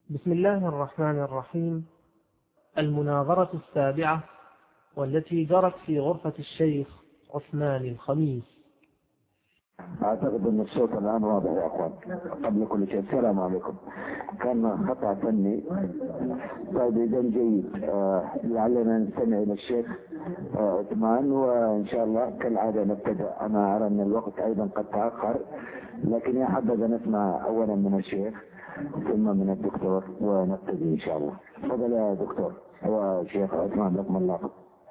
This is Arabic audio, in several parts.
بسم الله الرحمن الرحيم. المناظرة السابعة والتي جرت في غرفة الشيخ عثمان الخميس. أعتقد أن الصوت الآن واضح يا أخوان. قبل كل شيء السلام عليكم. كان خطأ فني. طيب إذا جيد، لعلنا نستمع إلى الشيخ عثمان، وإن شاء الله كالعادة نبتدأ. أنا أرى أن الوقت أيضا قد تأخر، لكن يا حبذا نسمع أولا من الشيخ ثم من الدكتور ونبتدي إن شاء الله. تفضل يا دكتور. هو شيخ عثمان لكم الله.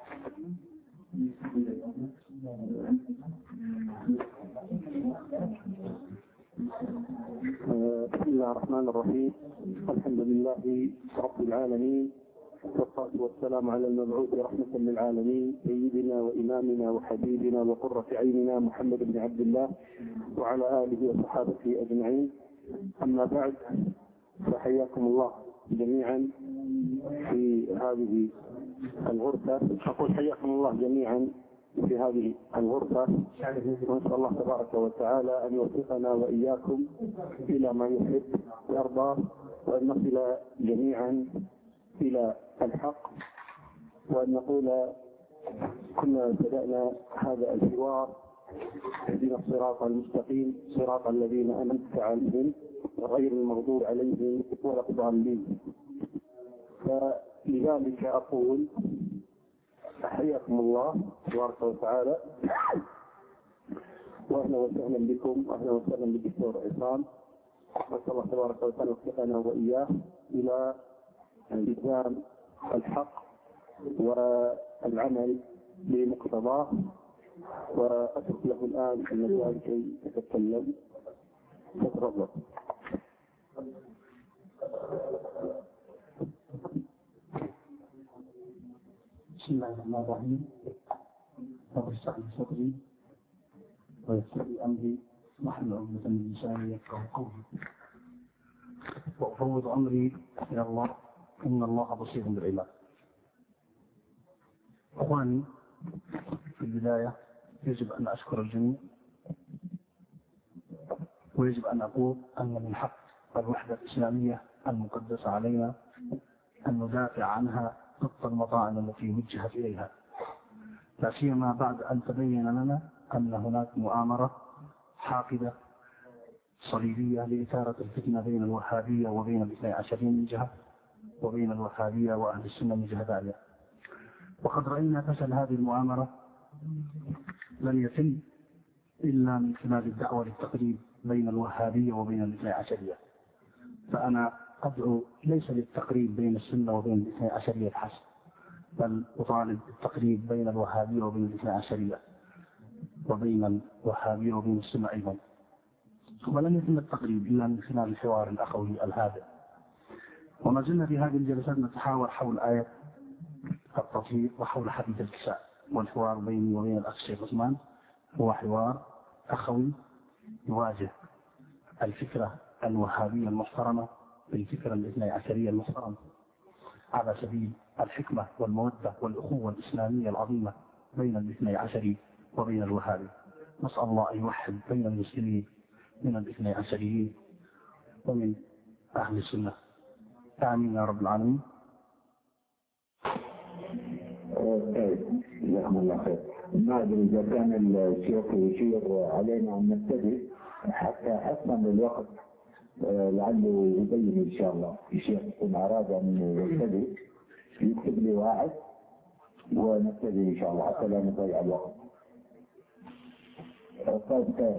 بسم الله الرحمن الرحيم. الحمد لله رب العالمين، والصلاة والسلام على المبعوث رحمة للعالمين سيدنا وإمامنا وحبيبنا وقرة عيننا محمد بن عبد الله وعلى آله وصحابته أجمعين. أما بعد، فحياكم الله جميعا في هذه الغرفة. أقول حياكم الله جميعا في هذه الغرفة، ونسأل الله تبارك وتعالى أن يوفقنا وإياكم إلى ما يحب ويرضى، وأن نصل جميعا إلى الحق، وأن نقول كنا بدأنا هذا الحوار: اهدنا الصراط المستقيم صراط الذين أنعمت عليهم غير المغضوب عليهم ولا الضالين. فلذلك أقول حياكم الله تبارك وتعالى، واهلا وسهلا بكم، واهلا وسهلا بالدكتور عصام. نسال الله تبارك وتعالى يوفقنا واياه الى التزام الحق والعمل بمقتضاه. واترك له الان المجال كي يتكلم. تفضل. بسم الله الرحمن الرحيم. رب اشرح لي صدري ويسر لي امري واحلل عقدة من لساني يفقهوا قولي، وافوض امري الى الله ان الله بصير بالعباد. اخواني، في البدايه يجب ان اشكر الجميع، ويجب ان اقول ان من حق الوحده الاسلاميه المقدسه علينا ان ندافع عنها ضد المطاعن التي وجهت إليها، لا سيما بعد أن تبين لنا أن هناك مؤامرة حاقدة صليبية لإثارة الفتنة بين الوهابية وبين الاثني عشرين من جهة، وبين الوهابية وأهل السنة من جهة ثانية. وقد رأينا فشل هذه المؤامرة لن يتم إلا من خلال الدعوة للتقريب بين الوهابية وبين الاثني عشرية. فأنا أدعو ليس للتقريب بين السنة وبين الاثني عشرية فحسب، بل أطالب بالتقريب بين الوهابية وبين الاثني عشرية، وبين الوهابية وبين السنة أيضا. ولن يتم التقريب إلا من خلال الحوار الأخوي الهادئ. وما زلنا في هذه الجلسات نتحاور حول آية التطهير وحول حديث الكساء، والحوار بيني وبين الأخ الشيخ عثمان هو حوار أخوي يواجه الفكرة الوهابية المحترمة بالفكرة الاثني عشرية المحترمة على سبيل الحكمة والمودة والأخوة الإسلامية العظيمة بين الاثني عشري وبين الوهابي. نسأل الله أن يوحد بين المسلمين من الاثني عشريين ومن أهل السنة. آمين يا رب العالمين. جزاكم الله خير. ما أدري إذا كان الشيخ يشير علينا أن نبتدئ حتى حسنا للوقت، لعله يبين إن شاء الله. الشيخ إن أراد أن يبتدئ يكتب لي واحد ونبتدئ إن شاء الله حتى لا نضيع الوقت. طيب،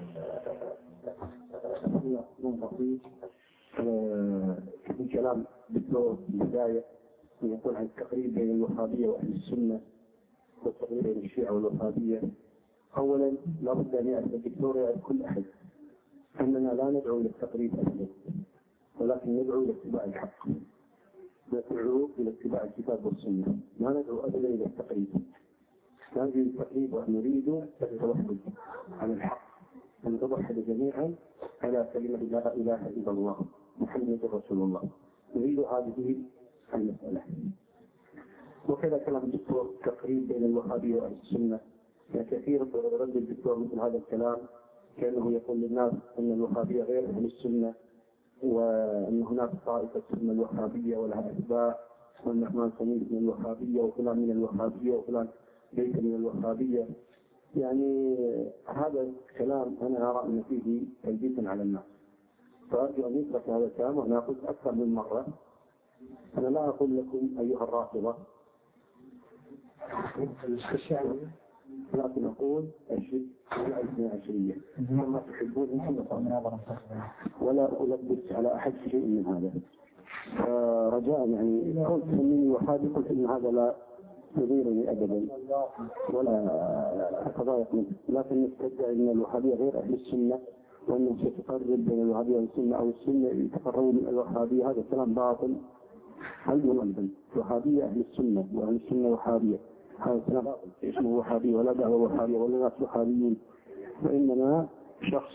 في كلام دكتور في البداية يقول عن التقريب بين الوهابية وأهل السنة والتقريب بين الشيعة والوهابية. أولا لابد أن يعرف الدكتور يعرف كل أحد أننا لا ندعو للتقريب أبدا، ولكن ندعو لاتباع الحق، ندعو إلى اتباع الكتاب والسنة، ما ندعو أبدا إلى التقريب. لا نريد التقريب ونريد التوحد على الحق، أن نتوحد جميعا على كلمة لا إله إلا الله محمد رسول الله. نريد هذه المسألة. وكذا كلام الدكتور التقريب بين الوهابية وأهل السنة، يعني كثيرا يرد الدكتور مثل هذا الكلام كأنه يقول للناس أن الوهابية غير أهل السنة، وأن هناك طائفة من الوهابية ولها أتباع، وأن الرحمن سمير من الوهابية وفلان من الوهابية وفلان ليس من الوهابية. يعني هذا الكلام أنا أرى أن فيه تلبيسا على الناس، فأرجو أن يترك هذا الكلام. وأنا قلت أكثر من مرة، أنا لا أقول لكم أيها الرافضة، لكن أقول الشرك والأثنى عشرية كما تحبون أنتم، ولا ألبس على أحد شيء من هذا. رجاء يعني قلت أنني وحادي، قلت إن هذا لا يضيرني أبدا ولا أتضايق منه، لكن نستدعي أن الوهابية غير أهل السنة، وأنه ستقرب بين الوهابية والسنة، أو السنة يتقربوا من الوهابية. هذا الكلام باطل. هل يمكن الوهابية أهل السنة وأهل السنة وهابية؟ هذا الكلام باطل. اسمه وهابية ولا دعوة وهابية ولا ناس وهابيين، وإنما شخص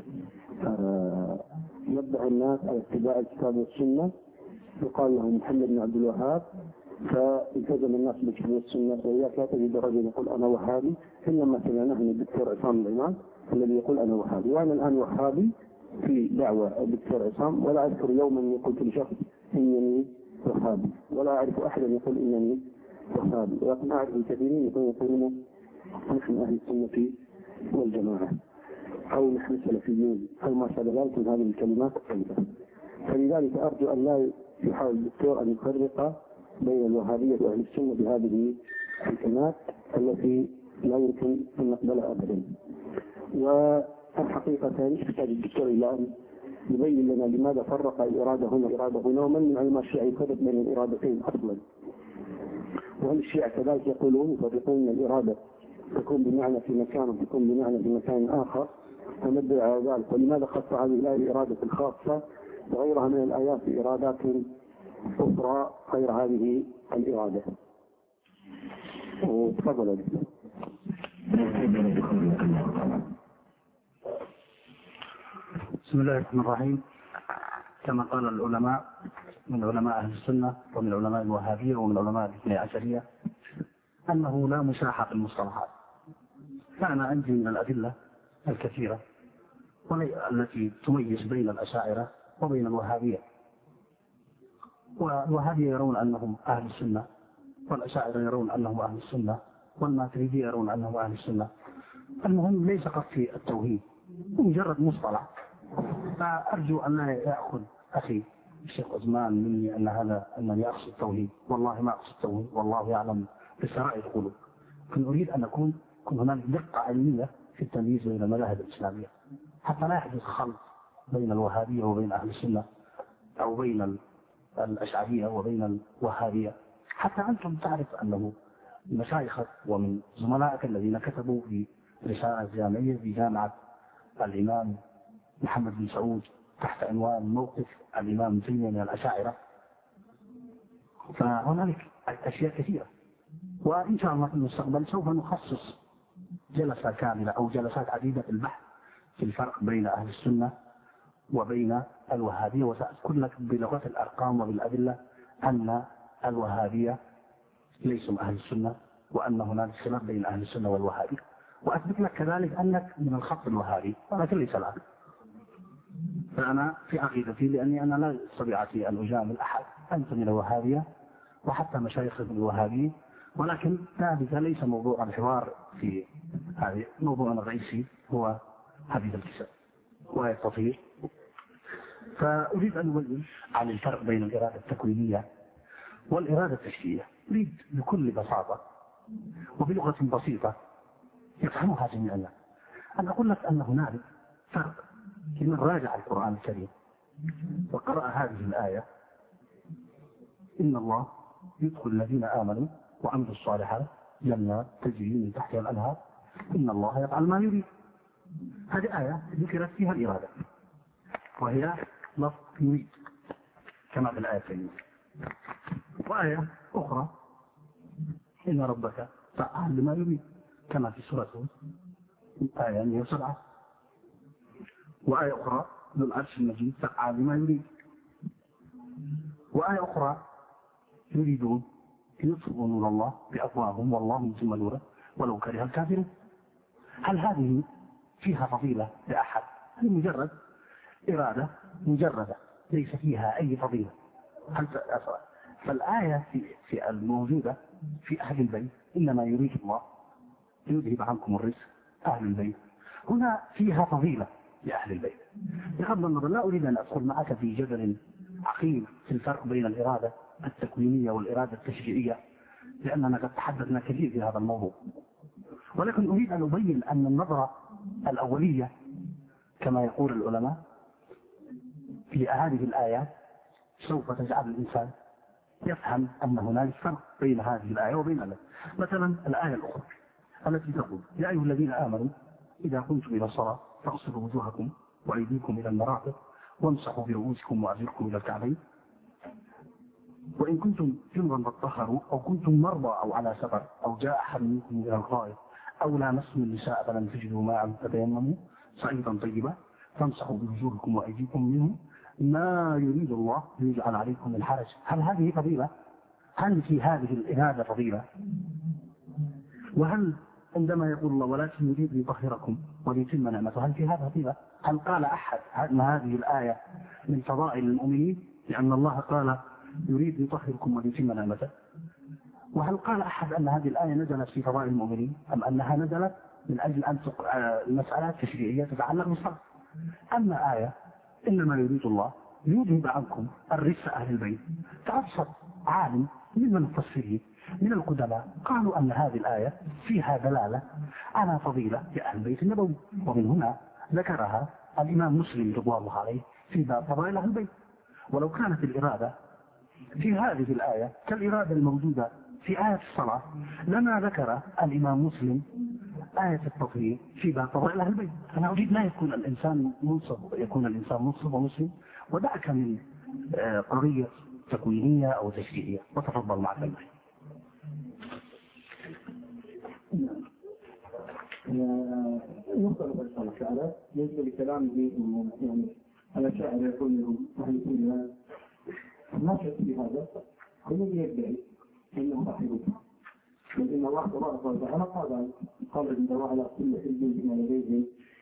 يدعي الناس على اتباع الكتاب والسنة، يقال له محمد بن عبد الوهاب، فالتزم الناس بالكتاب والسنة. وإياك لا تجد رجل يقول أنا وهابي، إلا مثلا نحن الدكتور عصام الإمام الذي يقول أنا وهابي، وأنا الآن وهابي في دعوة الدكتور عصام، ولا أذكر يوما قلت لشخص إنني وهابي، ولا أعرف أحدا يقول إنني وهابي، ولكن أعرف الكثيرين يقولون نحن أهل السنة والجماعة، أو نحن سلفيين، أو ما شابه ذلك من هذه الكلمات الطيبة. فلذلك أرجو أن لا يحاول الدكتور أن يفرق بين الوهابية وأهل السنة بهذه الكلمات التي لا يمكن أن نقبلها أبدا. والحقيقة يحتاج الدكتور إلى أن يبين لنا لماذا فرق الإرادة هنا الإرادة هنا، ومن من علماء الشيعة يفرق بين الإرادتين أصلا. وهل الشيعة كذلك يقولون يفرقون الإرادة تكون بمعنى في مكان وتكون بمعنى في مكان آخر، فندعي على ذلك. ولماذا خص هذه الآية الإرادة الخاصة وغيرها من الآيات بإرادات أخرى غير هذه الإرادة؟ وتفضل. بسم الله الرحمن الرحيم. كما قال العلماء من علماء أهل السنة ومن علماء الوهابية ومن علماء الاثني عشرية أنه لا مشاحة في المصطلحات. فأنا عندي من الأدلة الكثيرة التي تميز بين الأشاعرة وبين الوهابية. والوهابية يرون أنهم أهل السنة، والأشاعرة يرون أنهم أهل السنة، والماتريدية يرون أنهم أهل السنة. المهم ليس فقط في التوحيد، مجرد مصطلح. فأرجو أن لا يأخذ أخي الشيخ عثمان مني أنني أقصد التوحيد. والله ما أقصد التوحيد، والله يعلم بسرائر القلوب. كنت أريد أن يكون هناك دقة علمية في التمييز بين المذاهب الإسلامية، حتى لا يحدث خلط بين الوهابية وبين أهل السنة، أو بين الأشعرية وبين الوهابية. حتى أنتم تعرف أنه مشايخك ومن زملائك الذين كتبوا في رسالة جامعية في جامعة الإمام محمد بن سعود تحت عنوان موقف الإمام ابن تيمية من الأشاعرة. فهنالك أشياء كثيرة، وإن شاء الله في المستقبل سوف نخصص جلسة كاملة أو جلسات عديدة في البحث في الفرق بين أهل السنة وبين الوهابية. وسأذكر لك بلغة الأرقام وبالأدلة أن الوهابية ليسوا أهل السنة، وأن هناك خلاف بين أهل السنة والوهابية. وأثبت لك كذلك أنك من الخط الوهابي، ولكن ليس الآن. فأنا في عقيدتي، لأني أنا لا استطيع أن أجامل أحد، أنت من الوهابية وحتى مشايخ الوهابية، ولكن ذلك ليس موضوع الحوار في هذه. موضوع الرئيسي هو حديث الكساء والتطهير. فأريد أن أبين عن الفرق بين الإرادة التكوينية والإرادة التشريعية. أريد بكل بساطة وبلغة بسيطة يفهمها جميعا أن أقول لك أن هناك فرق. لمن راجع القرآن الكريم وقرأ هذه الآية: إن الله يدخل الذين آمنوا وعملوا الصالحات جنات تجري من تحتها الأنهار إن الله يفعل ما يريد. هذه آية ذكرت فيها الإرادة، وهي لفظ يريد كما في الآية الكريمة. وآية أخرى: إن ربك فعال لما يريد كما في سورة آية 107. وآية أخرى: ذو العرش المجيد فعال لما يريد. وآية أخرى: يريدون يطفئوا نور الله بأفواههم والله متم نوره ولو كره الكافرون. هل هذه فيها فضيلة لأحد؟ هذه مجرد إرادة مجردة ليس فيها أي فضيلة. فالآية في الموجودة في أهل البيت إنما يريد الله يذهب عنكم الرجس أهل البيت، هنا فيها فضيلة لأهل البيت. بغض النظر لا أريد أن أدخل معك في جدل عقيم في الفرق بين الإرادة التكوينية والإرادة التشريعية، لأننا قد تحدثنا كثير في هذا الموضوع، ولكن أريد أن أبين أن النظرة الأولية كما يقول العلماء في هذه الآيات سوف تجعل الإنسان يفهم أن هناك فرق بين هذه الآية وبين الآية. مثلا الآية الأخرى التي تقول يا أيها الذين آمنوا إذا قمتم إلى الصلاة فاغسلوا وجوهكم وأيديكم إلى المرافق وامسحوا برؤوسكم وأرجلكم إلى الكعبين وإن كنتم جنبا فاطهروا أو كنتم مرضى أو على سفر أو جاء أحد منكم من الغائط أو لامستم النساء فلم تجدوا ماء فتيمموا صعيدا طيبا فامسحوا بوجوهكم وأيديكم منه ما يريد الله ليجعل عليكم من حرج. هل هذه فضيلة؟ هل في هذه الإرادة فضيلة؟ وهل عندما يقول الله ولكن يريد ليطهركم وليتم نعمته هل في هذا فضيلة؟ هل قال أحد أن هذه الآية من فضائل المؤمنين لأن الله قال يريد ليطهركم وليتم نعمته؟ وهل قال أحد أن هذه الآية نزلت في فضائل المؤمنين أم أنها نزلت من أجل أن المسألة تشريعية تتعلق بالصلاة؟ أما آية إنما يريد الله ليذهب عنكم الرجس أهل البيت، فأبسط عالم من المفسرين من القدماء قالوا أن هذه الآية فيها دلالة على فضيلة لأهل البيت النبوي، ومن هنا ذكرها الإمام مسلم رضوان الله عليه في باب فضائل أهل البيت. ولو كانت الإرادة في هذه الآية كالإرادة الموجودة في آية الصلاة لما ذكر الإمام مسلم آية التطهير في باب فضائل أهل البيت. أنا أريد لا يكون الإنسان منصب ومسلم ودعك من قضية تكوينية أو تشريعية. وتفضل مع كلمة. يقول الشاعر ليس بكلامه يعني الشاعر يقول لهم أهل ما شك بهذا الذي يدعي أنه صاحبه، لأن الله تبارك وتعالى قال إن الله على كل حزب بما لديهم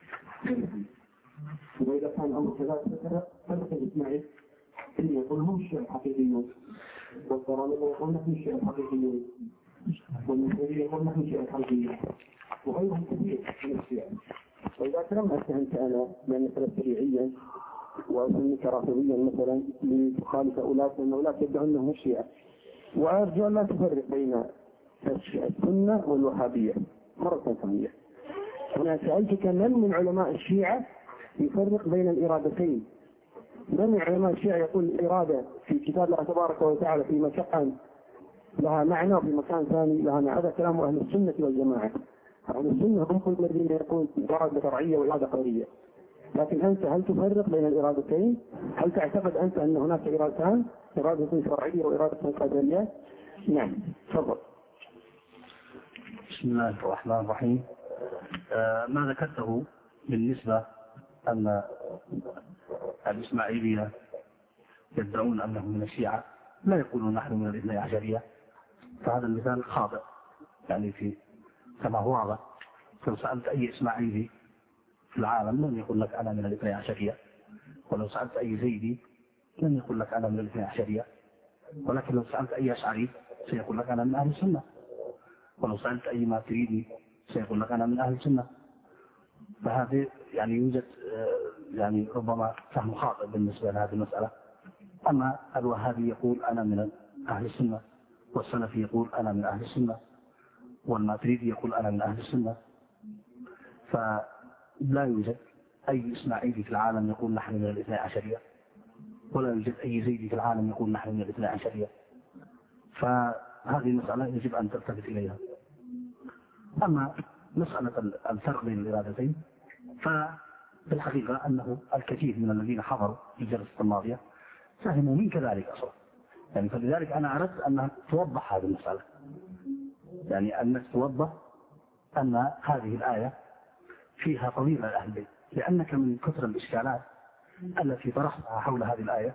وإذا كان الأمر كذلك فلك الإسماعيل إن يقول هم الشيء الحقيقيون والضرالة يقول نحن الشيء الحقيقيون والمسؤولين يقول نحن الشيء الحقيقيون وغيرهم كثير من الشيء. وإذا كلمت أنت أنا من مثلا شريعيا وأسميك رافضيا مثلا لتخالف أولئك لأن أولئك يدعون أنهم الشيعة، وأرجو أن لا تفرق بين السنة والوهابية مرة ثانية. أنا سألتك من علماء الشيعة يفرق بين الإرادتين؟ من علماء الشيعة يقول الإرادة في كتاب الله تبارك وتعالى في مكان لها معنى وفي مكان ثاني لها معنى؟ هذا كلام أهل السنة والجماعة. أهل السنة هم الذين يقول إرادة شرعية وإرادة قدرية، لكن أنت هل تفرق بين الإرادتين؟ هل تعتقد أنت أن هناك إرادتان، إرادة شرعية وإرادة قدرية؟ نعم تفضل. بسم الله الرحمن الرحيم. ما ذكرته بالنسبة أن الإسماعيلية يدعون أنهم من الشيعة لا يقولون نحن من الاثني عشرية، فهذا المثال خاطئ يعني في كما هو واضح. لو سألت أي إسماعيلي في العالم لن يقول لك أنا من الاثني عشرية، ولو سألت أي زيدي لن يقول لك أنا من الاثني عشرية، ولكن لو سألت أي أشعري سيقول لك أنا من أهل السنة، ولو سألت أي ماتريدي سيقول لك أنا من أهل السنة. فهذه يعني يوجد يعني ربما فهم خاطئ بالنسبة لهذه المسألة. أما الوهابي يقول أنا من أهل السنة، والسلفي يقول أنا من أهل السنة، والماتريدي يقول أنا من أهل السنة. فلا يوجد أي إسماعيلي في العالم يقول نحن من الاثني عشرية، ولا يوجد أي زيدي في العالم يقول نحن من الاثني عشرية. فهذه المسألة يجب أن تلتفت إليها. أما مسألة الفرق بين الإرادتين فبالحقيقة أنه الكثير من الذين حضروا في الجلسة الماضية فهموا من كذلك أصلا، يعني فلذلك أنا أردت أن توضح هذه المسألة، يعني أنك توضح أن هذه الآية فيها فضيلة لأهل البيت، لأنك من كثر الإشكالات التي طرحتها حول هذه الآية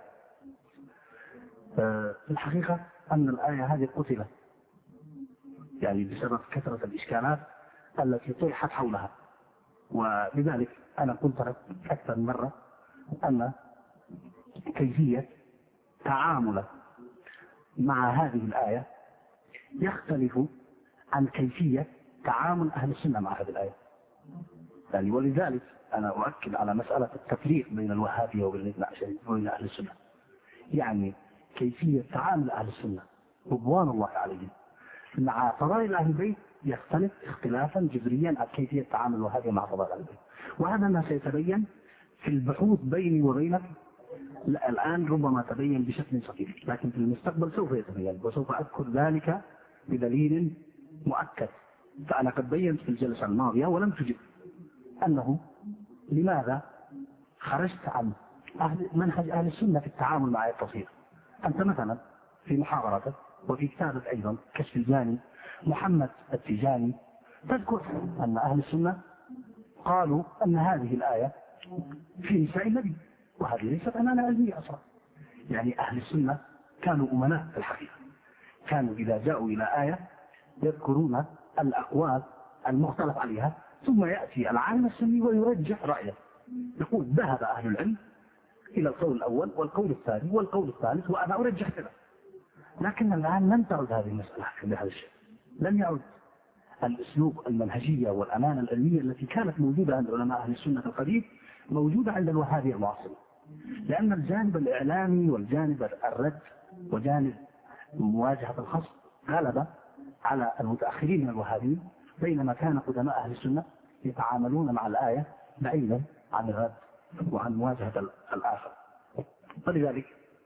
الحقيقة أن الآية هذه قتلت يعني بسبب كثرة الإشكالات التي طرحت حولها. ولذلك أنا قلت لك أكثر من مرة أن كيفية تعامله مع هذه الآية يختلف عن كيفية تعامل أهل السنة مع هذه الآية. يعني ولذلك أنا أؤكد على مسألة التفريق بين الوهابية وبين الاثنى عشرية وبين أهل السنة. يعني كيفية تعامل أهل السنة رضوان الله عليهم مع فضائل أهل البيت يختلف اختلافا جذريا عن كيفية تعامل الوهابية مع فضائل أهل البيت، وهذا ما سيتبين في البحوث بيني وبينك. لا الآن ربما تبين بشكل سطحي، لكن في المستقبل سوف يتبين، وسوف أذكر ذلك بدليل مؤكد. فأنا قد بينت في الجلسة الماضية ولم تجب أنه لماذا خرجت عن منهج أهل السنة في التعامل مع التصوير. أنت مثلا في محاضرتك وفي كتابك أيضا كشف الجاني محمد التجاني تذكر أن أهل السنة قالوا أن هذه الآية في نساء النبي، وهذه ليست أمانة علمية أصلا. يعني أهل السنة كانوا أمناء في الحقيقة، كانوا إذا جاءوا إلى آية يذكرون الأقوال المختلف عليها، ثم يأتي العالم السني ويرجح رأيه، يقول ذهب أهل العلم إلى القول الأول والقول الثاني والقول الثالث وأنا أرجح كذا. لكن الآن لم تعد هذه المسألة بهذا الشيء، لم يعد الأسلوب المنهجية والأمانة العلمية التي كانت موجودة عند علماء أهل السنة القديم موجودة عند الوهابية المعاصرين، لأن الجانب الإعلامي والجانب الرد وجانب مواجهة الخصم غلب على المتأخرين من الوهابيين، بينما كان قدماء أهل السنة يتعاملون مع الآية بعيدا عن الرد وعن مواجهة الآخر. فلذلك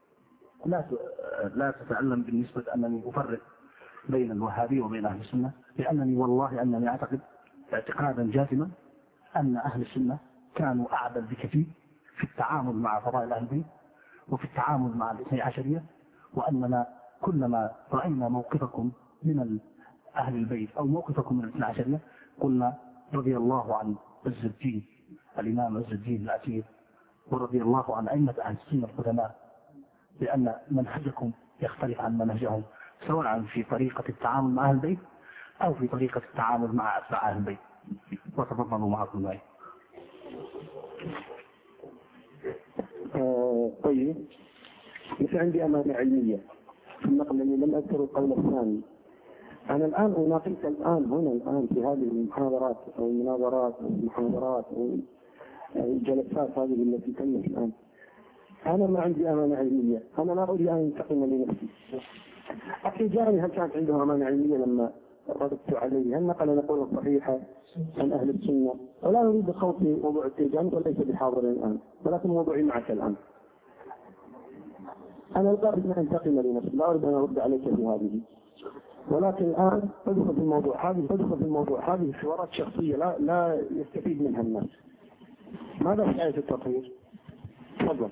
لا تتعلم بالنسبة أنني أفرق بين الوهابي وبين أهل السنة، لأنني والله أنني أعتقد اعتقادا جازما أن أهل السنة كانوا أعدل بكثير في التعامل مع فضائل أهل البيت وفي التعامل مع الاثني عشرية، وأننا كلما رأينا موقفكم من أهل البيت أو موقفكم من الاثني عشرية قلنا رضي الله عن عز الدين الإمام عز الدين العتيق ورضي الله عن أئمة أهل السنة القدماء، لأن منهجكم يختلف عن منهجهم سواء في طريقة التعامل مع أهل البيت أو في طريقة التعامل مع أتباع أهل البيت. وتفضلوا معكم معي. طيب، مثل عندي أمانة علمية في النقل الذي لم أذكر القول الثاني. أنا الآن أناقشك الآن في هذه المحاضرات أو المناظرات أو المحاضرات أو الجلسات هذه التي تمت الآن. أنا ما عندي أمانة علمية، أنا لا أريد أن أنتقم لنفسي. التجاني هل كانت عنده أمانة علمية لما رددت عليه؟ هل نقل نقول صحيحة عن أهل السنة؟ ولا أريد خوض في موضوع التجاني وليس بحاضر الآن، ولكن موضوعي معك الآن. أنا لا أريد أن أنتقم لنفسي، لا أريد أن أرد عليك في هذه، ولكن الآن أدخل في الموضوع هذه حوارات شخصية لا يستفيد منها الناس. ماذا في آية التطهير؟ تفضل.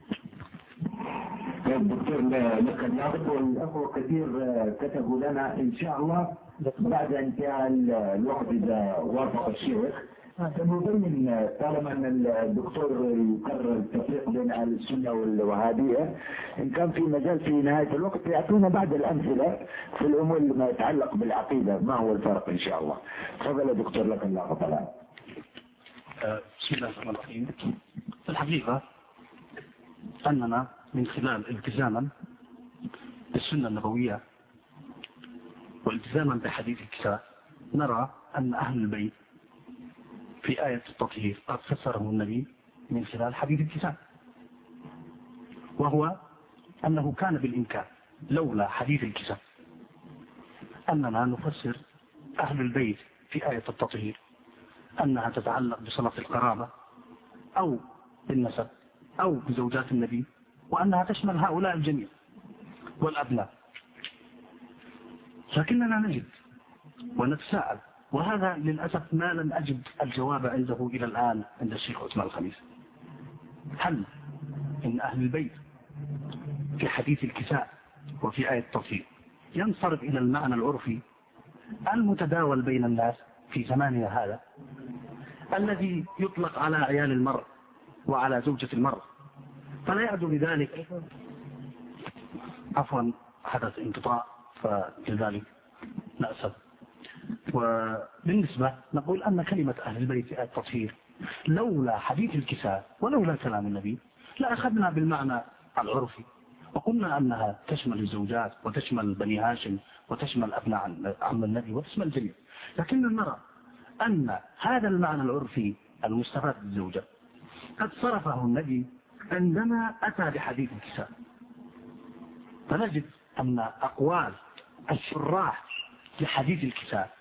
الدكتور لك الناظر والأخوة كثير كتبوا لنا إن شاء الله بعد انتهاء الوقت إذا وافق الشيخ سنبين طالما أن الدكتور يقرر التفريق بين أهل السنة والوهابية، إن كان في مجال في نهاية الوقت يعطونا بعض الأمثلة في الأمور ما يتعلق بالعقيدة ما هو الفرق إن شاء الله. تفضل يا دكتور لك الله تعالى. بسم الله الرحمن الرحيم. في الحقيقة أننا من خلال التزاما بالسنة النبوية والتزاما بحديث الكساء نرى أن أهل البيت في آية التطهير قد فسره النبي من خلال حديث الكساء، وهو أنه كان بالإمكان لولا حديث الكساء أننا نفسر أهل البيت في آية التطهير أنها تتعلق بصلة القرابة أو بالنسب أو بزوجات النبي، وأنها تشمل هؤلاء الجميع والأبناء. لكننا نجد ونتساءل، وهذا للأسف ما لم أجد الجواب عنده إلى الآن عند الشيخ عثمان الخميس، هل إن أهل البيت في حديث الكساء وفي آية التطهير ينصرف إلى المعنى العرفي المتداول بين الناس في زماننا هذا الذي يطلق على عيال المرء وعلى زوجة المرء، فلا يعد بذلك عفوا حدث انقطاع فلذلك نأسف. وبالنسبة نقول أن كلمة أهل البيت في التطهير لولا حديث الكساء ولولا كلام النبي لأخذنا بالمعنى العرفي وقلنا أنها تشمل الزوجات وتشمل بني هاشم وتشمل أبناء عم النبي وتشمل الجميع، لكننا نرى أن هذا المعنى العرفي المستفاد بالزوجة قد صرفه النبي عندما أتى بحديث الكساء. فنجد أن أقوال الشراح لحديث الكساء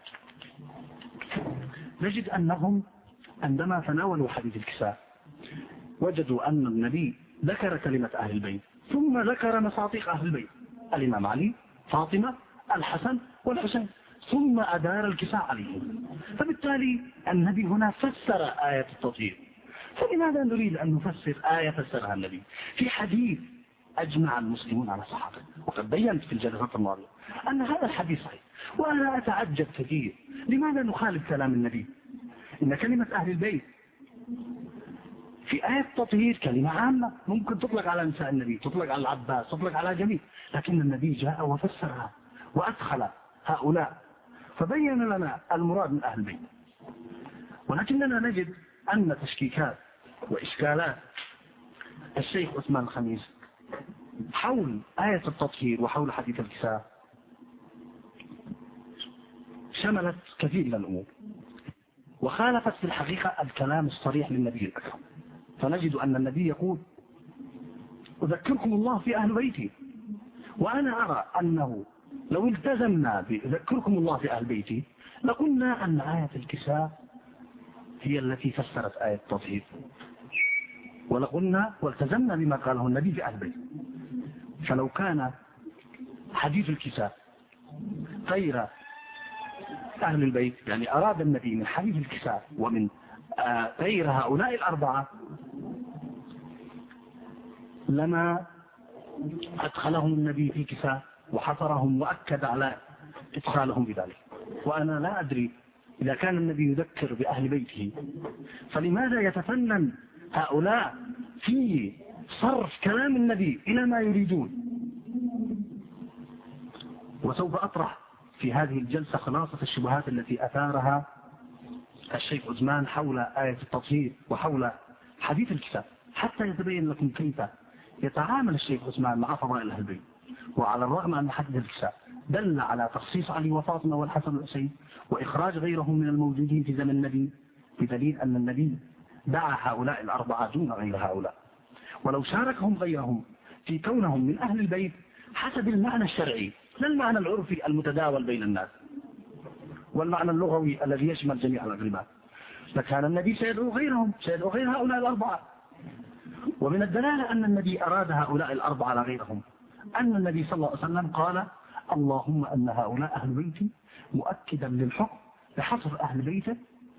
نجد أنهم عندما تناولوا حديث الكساء وجدوا أن النبي ذكر كلمة أهل البيت ثم ذكر مساطيق أهل البيت، الإمام علي، فاطمة، الحسن والحسين، ثم أدار الكساء عليهم. فبالتالي النبي هنا فسر آية التطهير. فلماذا نريد أن نفسر آية فسرها النبي في حديث أجمع المسلمون على صحته؟ وقد بينت في الجلسات الماضية أن هذا الحديث صحيح، وأنا أتعجب كثير لماذا نخالف كلام النبي. إن كلمة أهل البيت في آية التطهير كلمة عامة ممكن تطلق على نساء النبي، تطلق على العباس، تطلق على جميع، لكن النبي جاء وفسرها وأدخل هؤلاء فبين لنا المراد من أهل البيت. ولكننا نجد أن تشكيكات وإشكالات الشيخ عثمان الخميس حول آية التطهير وحول حديث الكساء شملت كثير من الأمور وخالفت في الحقيقة الكلام الصريح للنبي الأكرم. فنجد أن النبي يقول أذكركم الله في أهل بيتي، وأنا أرى أنه لو التزمنا بأذكركم الله في أهل بيتي لقلنا أن آية الكساء هي التي فسرت آية التطهير، ولقلنا والتزمنا بما قاله النبي في أهل بيتي. فلو كان حديث الكساء غير أهل البيت، يعني أراد النبي من حديث الكساء ومن غير هؤلاء الأربعة لما أدخلهم النبي في كساء وحصرهم وأكد على إدخالهم بذلك. وأنا لا أدري إذا كان النبي يذكر بأهل بيته فلماذا يتفنن هؤلاء في صرف كلام النبي إلى ما يريدون. وسوف أطرح في هذه الجلسة خلاصة الشبهات التي أثارها الشيخ عثمان حول آية التطهير وحول حديث الكساء حتى يتبين لكم كيف يتعامل الشيخ عثمان مع فضائل أهل البيت. وعلى الرغم أن حديث الكساء دل على تخصيص علي وفاطمة والحسن والحسين وإخراج غيرهم من الموجودين في زمن النبي بدليل أن النبي دعا هؤلاء الأربعة دون غير هؤلاء، ولو شاركهم غيرهم في كونهم من أهل البيت حسب المعنى الشرعي لا المعنى العرفي المتداول بين الناس والمعنى اللغوي الذي يشمل جميع الأقرباء، لكان النبي سيدعو غيرهم، سيدعو غير هؤلاء الأربعة. ومن الدلالة أن النبي أراد هؤلاء الأربعة على غيرهم أن النبي صلى الله عليه وسلم قال اللهم أن هؤلاء أهل بيتي، مؤكدا للحكم بحصر أهل بيته.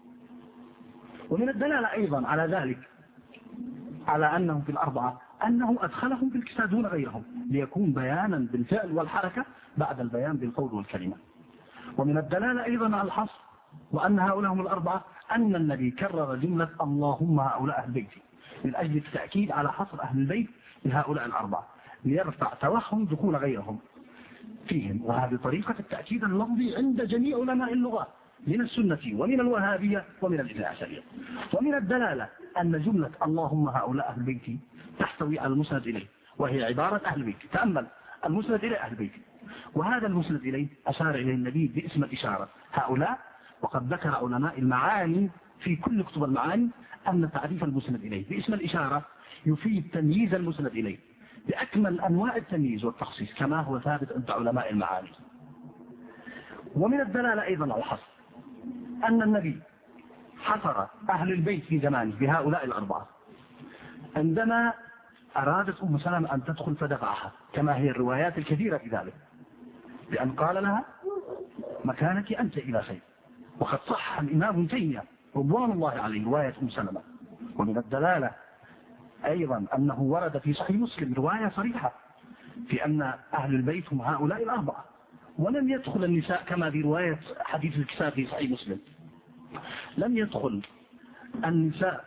ومن الدلالة أيضا على ذلك على أنهم في الأربعة أنه أدخلهم في الكساء دون غيرهم ليكون بيانا بالفعل والحركة بعد البيان بالقول والكلمة. ومن الدلالة أيضا على الحصر وأن هؤلاء هم الأربعة أن النبي كرر جملة اللهم هؤلاء أهل بيتي من أجل التأكيد على حصر أهل البيت لهؤلاء الأربعة ليرفع توهم دخول غيرهم فيهم. وهذه طريقة التأكيد اللفظي عند جميع علماء اللغة من السنة ومن الوهابية ومن الاثنى عشرية. ومن الدلالة أن جملة اللهم هؤلاء أهل بيتي تحتوي على المسند إليه وهي عبارة أهل بيتي. تأمل المسند إليه أهل بيتي، وهذا المسند إليه أشار إليه النبي باسم الإشارة هؤلاء. وقد ذكر علماء المعاني في كل كتب المعاني أن تعريف المسند إليه باسم الإشارة يفيد تمييز المسند إليه بأكمل أنواع التمييز والتخصيص كما هو ثابت عند علماء المعاني. ومن الدلالة أيضا على الحصر أن النبي حصر أهل البيت في زمانه بهؤلاء الأربعة عندما أرادت أم سلمة أن تدخل فدفعها كما هي الروايات الكثيرة في ذلك بأن قال لها مكانك أنت إلى خير. وقد صح الإمام ابن تيمية رضوان الله عليه رواية أم سلمة. ومن الدلالة أيضا أنه ورد في صحيح مسلم رواية صريحة في أن أهل البيت هم هؤلاء الأربعة، ولم يدخل النساء كما في رواية حديث الكساء في صحيح مسلم، لم يدخل النساء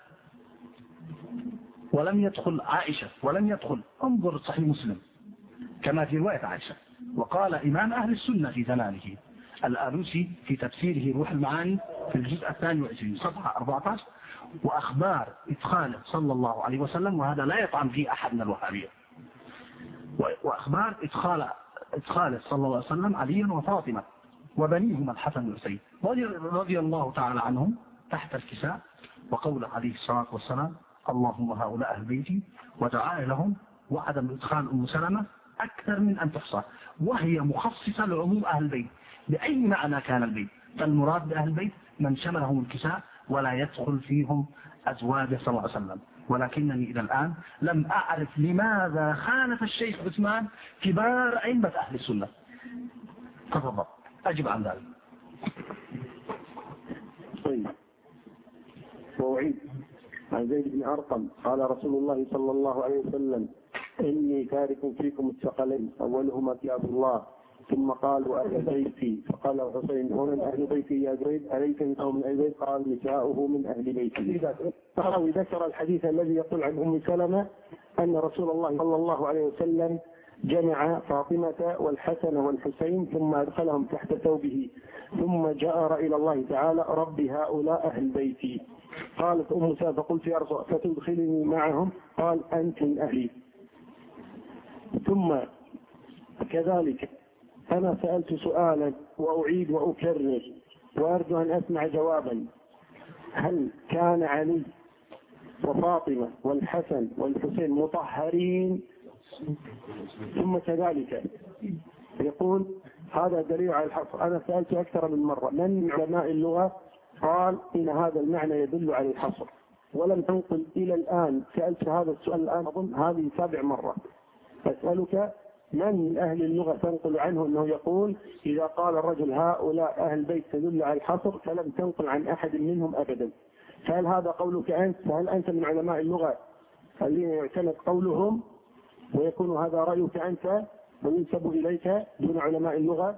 ولم يدخل عائشة ولم يدخل. انظر صحيح مسلم كما في رواية عائشة. وقال إمام أهل السنة في زمانه الآلوسي في تفسيره روح المعاني في الجزء 22 صفحة 14 وأخبار إدخاله صلى الله عليه وسلم، وهذا لا يطعن فيه أحد من الوهابية، وأخبار إدخاله صلى الله عليه وسلم علي وفاطمة وبنيهما الحسن والحسين رضي الله تعالى عنهم تحت الكساء، وقول عليه الصلاة والسلام اللهم هؤلاء أهل بيتي، ودعاء لهم، وعدم إدخال أم سلمة أكثر من أن تحصى، وهي مخصصة لعموم أهل البيت بأي معنى كان البيت، فالمراد بأهل البيت من شملهم الكساء ولا يدخل فيهم أزواجه صلى الله عليه وسلم. ولكنني إلى الآن لم أعرف لماذا خالف الشيخ عثمان كبار أئمة أهل السنة. تفضل أجب عن ذلك. طيب، وأعيد عن زيد بن أرقم قال رسول الله صلى الله عليه وسلم إني تارك فيكم الثقلين أولهما كتاب الله، ثم قال وأهل بيتي، فقال حسين ومن أهل بيتي يا زيد؟ أليس نساء من أهل بيت؟ قال نساؤه من أهل بيتي. فهو ذكر الحديث الذي يقول عن أم سلمة أن رسول الله صلى الله عليه وسلم جمع فاطمة والحسن والحسين ثم أدخلهم تحت ثوبه، ثم جأر إلى الله تعالى رب هؤلاء أهل بيتي. قالت أم سلمة فقلت يا رسول الله فتدخلني معهم؟ قال أنت من أهلي. ثم كذلك أنا سألت سؤالا وأعيد وأكرر وأرجو أن أسمع جوابا: هل كان علي وفاطمة والحسن والحسين مطهرين؟ ثم كذلك يقول هذا دليل على الحصر. أنا سألت أكثر من مرة من علماء اللغة قال إن هذا المعنى يدل على الحصر، ولم تنقل إلى الآن. سألت هذا السؤال الآن أظن هذه 7 مرات. أسألك من أهل اللغة تنقل عنه أنه يقول إذا قال الرجل هؤلاء أهل البيت تدل على الحصر، فلم تنقل عن أحد منهم أبدا. فهل هذا قولك أنت؟ فهل أنت من علماء اللغة الذين يعتمد قولهم ويكون هذا رأيك أنت وينسب إليك دون علماء اللغة؟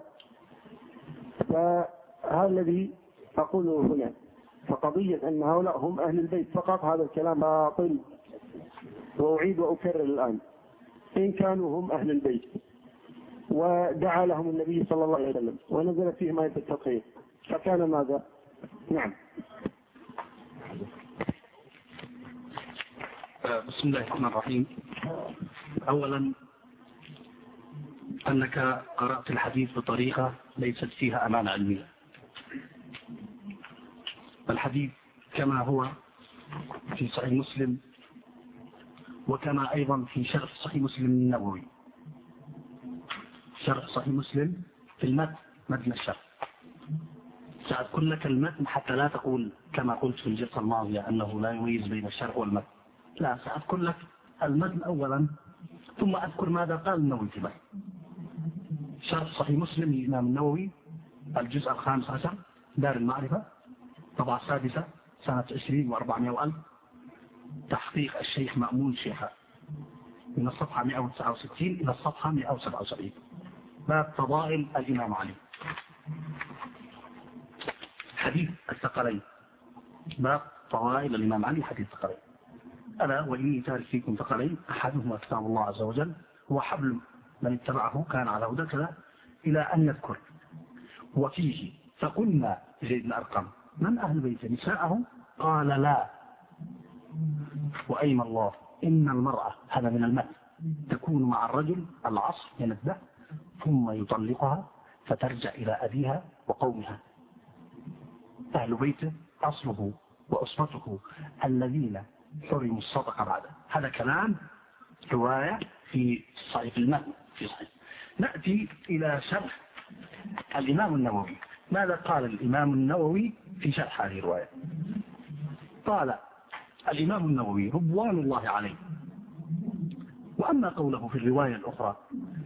فهذا الذي أقوله هنا. فقضية أن هؤلاء هم أهل البيت فقط هذا الكلام باطل، وأعيد وأكرر الآن. إن كانوا هم أهل البيت ودعا لهم النبي صلى الله عليه وسلم ونزل فيهم آية التطهير، فكان ماذا؟ نعم. بسم الله الرحمن الرحيم. أولا أنك قرأت الحديث بطريقة ليست فيها أمانة علمية. الحديث كما هو في صحيح مسلم، وكما أيضا في شرح صحيح مسلم النووي، شرح صحيح مسلم في متن الشرح. سأذكر لك المتن حتى لا تقول كما قلت في الجلسة الماضية أنه لا يميز بين الشرح والمتن. لا، سأذكر لك المتن أولا ثم أذكر ماذا قال النووي في المتن. شرح صحيح مسلم للإمام النووي الجزء 15 دار المعرفة، طبعة 6 سنة 20 و400 ألف، تحقيق الشيخ مأمون شيحة، من الصفحة 169 إلى الصفحة 177، باب فضائل الإمام علي. حديث الثقلين، باب فضائل الإمام علي، حديث الثقلين. ألا وإني تارك فيكم ثقلين أحدهما كتاب الله عز وجل وحبل من اتبعه كان على هدى كذا، إلى أن يذكر وفيه فقلنا زيد بن أرقم من أهل بيت نساءه؟ قال لا، وأيم الله إن المرأة هذا من المثل تكون مع الرجل العصر من الدهر ثم يطلقها فترجع إلى أبيها وقومها. أهل بيته أصله وأسرته الذين حرموا الصدقة بعده. هذا كلام رواية في صحيح المتن في صحيح. نأتي إلى شرح الإمام النووي. ماذا قال الإمام النووي في شرح هذه الرواية؟ قال الإمام النووي رضوان الله عليه: وأما قوله في الرواية الأخرى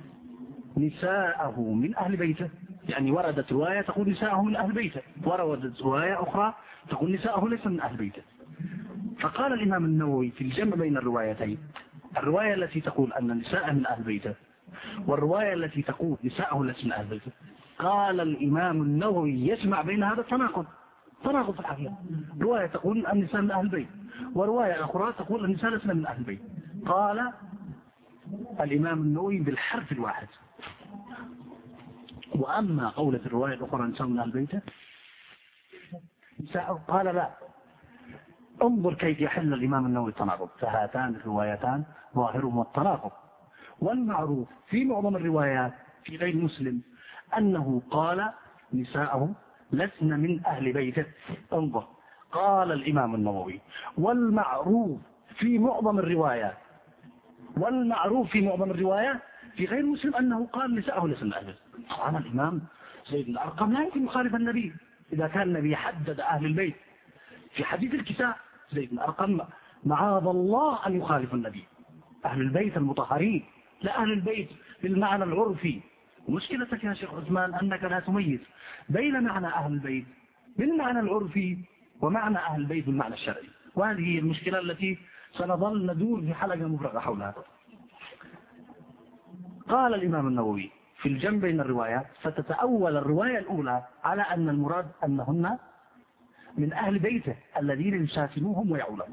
نساءه من أهل بيته، يعني وردت رواية تقول نساءه من أهل بيته، وردت رواية أخرى تقول نساءه ليس من أهل بيته. فقال الإمام النووي في الجمع بين الروايتين، الرواية التي تقول أن النساء من أهل بيته والرواية التي تقول نساءه ليس من أهل بيته، قال الإمام النووي يجمع بين هذا التناقض في الحقيقة. رواية تقول النساء من أهل البيت ورواية أخرى تقول النساء ليس من أهل البيت. قال الإمام النووي بالحرف الواحد: وأما قولة الرواية الأخرى نساء من أهل بيته قال لا، انظر كيف يحل الإمام النووي التناقض. فهاتان الروايتان ظاهرهما التناقض. والمعروف في معظم الروايات في غير مسلم أنه قال نساءه لسن من أهل بيته. انظر، قال الإمام النووي والمعروف في معظم الروايات في غير مسلم أنه قال نساءه لسن من أهل بيته. طبعا الإمام زيد بن أرقم لا يمكن مخالف النبي إذا كان النبي حدد أهل البيت في حديث الكساء. زيد بن أرقم معاذ الله أن يخالف النبي. أهل البيت المطهرين، لا أهل البيت بالمعنى العرفي. مشكلتك يا شيخ عثمان أنك لا تميز بين معنى أهل البيت بالمعنى العرفي ومعنى أهل البيت بالمعنى الشرعي، وهذه هي المشكلة التي سنظل ندور في حلقة مفرغة حولها. قال الإمام النووي في الجمع بين الروايات فتتأول الرواية الأولى على أن المراد أنهن من أهل بيته الذين يساكنوهم ويعولهم.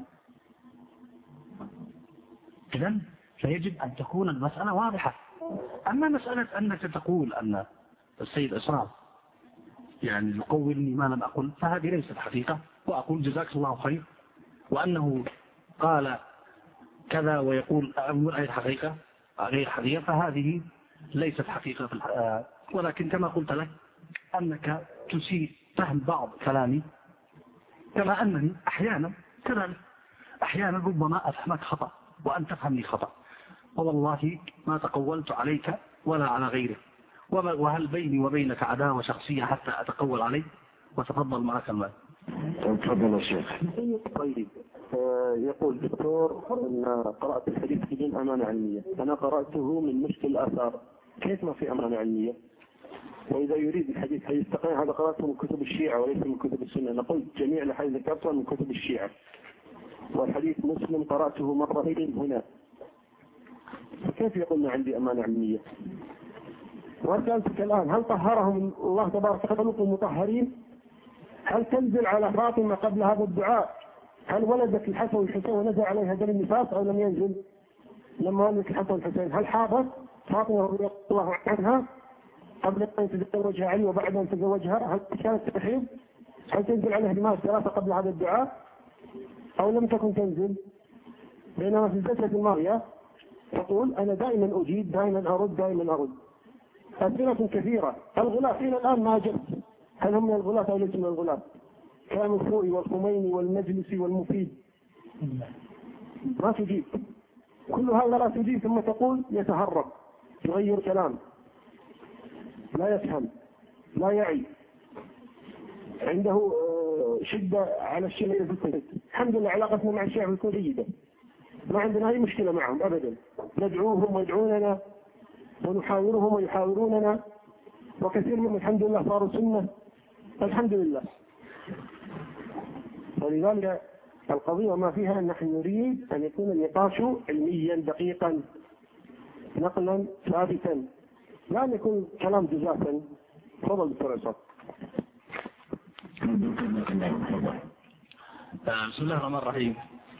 إذن فيجب أن تكون المسألة واضحة. أما مسألة أنك تقول أن السيد إسراف يعني يقولني ما لم أقل، فهذه ليست حقيقة، وأقول جزاك الله خير، وأنه قال كذا ويقول غير حقيقة فهذه ليست حقيقة ولكن كما قلت لك أنك تسيء فهم بعض كلامي، كما أنني أحيانا كذلك أحيانا ربما أفهمك خطأ وأن تفهمني خطأ، والله ما تقولت عليك ولا على غيرك، وهل بيني وبينك عداوة شخصية حتى أتقول عليك؟ وتفضل معك المال. تفضل يا شيخ. طيب، يقول دكتور أن قرأت الحديث بدون أمانة علمية. أنا قرأته من مشكل الآثار، كيف ما في أمانة علمية؟ وإذا يريد الحديث هيستقيم هذا قرأته من كتب الشيعة وليس من كتب السنة. نقول جميع الحديث ذكرته من كتب الشيعة، والحديث مسلم قرأته مرتين هنا، فكيف يقولنا عندي أمانة علمية؟ وسألتك الآن هل طهرهم الله تبارك وتعالى مطهرين؟ هل تنزل على فاطمة قبل هذا الدعاء هل ولدت الحسن والحسين ونزل عليها دم النفاس أو لم ينزل؟ لما ولدت الحسن والحسين هل حاضت فاطمة رضي الله عنها قبل أن يتزوجها علي وبعد أن تزوجها؟ هل كانت تحيض؟ هل تنزل عليها دماء ثلاثة قبل هذا الدعاء أو لم تكن تنزل؟ بينما في الجلسة الماضية تقول أنا دائما أجيب دائما أرد أسئلة كثيرة. الغلاة إلى الآن ما جبت هل هم من الغلاة أو ليس من الغلاة؟ كان الخوئي والخميني والمجلسي والمفيد ما تجيب، كل هذا لا تجيب، ثم تقول يتهرب يغير كلام لا يفهم لا يعي، عنده شدة على الشيء في الكويت. الحمد لله علاقتنا مع الشيعة في الكويت جيدة، ما عندنا أي مشكلة معهم أبدا، ندعوهم ويدعوننا ونحاورهم ويحاوروننا، وكثير منهم الحمد لله صاروا سنة الحمد لله. ولذلك القضية ما فيها أن نحن نريد أن يكون النقاش علميا دقيقا نقلا ثابتا، لا أن يكون كلام جزافا. تفضل دكتور عصام. بسم الله الرحمن الرحيم.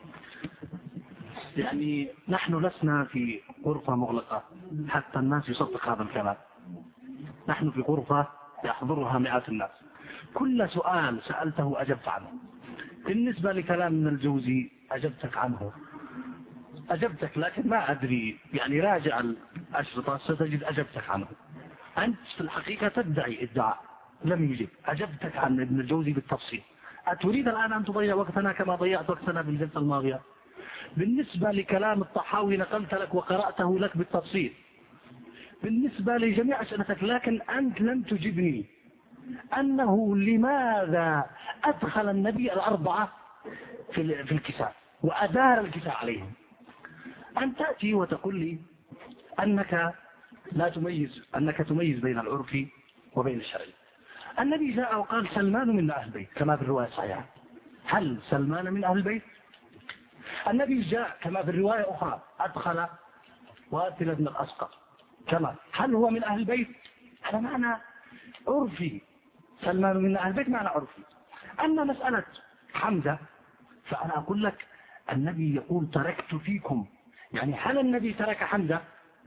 يعني نحن لسنا في غرفة مغلقة حتى الناس يصدق هذا الكلام، نحن في غرفة يحضرها مئات الناس، كل سؤال سألته أجبت عنه. بالنسبة لكلام من الجوزي أجبتك عنه، أجبتك لكن ما أدري يعني راجع الأشرطة ستجد أجبتك عنه. أنت في الحقيقة تدعي ادعاء لم يجب، أجبتك عن ابن الجوزي بالتفصيل. أتريد الآن أن تضيع وقتنا كما ضيعت وقتنا في الجلسة الماضية؟ بالنسبة لكلام الطحاوي نقلت لك وقرأته لك بالتفصيل، بالنسبة لجميع أسئلتك، لكن أنت لم تجبني أنه لماذا أدخل النبي الأربعة في الكساء وأدار الكساء عليهم. أن تأتي وتقول لي أنك لا تميز، أنك تميز بين العرف وبين الشرعي. النبي جاء وقال سلمان من أهل البيت كما في الرواية الصحيحة. هل سلمان من أهل البيت؟ النبي جاء كما في الرواية أخرى أدخل واتل بن الأسقر كما، هل هو من أهل البيت؟ هذا معنى عرفي، سلمان من أهل البيت معنى عرفي. أما مسألة حمزة فأنا أقول لك النبي يقول تركت فيكم، يعني هل النبي ترك حمزة؟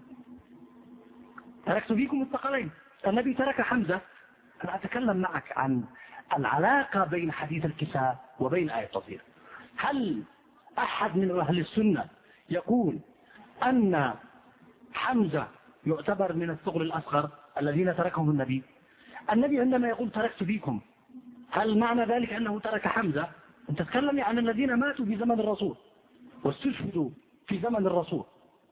تركت فيكم الثقلين، النبي ترك حمزة. أنا أتكلم معك عن العلاقة بين حديث الكساء وبين آية التطهير. هل أحد من أهل السنة يقول أن حمزة يعتبر من الثغر الأصغر الذين تركهم النبي؟ النبي عندما يقول تركت فيكم، هل معنى ذلك أنه ترك حمزة؟ أنت تتكلم عن الذين ماتوا في زمن الرسول واستشهدوا في زمن الرسول،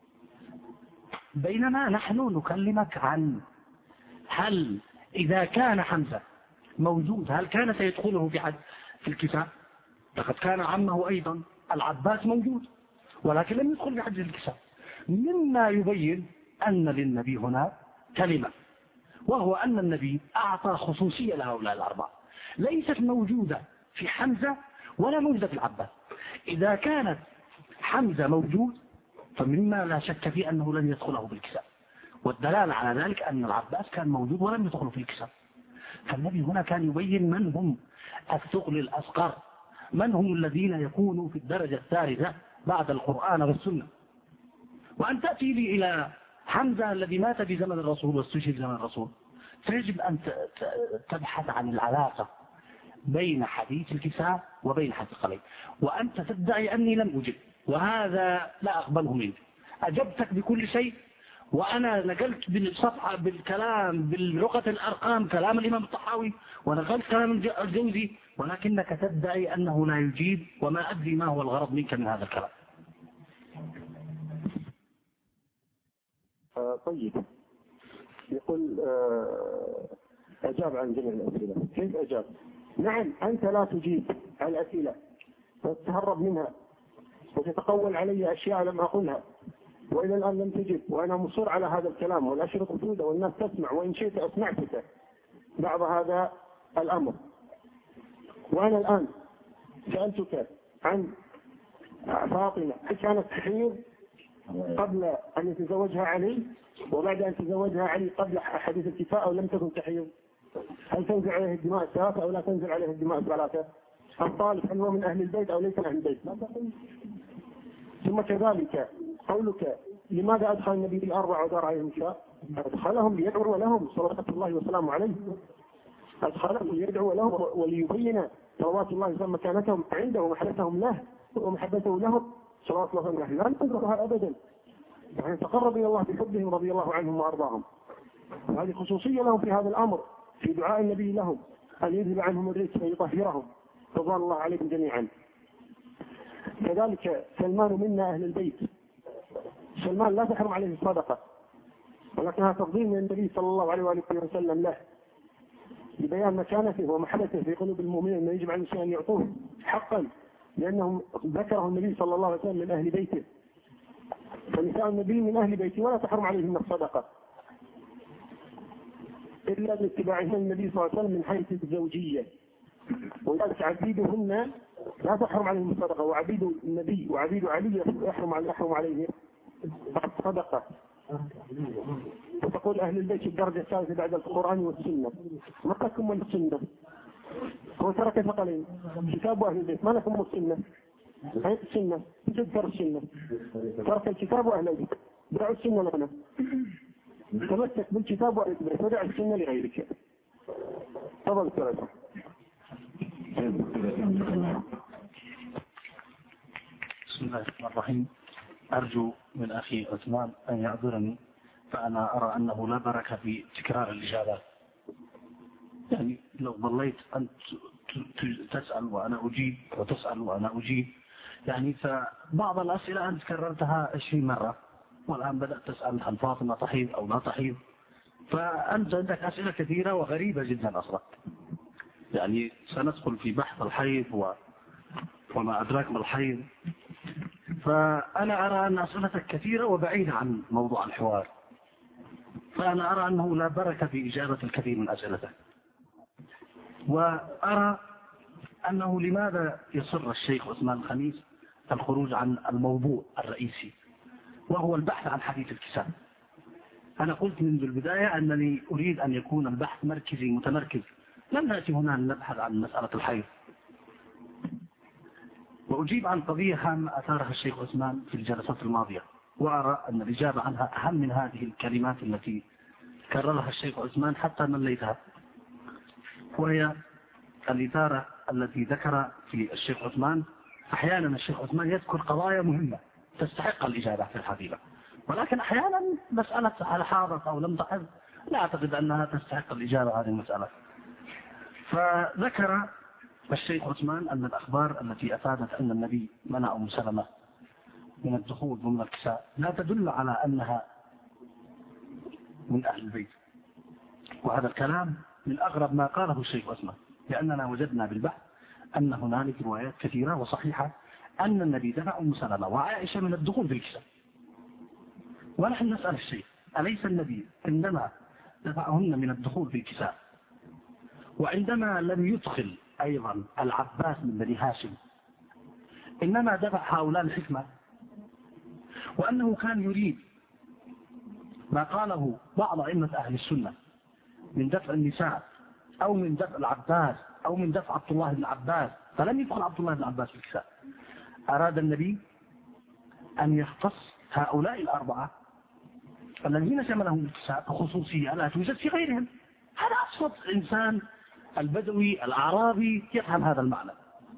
بينما نحن نكلمك عن هل إذا كان حمزة موجود هل كان سيدخله في الكتاب؟ لقد كان عمه أيضا العباس موجود ولكن لم يدخل في حجز الكتاب، مما يبين أن للنبي هنا كلمة، وهو أن النبي أعطى خصوصية لهؤلاء الأربعة ليست موجودة في حمزة ولا موجودة في العباس. إذا كانت حمزة موجود فمما لا شك فيه أنه لن يدخله في الكتاب، والدلالة على ذلك أن العباس كان موجود ولم يدخله في الكتاب. فالنبي هنا كان يبين من هم الثقل الأصغر، من هم الذين يكونوا في الدرجة الثالثة بعد القرآن والسنة. وأن تأتي لي إلى حمزة الذي مات في زمن الرسول واستشهد في زمن الرسول، فيجب أن تبحث عن العلاقة بين حديث الكتاب وبين حديث القليل، وأنت تدعي أني لم أجب، وهذا لا أقبله منك. أجبتك بكل شيء، وأنا نقلت بالصفحة بالكلام بلغة الأرقام كلام الإمام الطحاوي، ونقلت كلام الجوزي، ولكنك تدعي أنه لا يجيب، وما أدري ما هو الغرض منك من هذا الكلام. طيب، يقول أجاب عن جميع الأسئلة. كيف أجاب؟ نعم، أنت لا تجيب على الأسئلة وتتهرب منها وتتقول علي أشياء لم أقولها، وإلى الآن لم تجب، وأنا مصر على هذا الكلام والأشرطة موجودة والناس تسمع، وإن شئت أسمعتك بعض هذا الأمر. وأنا الآن سألتك عن فاطمة، هل كانت تحيض قبل أن يتزوجها علي وبعد أن تزوجها علي قبل حديث الكفاء أو لم تكن تحيض؟ هل تنزل عليه الدماء الثلاثة أو لا تنزل عليه الدماء الثلاثة؟ الطالب هل هو من أهل البيت أو ليس من أهل البيت؟ ثم كذلك قولك لماذا أدخل النبي الأربع ودار عليهم شاء؟ أدخلهم ليدعو لهم صلوات الله وسلامه عليه، أدخلهم ليدعو لهم وليبين صلوات الله وسلامه مكانتهم عنده ومحبتهم له ومحبته لهم صلوات الله وسلامه عليه. لا نتركها أبدا، يعني تقرب إلى الله بحبهم رضي الله عنهم وأرضاهم، وهذه خصوصية لهم في هذا الأمر، في دعاء النبي لهم أن يذهب عنهم الرجس ويطهرهم رضوان الله عليهم جميعا. كذلك سلمان منا أهل البيت، سلمان لا تحرم عليه الصدقة، ولكنها تفضيل من النبي صلى الله عليه وآله وسلم له لبيان مكانته ومحبته في قلوب المؤمنين، ما يجب على الإنسان أن يعطوه حقا، لأنهم ذكره النبي صلى الله عليه وسلم من أهل بيته، فنساء النبي من أهل بيته ولا تحرم عليهم الصدقة إلا باتباعهن النبي صلى الله عليه وسلم من حيث الزوجية، ولذلك عبيدهن لا تحرم عليهم الصدقة، وعبيد النبي وعبيد علي يحرم عليهم الصدقة. وتقول أهل البيت الدرجة الثالثة بعد القرآن والسنة، ما لكم من السنة؟ هو ترك ثقلين، كتاب أهل البيت، ما لكم من السنة؟ هي السنة تذكر السنة، ترك الكتاب وأهل البيت، دعوا السنة لنا، تمسك بالكتاب وأهل البيت ودع السنة لغيرك. تفضل الثلاثة. بسم الله الرحمن الرحيم. أرجو من أخي عثمان أن يعذرني، فأنا أرى أنه لا بركة في تكرار الإجابات، يعني لو ظليت أنت تسأل وأنا أجيب وتسأل وأنا أجيب، يعني فبعض الأسئلة أنت كررتها 20 مرة، والآن بدأت تسأل عن فاطمة تحيض أو لا تحيض، فأنت عندك أسئلة كثيرة وغريبة جدا أصلا. يعني سندخل في بحث الحيض وما أدراك ما الحيض، فأنا أرى أن أسئلتك كثيرة وبعيدة عن موضوع الحوار، فأنا أرى أنه لا بركة في إجابة الكثير من أسئلتك. وأرى أنه لماذا يصر الشيخ عثمان الخميس الخروج عن الموضوع الرئيسي وهو البحث عن حديث الكتاب. أنا قلت منذ البداية أنني أريد أن يكون البحث مركزي متمركز، لم نأتي هنا نبحث عن مسألة الحيض. وأجيب عن قضية هامة أثارها الشيخ عثمان في الجلسات الماضية، وأرى أن الإجابة عنها أهم من هذه الكلمات التي كررها الشيخ عثمان حتى مليتها، وهي الإثارة التي ذكر في الشيخ عثمان أحيانا الشيخ عثمان يذكر قضايا مهمة تستحق الإجابة في الحقيقة، ولكن أحيانا مسألة هل حاضت أو لم تحض لا أعتقد أنها تستحق الإجابة هذه المسألة. فذكر الشيخ عثمان أن الأخبار التي أفادت أن النبي منع أم سلمة من الدخول ضمن الكساء لا تدل على أنها من أهل البيت، وهذا الكلام من أغرب ما قاله الشيخ عثمان، لأننا وجدنا بالبحث أن هنالك روايات كثيرة وصحيحة أن النبي دفع أم سلمة وعائشة من الدخول في الكساء. ونحن نسأل الشيخ أليس النبي عندما دفعهن من الدخول في الكساء وعندما لم يدخل أيضا العباس من بني هاشم إنما دفع هؤلاء الحكمة، وأنه كان يريد ما قاله بعض أئمة أهل السنة من دفع النساء أو من دفع العباس أو من دفع عبد الله بن عباس، فلم يدخل عبد الله بن عباس في الكساء. أراد النبي أن يختص هؤلاء الأربعة الذين شملهم الكساء بخصوصية لا توجد في غيرهم. هذا أبسط إنسان البدوي الأعرابي يفهم هذا المعنى.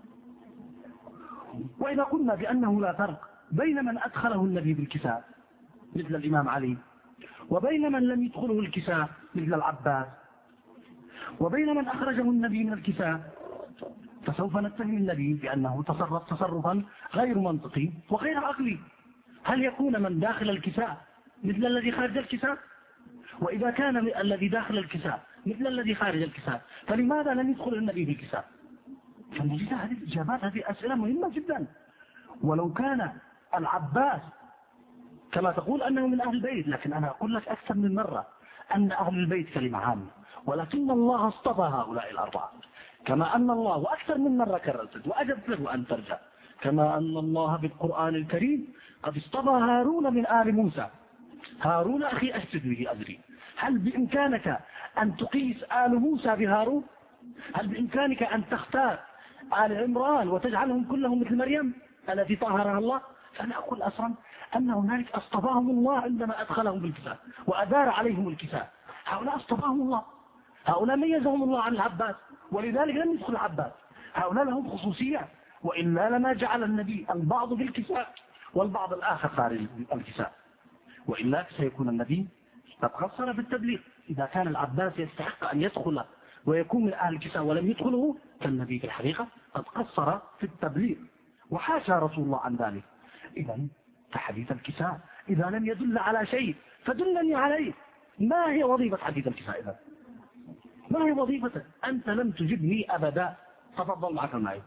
وإذا قلنا بأنه لا فرق بين من أدخله النبي بالكساء مثل الإمام علي وبين من لم يدخله الكساء مثل العباس وبين من أخرجه النبي من الكساء، فسوف نتهم النبي بأنه تصرف تصرفا غير منطقي وغير عقلي. هل يكون من داخل الكساء مثل الذي خارج الكساء؟ وإذا كان الذي داخل الكساء مثل الذي خارج الكساء فلماذا لم يدخل النبي في الكساء؟ فنجد هذه الإجابات، هذه أسئلة مهمة جدا. ولو كان العباس كما تقول أنه من أهل البيت، لكن أنا أقول لك أكثر من مرة أن أهل البيت كلمة عامة، ولكن الله اصطفى هؤلاء الأربعة، كما أن الله وأكثر من مرة كررت وأجبت له أن ترجع، كما أن الله بالقرآن الكريم قد اصطفى هارون من آل موسى. هارون أخي أسجد به أجري. هل بإمكانك أن تقيس آل موسى بهارون؟ هل بإمكانك أن تختار آل عمران وتجعلهم كلهم مثل مريم التي طهرها الله؟ فأنا أقول أصلا أن هنالك اصطفاهم الله عندما أدخلهم بالكساء وأدار عليهم الكساء. هؤلاء اصطفاهم الله، هؤلاء ميزهم الله عن العباس، ولذلك لم يدخل العباس. هؤلاء لهم خصوصية، وإلا لما جعل النبي البعض بالكساء والبعض الآخر خارج الكساء، وإلا سيكون النبي قد قصر في التبليغ. إذا كان العباس يستحق أن يدخل ويكون من أهل الكساء ولم يدخله، فالنبي في الحقيقة قد قصر في التبليغ، وحاشا رسول الله عن ذلك. إذا فحديث الكساء إذا لم يدل على شيء فدلني عليه. ما هي وظيفة حديث الكساء إذا؟ ما هي وظيفته؟ أنت لم تجبني أبدا. تفضل معك معي.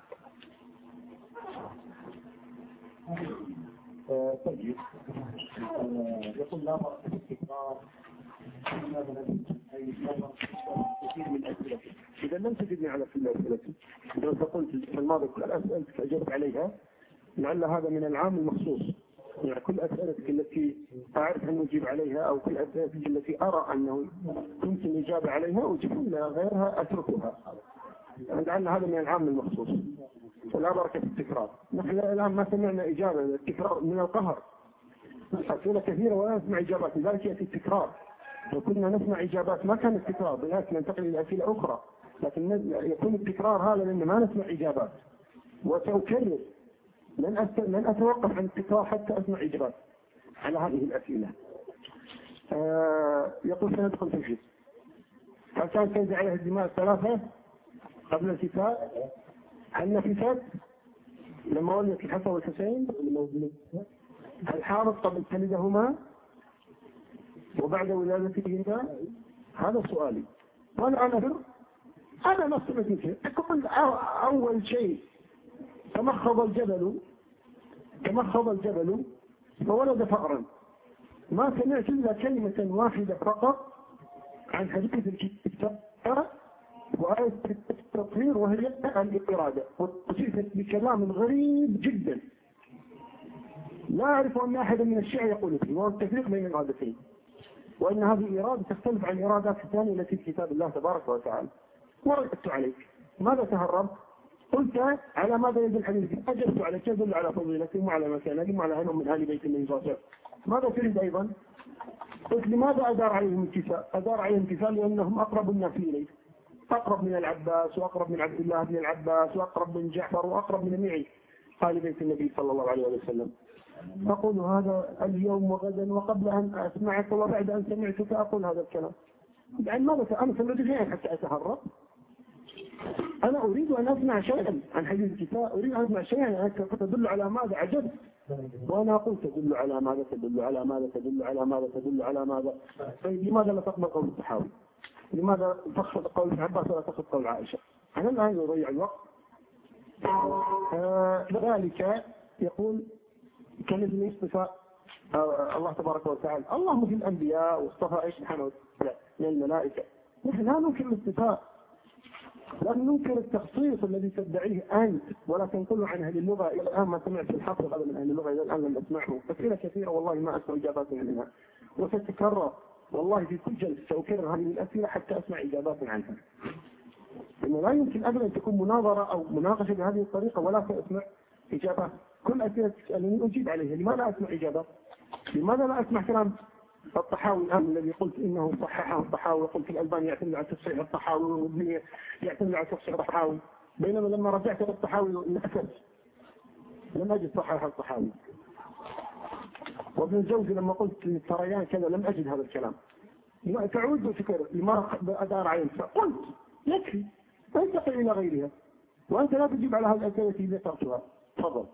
طيب، يقول لا فرق في التكرار كثير من أسئلتي. إذا لم تجدني على كل أسئلتي، لو تقول في الماضي كل أسئلتك أجبت عليها، لعل هذا من العام المخصوص. يعني كل أسئلتك التي أعرف أن أجيب عليها أو كل أسئلتك التي أرى أنه يمكن الإجابة عليها وجبنا غيرها أتركها. لعل هذا من العام المخصوص، ولا بركة في التكرار. نحن الآن ما سمعنا إجابة. التكرار من القهر، أسئلة كثيرة ولا نسمع إجابات، لذلك يأتي التكرار. لو كنا نسمع إجابات ما كان التكرار، بالعكس ننتقل إلى أسئلة أخرى، لكن يكون التكرار هذا لأن ما نسمع إجابات. وسأكرر لن أتوقف عن التكرار حتى أسمع إجابات على هذه الأسئلة. يقول سندخل في الجزء. هل كان تنزع عليها الدماء الثلاثة قبل الكتاب؟ هل نفست لما ولدت الحسن والحسين؟ هل حارت قبل تلدهما وبعد ولادتهما؟ هذا سؤالي. وأنا أنا ما سمعت شيء. أقول أول شيء تمخض الجبل فولد فأرا. ما سمعت إلا كلمة واحدة فقط عن حديث الكتاب وآية التطهير وهي الإرادة، وصفت بكلام غريب جدا لا أعرف أن أحدا من الشيعة يقول فيه، وهو التفريق بين الإرادتين، وأن هذه الإرادة تختلف عن الإرادات الثانية التي في كتاب الله تبارك وتعالى. وردت عليك. ماذا تهرب؟ قلت على ماذا يدل حديث؟ أجبت عليك يدل على فضيلتهم وعلى مكانهم وعلى أنهم من آل بيت النبي صلى الله عليه وسلم. ماذا تريد أيضا؟ قلت لماذا أدار عليهم الكساء؟ أدار عليهم الكساء لأنهم أقرب الناس إليه، أقرب من العباس وأقرب من عبد الله بن العباس وأقرب من جعفر وأقرب من معي. آل بيت النبي صلى الله عليه وسلم. أقول هذا اليوم وغدا وقبل أن أسمعك وبعد أن سمعتك أقول هذا الكلام. يعني ماذا أنا سمعت شيئا حتى أتهرب؟ أنا أريد أن أسمع شيئا عن حديث الكتاب، أريد أن أسمع شيئا تدل على ماذا عجبت، وأنا أقول تدل على ماذا تدل على ماذا تدل على ماذا تدل على ماذا. طيب لماذا لا تقبل قول الصحابي؟ لماذا تأخذ قول ابن عباس ولا تأخذ قول عائشة؟ أنا الآن يضيع الوقت. ذلك يقول كان ابن يصطفى الله تبارك وتعالى. الله مثل الأنبياء واصطفى إيش سبحانه وتعالى من الملائكة. نحن لا ننكر الاصطفاء، لكن ننكر التخصيص الذي تدعيه أنت ولا تنقله عن أهل اللغة. إلى الآن ما سمعت الحفظ هذا من أهل اللغة، إلى الآن لم أسمعه. أسئلة كثيرة والله ما أسمع إجابات منها، وستتكرر والله في كل جلسة سأكرر هذه الأسئلة حتى أسمع إجابات عنها. إنه لا يمكن أبدا أن تكون مناظرة أو مناقشة بهذه الطريقة ولا تسمع إجابات. كل أسئلة تسألني أجيب عليها، لماذا أسمع إجابات؟ لماذا لا أسمع كلام الطحاوي الآن الذي قلت إنه صححه الطحاوي، وقلت الألباني يعتمد على تصحيح الطحاوي والمبنية يعتمد على تصحيح الطحاوي، بينما لما رجعت للطحاوي للأسف لم أجد صحح الطحاوي. وابن الجوزي لما قلت للسريان كذا لم أجد هذا الكلام. تعود وتكرر لما أدار عين، فقلت يكفي انتقل إلى غيرها، وأنت لا تجيب على هذه الأسئلة التي ذكرتها. تفضل.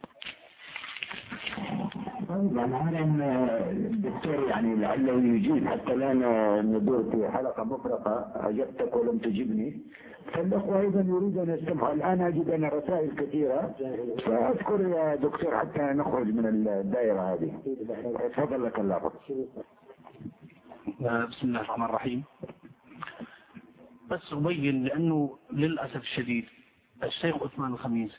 يعني الدكتور يعني لعله يجيب حتى لا ندور في حلقة مفرقة أجبتك ولم تجبني، فالأخوة أيضا يريدون أن يستمعوا. الآن أجد أن رسائل كثيرة، فأذكر يا دكتور حتى نخرج من الدائرة هذه. تفضل لك اللحظة. بسم الله الرحمن الرحيم. بس أبين لأنه للأسف الشديد الشيخ عثمان الخميس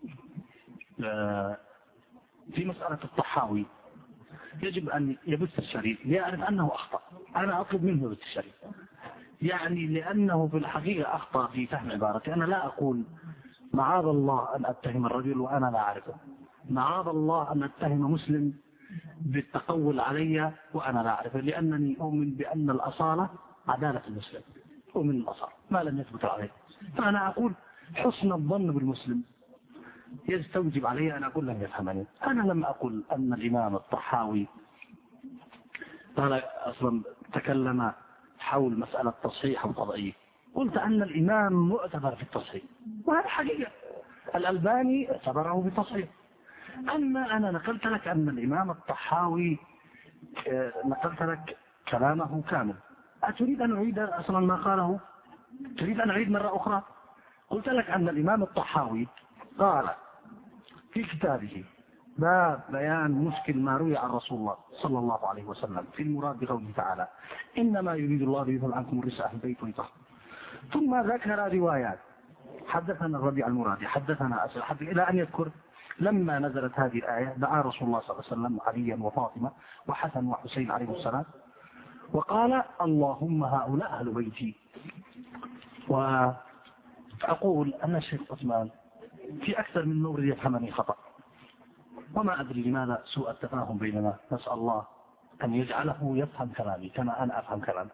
في مسألة الطحاوي يجب أن يبث الشريط ليعرف أنه أخطأ. أنا أطلب منه يبث الشريط، يعني لأنه في الحقيقة أخطأ في فهم عبارتي. أنا لا أقول معاذ الله أن أتهم الرجل وأنا لا أعرفه، معاذ الله أن أتهم مسلم بالتقول علي وأنا لا أعرفه، لأنني أؤمن بأن الأصالة عدالة المسلم، أؤمن الأصالة ما لم يثبت عليه. فأنا أقول حسن الظن بالمسلم يستوجب علي أن أقول لم يفهمني. أنا لم أقل أن الإمام الطحاوي قال أصلا تكلم حول مسألة تصحيح وتضعيف، قلت أن الإمام معتبر في التصحيح، وهذا حقيقة الألباني اعتبره بتصحيح. أما أنا نقلت لك أن الإمام الطحاوي نقلت لك كلامه كامل. أتريد أن أعيد أصلا ما قاله؟ تريد أن أعيد مرة أخرى؟ قلت لك أن الإمام الطحاوي قال في كتابه باب بيان مشكل ما روي عن رسول الله صلى الله عليه وسلم في المراد بقوله تعالى إنما يريد الله ليذهب عنكم الرجس أهل البيت ويطهركم. ثم ذكر روايات، حدثنا الربيع المرادي، حدثنا أسر، إلى أن يذكر لما نزلت هذه الآية دعا رسول الله صلى الله عليه وسلم عليا وفاطمة وحسن وحسين عليه السلام وقال اللهم هؤلاء أهل بيتي. وأقول أن الشيخ عثمان في أكثر من مورد يفهمني خطأ، وما أدري لماذا سوء التفاهم بيننا. نسأل الله أن يجعله يفهم كلامي كما أنا أفهم كلامه.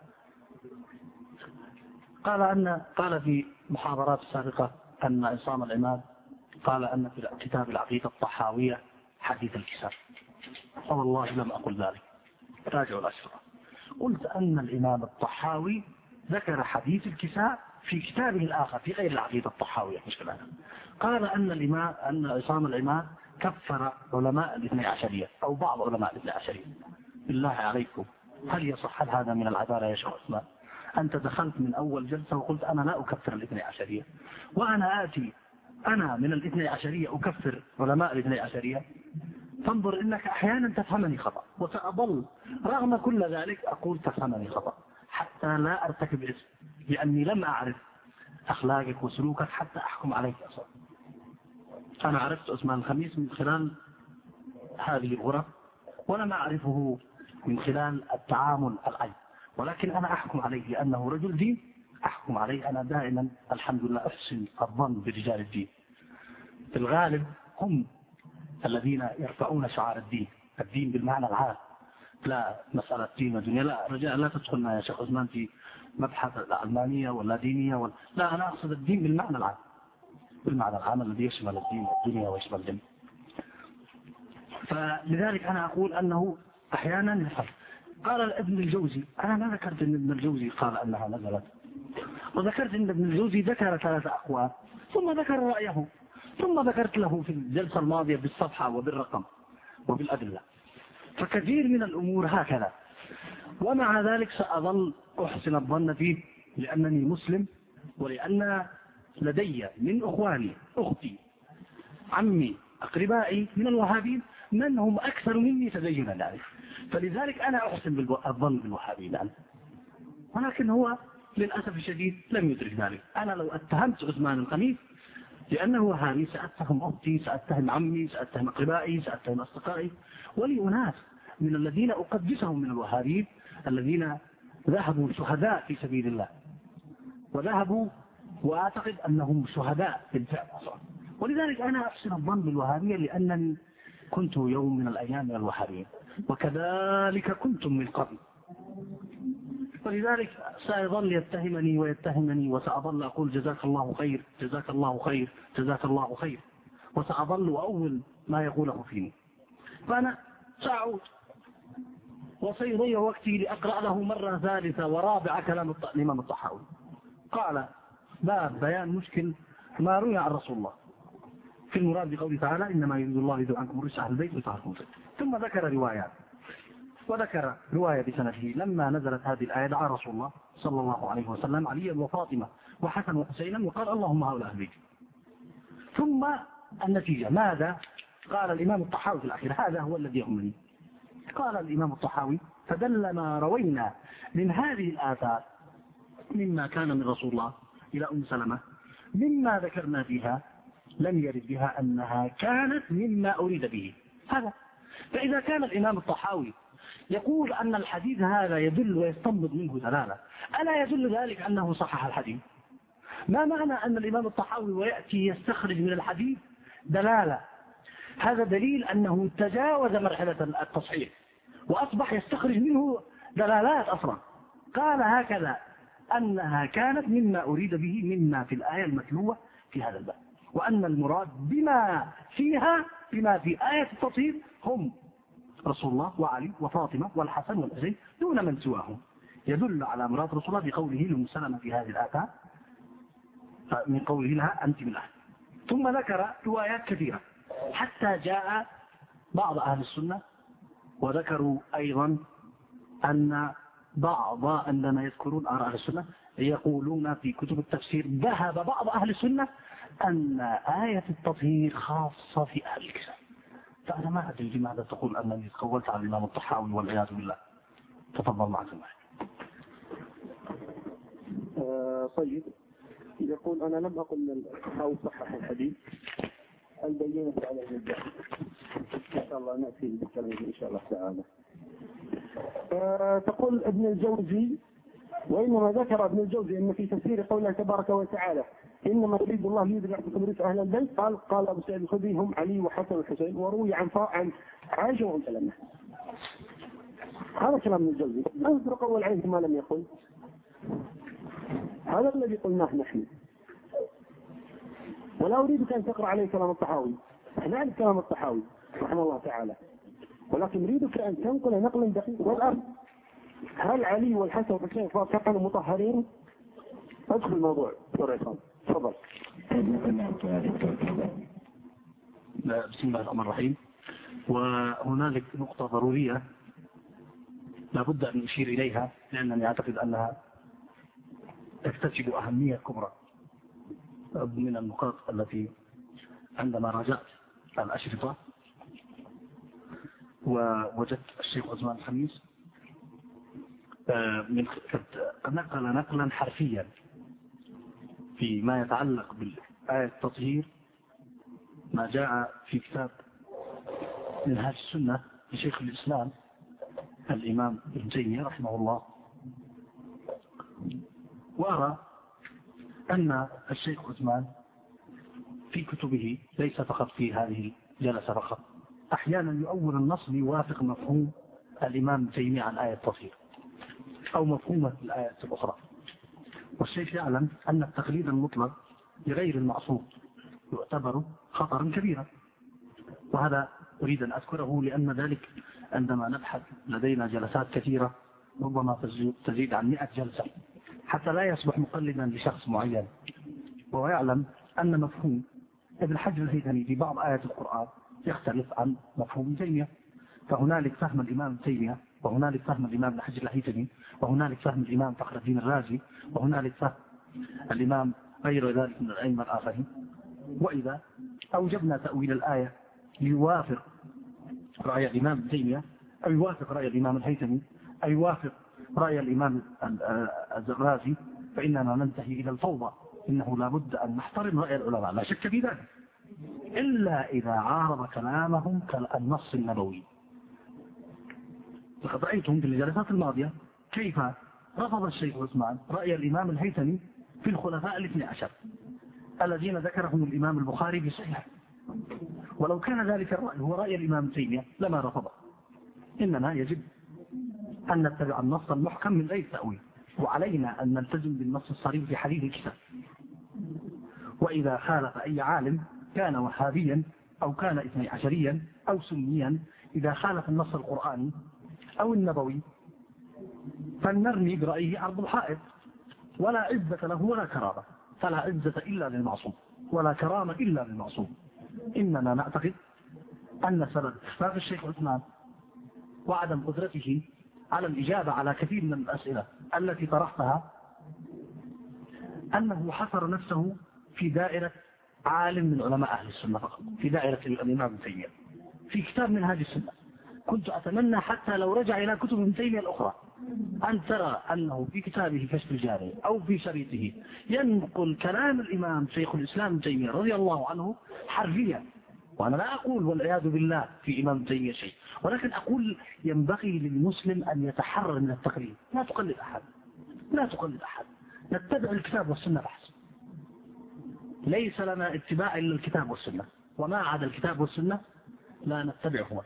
قال في محاضرات سابقة أن عصام العماد قال أن في كتاب العقيدة الطحاوية حديث الكساء، والله لم أقل ذلك، راجعوا الأشرطة. قلت أن الإمام الطحاوي ذكر حديث الكساء في كتابه الآخر في غير العقيدة الطحاوية، مش كلام. قال أن عصام العماد كفر علماء الاثني عشرية أو بعض علماء الاثني عشرية. بالله عليكم هل يصح هذا من العدالة يا شيخ عثمان؟ أنت دخلت من أول جلسة وقلت أنا لا أكفر الاثني عشرية، وأنا آتي أنا من الاثني عشرية أكفر علماء الاثني عشرية. فانظر إنك أحيانا تفهمني خطأ، وسأظل رغم كل ذلك أقول تفهمني خطأ حتى لا أرتكب اسم، لأني لم أعرف أخلاقك وسلوكك حتى أحكم عليك أصلا. أنا عرفت عثمان الخميس من خلال هذه الغرف، ولم أعرفه من خلال التعامل العين، ولكن أنا أحكم عليه لأنه رجل دين. أحكم عليه أنا دائما الحمد لله أحسن الظن برجال الدين، في الغالب هم الذين يرفعون شعار الدين، الدين بالمعنى العام، لا مسألة دين ودنيا. لا رجاء لا تدخلنا يا شيخ عثمان في مبحث العلمانية ولا دينية لا، أنا أقصد الدين بالمعنى العام. بالمعنى العام الذي يشمل الدين والدنيا ويشمل الجنة. فلذلك أنا أقول أنه أحيانا يفعل. قال ابن الجوزي، أنا ما ذكرت أن ابن الجوزي قال أنها نزلت، وذكرت أن ابن الجوزي ذكر 3 أقوال ثم ذكر رأيه، ثم ذكرت له في الجلسة الماضية بالصفحة وبالرقم وبالأدلة. فكثير من الأمور هكذا، ومع ذلك سأظل أحسن الظن فيه، لأنني مسلم، ولأن لدي من أخواني أختي عمي أقربائي من الوهابين من هم أكثر مني تدينا ذلك، فلذلك أنا أحسن الظن بالوهابين عنه. ولكن هو للأسف الشديد لم يدرك ذلك. أنا لو اتهمت عثمان الخميس لأنه وهابي سأتهم أختي، سأتهم عمي، سأتهم أقربائي، سأتهم أصدقائي. ولي أناس من الذين أقدسهم من الوهابيين الذين ذهبوا شهداء في سبيل الله، وذهبوا وأعتقد أنهم شهداء بالفعل أصلا. ولذلك أنا أحسن الظن بالوهابية، لأنني كنت يوم من الأيام من الوهابيين، وكذلك كنتم من قبل. ولذلك سيظل يتهمني ويتهمني، وسأظل أقول جزاك الله خير، جزاك الله خير، جزاك الله خير، وسأظل أول ما يقوله فيني. فأنا سأعود وسيضيع وقتي لأقرأ له مرة ثالثة ورابعة كلام الإمام الطحاوي. قال باب بيان مشكل ما روي عن رسول الله في المراد بقوله تعالى إنما يريد الله يذهب عنكم الرجس أهل البيت ويطهركم. ثم ذكر روايات، وذكر رواية بسنده لما نزلت هذه الآية دعا رسول الله صلى الله عليه وسلم عليا وفاطمة وحسن وحسينا وقال اللهم هؤلاء أهل البيت. ثم النتيجة ماذا؟ قال الإمام الطحاوي في الأخير، هذا هو الذي يهمني. قال الإمام الطحاوي فدل ما روينا من هذه الآثار مما كان من رسول الله إلى أم سلمة مما ذكرنا فيها لم يرد بها أنها كانت مما أريد به هذا. فإذا كان الإمام الطحاوي يقول أن الحديث هذا يدل ويستنبط منه دلالة، ألا يدل ذلك أنه صحح الحديث؟ ما معنى أن الإمام الطحاوي ويأتي يستخرج من الحديث دلالة؟ هذا دليل أنه تجاوز مرحلة التصحيح وأصبح يستخرج منه دلالات أصلا. قال هكذا أنها كانت مما أريد به مما في الآية المتلوة في هذا الباب، وأن المراد بما فيها بما في آية التطهير هم رسول الله وعلي وفاطمة والحسن والحسين دون من سواهم. يدل على مراد رسول الله بقوله لأم سلمة في هذه الآية من قوله لها أنت من أهل. ثم ذكر روايات كثيرة حتى جاء بعض أهل السنة وذكروا أيضا أن عندما يذكرون آراء أهل السنة يقولون في كتب التفسير ذهب بعض أهل السنة أن آية التطهير خاصة في أهل الكتاب. فأنا ما أدري لماذا تقول أنني تقولت على الإمام الطحاوي والعياذ بالله. تفضل معك معي. طيب، يقول أنا لم أقل أن الطحاوي صحح الحديث، البينة على المدعي. إن شاء الله نأتي بالكلام إن شاء الله تعالى. تقول ابن الجوزي وإنما ذكر ابن الجوزي أن في تفسير قوله تبارك وتعالى إنما يريد الله ليذهب عنكم الرجس أهل البيت قال أبو سعيد الخدري هم علي وحسن والحسين، وروي عن عائشة وأم سلمة. هذا كلام ابن الجوزي، لا يدرك أول عليه ما لم يقل. هذا الذي قلناه نحن، ولا أريدك أن تقرأ عليه كلام الطحاوي. احنا نعرف كلام الطحاوي رحمه الله تعالى، ولكن أريدك أن تنقل نقلا دقيقا. والآن هل علي والحسن والحسين كانوا مطهرين؟ ادخل الموضوع تفضل. بسم الله الرحمن الرحيم. وهنالك نقطة ضرورية لابد أن نشير إليها، لأنني أعتقد أنها تكتسب أهمية كبرى من النقاط التي عندما راجعت الأشرطة ووجدت الشيخ عثمان الخميس نقل نقلا حرفيا فيما يتعلق بالآية التطهير ما جاء في كتاب منهاج السنة لشيخ الإسلام الإمام ابن تيمية رحمه الله. وأرى أن الشيخ عثمان في كتبه ليس فقط في هذه الجلسة فقط، أحيانا يؤول النص ليوافق مفهوم الإمام ابن تيمية عن آية التطهير أو مفهومة الآيات الأخرى. والشيخ يعلم أن التقليد المطلق لغير المعصوم يعتبر خطرا كبيرا. وهذا أريد أن أذكره لأن ذلك عندما نبحث لدينا جلسات كثيرة ربما تزيد عن 100 جلسة حتى لا يصبح مقلدا لشخص معين، وهو يعلم أن مفهوم ابن حجر الهيثمي في بعض آيات القرآن يختلف عن مفهوم ابن تيمية. فهنالك فهم الإمام ابن تيمية، وهنالك فهم الإمام ابن حجر الهيثمي، وهنالك فهم الإمام فخر الدين الرازي، وهنالك فهم الإمام غير ذلك من الأئمة الآخرين. وإذا أوجبنا تأويل الآية ليوافق رأي الإمام ابن تيمية أو يوافق رأي الإمام الهيثمي أو يوافق رأي الإمام الرازي فإننا ننتهي إلى الفوضى. إنه لا بد أن نحترم رأي العلماء لا شك في ذلك، إلا إذا عارض كلامهم كالنص النبوي. لقد رأيتم في الجلسات الماضية كيف رفض الشيخ عثمان رأي الإمام الهيثمي في الخلفاء الاثني عشر الذين ذكرهم الإمام البخاري في صحيحه، ولو كان ذلك الرأي هو رأي الإمام تيمية لما رفضه. إننا يجب أن نتبع النص المحكم من غير تأويل، وعلينا أن نلتزم بالنص الصريح في حديث الكتاب. وإذا خالف أي عالم كان وهابيا أو كان اثني عشريا أو سنيا، إذا خالف النص القرآني أو النبوي فلنرمي برأيه عرض الحائط، ولا عزة له ولا كرامة، فلا عزة إلا للمعصوم ولا كرامة إلا للمعصوم. إننا نعتقد أن سبب إخفاق الشيخ عثمان وعدم قدرته على الإجابة على كثير من الأسئلة التي طرحتها أنه حصر نفسه في دائرة عالم من علماء أهل السنة فقط، في دائرة الإمام ابن تيمية في كتاب منهاج السنة. كنت أتمنى حتى لو رجع إلى كتب ابن تيمية الأخرى أن ترى أنه في كتابه كشف الجاري أو في شريطه ينقل كلام الإمام شيخ الإسلام ابن تيمية رضي الله عنه حرفيا. وأنا لا أقول والعياذ بالله في إمام ابن تيمية شيء، ولكن أقول ينبغي للمسلم أن يتحرر من التقليد. لا تقلد أحد، لا تقلد أحد، نتبع الكتاب والسنة بحث. ليس لنا اتباع إلا الكتاب والسنة، وما عدا الكتاب والسنة لا نتبعهما.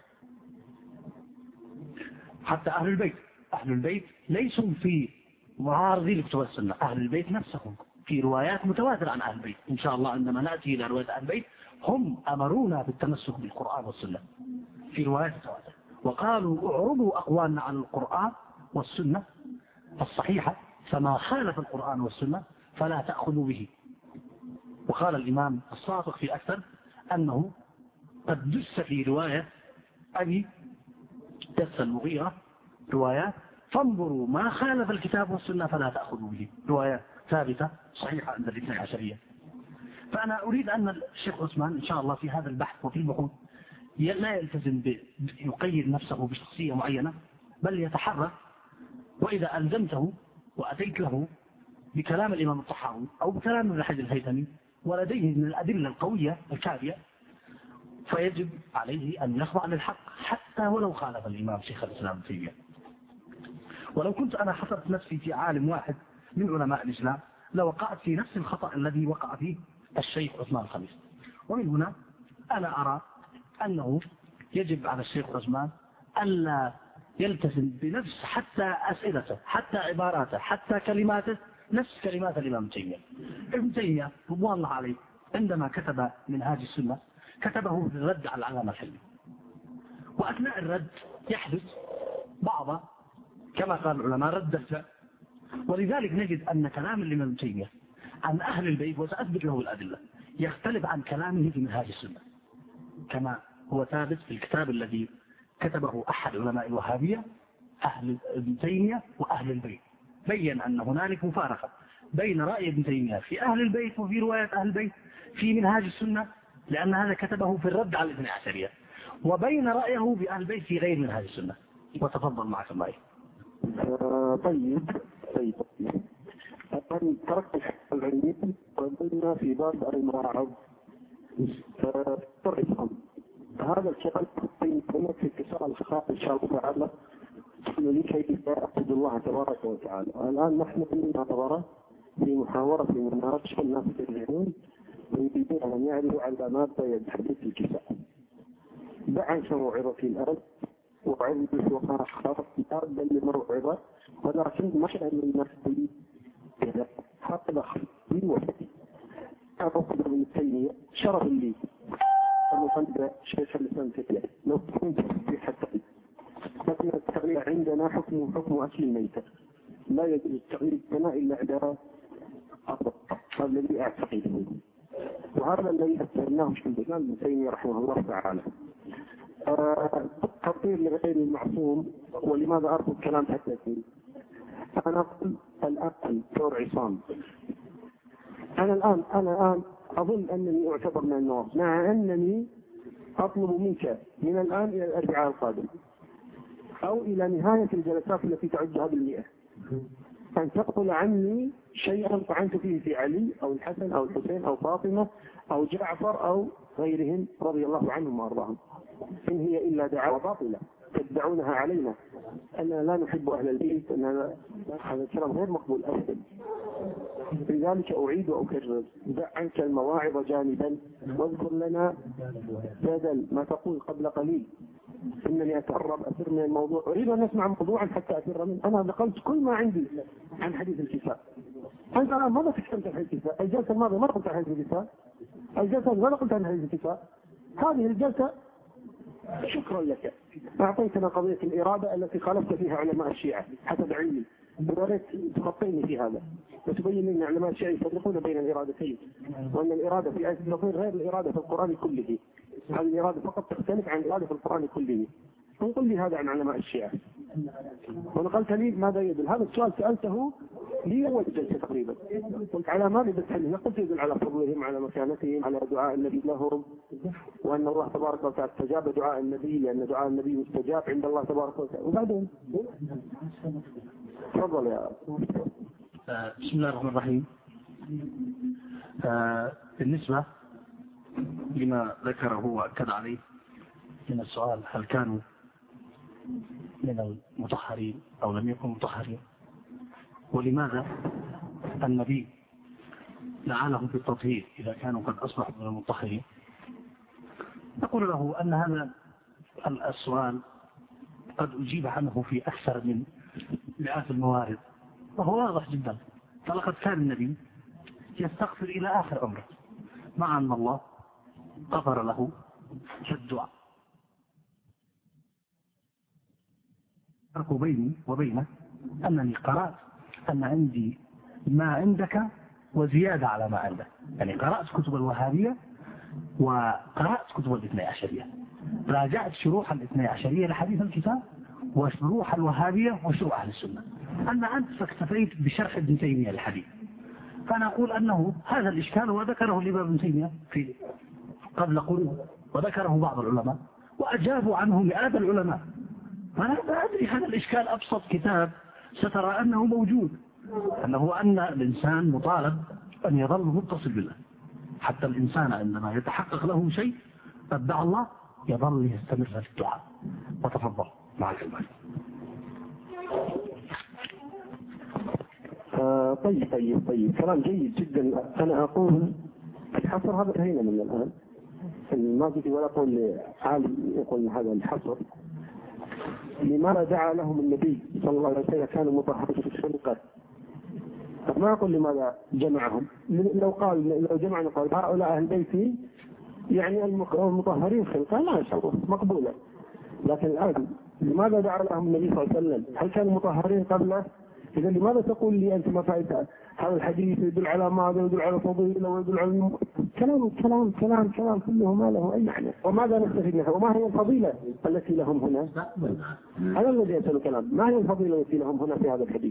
حتى أهل البيت ليسوا في معارضين لكتب السنة. أهل البيت نفسهم في روايات متواترة عن أهل البيت. إن شاء الله عندما نأتي إلى رواية أهل البيت هم أمرونا بالتمسك بالقرآن والسنة في روايات متواترة، وقالوا اعرضوا أقوالنا عن القرآن والسنة الصحيحة، فما خالف القرآن والسنة فلا تأخذوا به. وقال الإمام الصادق في أكثر أنه قد دس في رواية أبي دس المغيرة روايات فانظروا ما خالف الكتاب والسنة فلا تأخذوا به، روايات ثابتة صحيحة عند الاثني عشرية. فأنا أريد أن الشيخ عثمان إن شاء الله في هذا البحث وفي البحوث لا يلتزم يقيد نفسه بشخصية معينة، بل يتحرك. وإذا ألزمته وأتيت له بكلام الإمام الطحاوي أو بكلام ابن حجر الهيثمي ولديه من الأدلة القوية الكافية، فيجب عليه أن يخضع للحق حتى ولو خالف الإمام شيخ الإسلام ابن تيمية. ولو كنت أنا حصرت نفسي في عالم واحد من علماء الإسلام لوقعت في نفس الخطأ الذي وقع فيه الشيخ عثمان الخميس. ومن هنا أنا أرى أنه يجب على الشيخ عثمان ألا يلتزم بنفس حتى أسئلته حتى عباراته حتى كلماته نفس كلمات الإمام ابن تيمية. ابن تيمية رضوان الله عليه عندما كتب منهاج السنة كتبه في الرد على العلامة الحلمي، وأثناء الرد يحدث بعض كما قال العلماء رد الفعل. ولذلك نجد أن كلام الإمام ابن تيمية عن أهل البيت وسأثبت له الأدلة يختلف عن كلامه في منهاج السنة، كما هو ثابت في الكتاب الذي كتبه أحد علماء الوهابية أهل ابن تيمية وأهل البيت. بين أن هنالك مفارقة بين رأي ابن تيمية في أهل البيت وفي رواية أهل البيت في منهاج السنة، لأن هذا كتبه في الرد على الاثني عشرية، وبين رأيه بأهل البيت في غير منهاج السنة. وتفضل معك الله. طيب أنا تركت الحق العلمي وقلنا في باب المواعظ فرقهم هذا الكلام في اتصال الخاص إن شاء الله تعالى لكي أعبد الله تبارك وتعالى. الآن نحن نعتبر في محاورة في مناقشة الناس العلميون ويريدون أن يعرفوا على ماذا يتحدث الكتاب. بعث موعظة الآن وعظ وخاصة الآن للموعظة، ولكن مسألة الناس هذا خطي وحدي. أقول ابن تيمية شرف لي أن أقلد شيخ الإسلام تكله لو كنت في حتى لكن التقليد عندنا حكم أكل الميتة، لا يجوز التقليد لنا إلا عند هذا الذي أعتقده، وهذا الذي أتبعناه في الإسلام ابن تيمية رحمه الله تعالى. التطهير لغير المعصوم، ولماذا أرفض الكلام حتى فيه؟ أنا أقول الأقل دور عصام. أنا الآن أظن أنني أعتبر من النواصب، مع أنني أطلب منك من الآن إلى الأربعاء القادم أو إلى نهاية الجلسات التي تعدها بالمئة أن تقول عني شيئا طعنت فيه في علي أو الحسن أو الحسين أو فاطمة أو جعفر أو غيرهم رضي الله عنهم وأرضاهم، إن هي إلا دعوة باطلة تدعونها علينا أننا لا نحب أهل البيت، أننا هذا الكلام غير مقبول أبدا. لذلك أعيد وأكرر، دع عنك المواعظ جانبا واذكر لنا بدل ما تقول قبل قليل إنني أتهرب أفر من الموضوع، أريد أن أسمع موضوعا حتى أفر منه. أنا نقلت كل ما عندي عن حديث الكفاء. أنت الآن ماذا تكلمت عن حديث الكفاء؟ الجلسة الماضية ما قلت عن حديث الكفاء، الجلسة ماذا قلت عن حديث الكفاء؟ هذه الجلسة شكرا لك أعطيتنا قضية الإرادة التي خالفت فيها علماء الشيعة حسب علمي، وريت تخطيني في هذا وتبين لي أن علماء الشيعة يفرقون بين الإرادتين، وأن الإرادة في آية التطهير غير الإرادة في القرآن كله. هذه الإرادة فقط تختلف عن الإرادة في القرآن كله. وقل لي هذا عن علماء الشيعة، ونقلت لي ماذا يدل. هذا السؤال سألته لي أول جلسة تقريبا، قلت على ماذا يدل؟ قلت يدل على فضلهم، على مكانتهم، على دعاء النبي لهم، وأن الله تبارك وتعالى استجاب دعاء النبي لأن دعاء النبي مستجاب عند الله تبارك وتعالى. وبعدين تفضل يا بسم الله الرحمن الرحيم. بالنسبة لما ذكره وأكد عليه من السؤال هل كانوا من المطهرين أو لم يكونوا مطهرين، ولماذا النبي لعلهم في التطهير إذا كانوا قد أصبحوا من المطهرين، نقول له أن هذا السؤال قد أجيب عنه في أكثر من مئات الموارد، وهو واضح جدا. فلقد كان النبي يستغفر إلى آخر عمره، مع أن الله غفر له في الدعاء. الفرق بيني وبينه أنني قرأت أن عندي ما عندك وزيادة على ما عندك، يعني قرأت كتب الوهابية وقرأت كتب الاثني عشرية، راجعت شروح الاثني عشرية لحديث الكتاب وشروح الوهابية وشروح أهل السنة. أما أنت فاكتفيت بشرح ابن تيمية الحديث، فأنا أقول أنه هذا الإشكال وذكره الإمام ابن تيمية في قبل قرون، وذكره بعض العلماء وأجابوا عنه مئات العلماء. فأنا لا أدري هذا الإشكال أبسط كتاب سترى أنه موجود، أنه أن الإنسان مطالب أن يظل متصل بالله، حتى الإنسان عندما يتحقق له شيء أبدع الله يظل يستمر في الدعاء. وتفضل معك المال. طيب كلام جيد جدا. أنا أقول الحصر هذا انتهينا من الآن، ما قلت ولا أقول عالم يقول هذا الحصر. لماذا دعا لهم النبي صلى الله عليه وسلم كانوا مطهرين في الخلقة؟ ما أقول لماذا جمعهم. لو جمعنا قال هؤلاء أهل بيتي يعني المطهرين خلقة ما شاء الله مقبولة، لكن الآن لماذا دعا لهم النبي صلى الله عليه وسلم؟ هل كانوا مطهرين قبله؟ إذا لماذا تقول لي أنت ما فائدة هذا الحديث يدل على ماذا، يدل على فضيلة ويدل على كلام كله ما له أي معنى. وماذا نستفيد منها؟ وما هي الفضيلة التي لهم هنا؟ هذا الذي يسأل الكلام، ما هي الفضيلة التي لهم هنا في هذا الحديث؟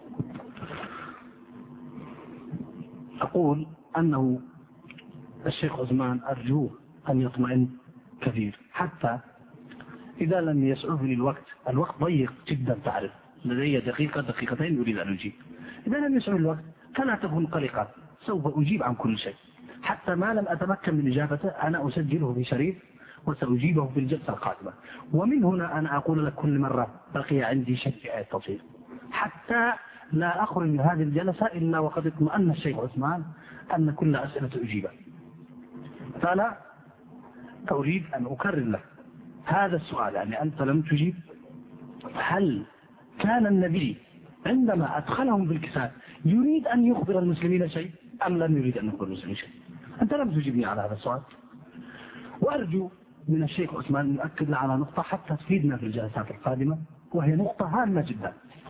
أقول أنه الشيخ عثمان أرجوه أن يطمئن كثير، حتى إذا لم يسعفني الوقت ضيق جدا، تعرف لدي دقيقتين أريد أن أجيب. إذا لم يسعفني الوقت فلا تكن قلقا، سوف أجيب عن كل شيء، حتى ما لم أتمكن من إجابته أنا أسجله في شريط وسأجيبه في الجلسة القادمة. ومن هنا أنا أقول لك كل مرة بقي عندي شيء في آية التطهير، حتى لا أخرج من هذه الجلسة إلا وقد اطمأن الشيخ عثمان أن كل أسئلة أجيبها. فلا أريد أن أكرر لك هذا السؤال، يعني أنت لم تجيب. هل كان النبي عندما أدخلهم بالكتاب يريد أن يخبر المسلمين شيء أم لم يريد أن يخبر المسلمين شيء؟ أنت لم تجيبني على هذا السؤال. وأرجو من الشيخ عثمان يؤكد على نقطة حتى تفيدنا في الجلسات القادمة، وهي نقطة هامة جدا،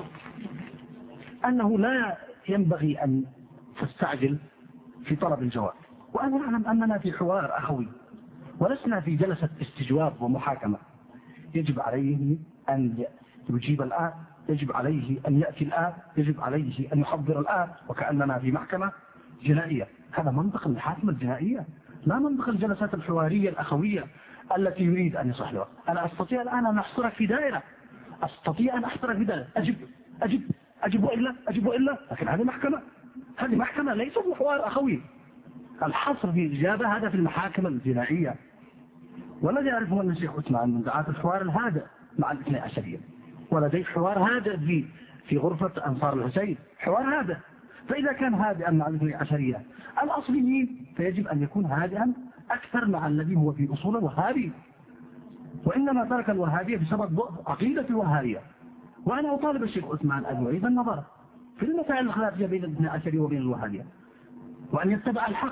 أنه لا ينبغي أن تستعجل في طلب الجواب. وأنا أعلم أننا في حوار أخوي ولسنا في جلسة استجواب ومحاكمة. يجب عليه أن يجيب الآن، يجب عليه أن يأتي الآن، يجب عليه أن يحضر الآن، وكأننا في محكمة جنائية. هذا منطق المحاكمة الجنائية، لا منطق الجلسات الحوارية الأخوية التي يريد أن يصح لها. أنا أستطيع الآن أن أحصرك في دائرة، أستطيع أن أحصرك في دائرة، أجب وإلا، لكن هذه محكمة، هذه محكمة ليست حوار أخوي. الحصر في الإجابة هذا في المحاكمة الجنائية. والذي أعرفه أن الشيخ عثمان من دعاة الحوار الهادئ مع الاثني عشرية، ولديه حوار هادئ في غرفة أنصار الحسين، حوار هادئ. فإذا كان هادئا مع الاثني عشرية الأصليين فيجب أن يكون هادئا أكثر مع الذي هو في أصول الوهابي، وإنما ترك الوهابية بسبب عقيدة الوهابية. وأنا أطالب الشيخ عثمان أن يعيد النظر في المسائل الخلافية بين الاثني عشرية وبين الوهابية، وأن يتبع الحق.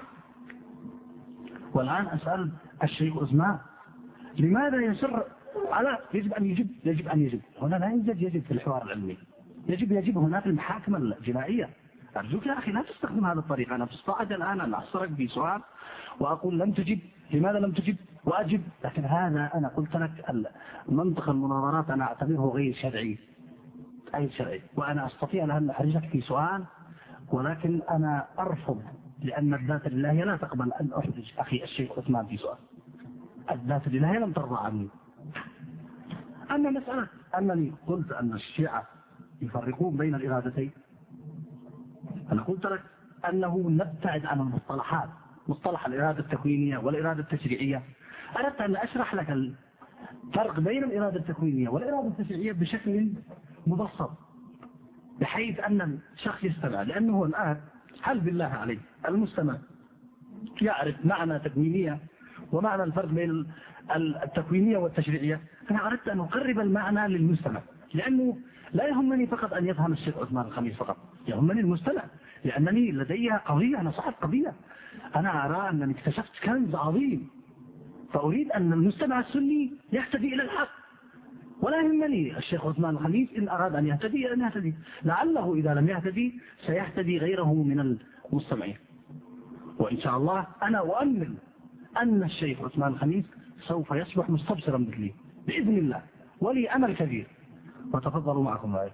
والآن أسأل الشيخ عثمان لماذا يصر على يجب أن يجب هنا لا يجب في الحوار العلمي، يجب هنا في المحاكمة الجنائية. أرجوك يا أخي لا تستخدم هذا الطريقة. أنا تصاعد الآن أن أحصرك بسؤال وأقول لم تجب، لماذا لم تجب، وأجب. لكن هذا أنا قلت لك منطق المناظرات أنا أعتبره غير شرعي، وأنا أستطيع أن أحرجك في سؤال، ولكن أنا أرفض، لأن الذات الإلهية لا تقبل أن أحرج أخي الشيخ عثمان في سؤال. الذات الإلهية لم ترضى عني. أما مسألة أنني قلت أن الشيعة يفرقون بين الإرادتين، أنا قلت لك أنه نبتعد عن المصطلحات، مصطلح الإرادة التكوينية والإرادة التشريعية. أردت أن أشرح لك الفرق بين الإرادة التكوينية والإرادة التشريعية بشكل مبسط، بحيث أن الشخص يستمع. لأنه الآن هل بالله عليه المستمع يعرف معنى تكوينية ومعنى الفرق بين التكوينية والتشريعية؟ أنا أردت أن أقرب المعنى للمستمع، لأنه لا يهمني فقط أن يفهم الشيخ عثمان الخميس فقط، يهمني المستمع، لأنني لدي قضية، أنا صاحب قضية، أنا أرى أنني اكتشفت كنز عظيم، فأريد أن المستمع السني يهتدي إلى الحق، ولا يهمني الشيخ عثمان الخميس إن أراد أن يهتدي أن يهتدي، لعله إذا لم يهتدي سيهتدي غيره من المستمعين. وإن شاء الله أنا أؤمن أن الشيخ عثمان الخميس سوف يصبح مستبصرا مثلي بإذن الله، ولي أمل كبير. وتفضلوا معكم معي.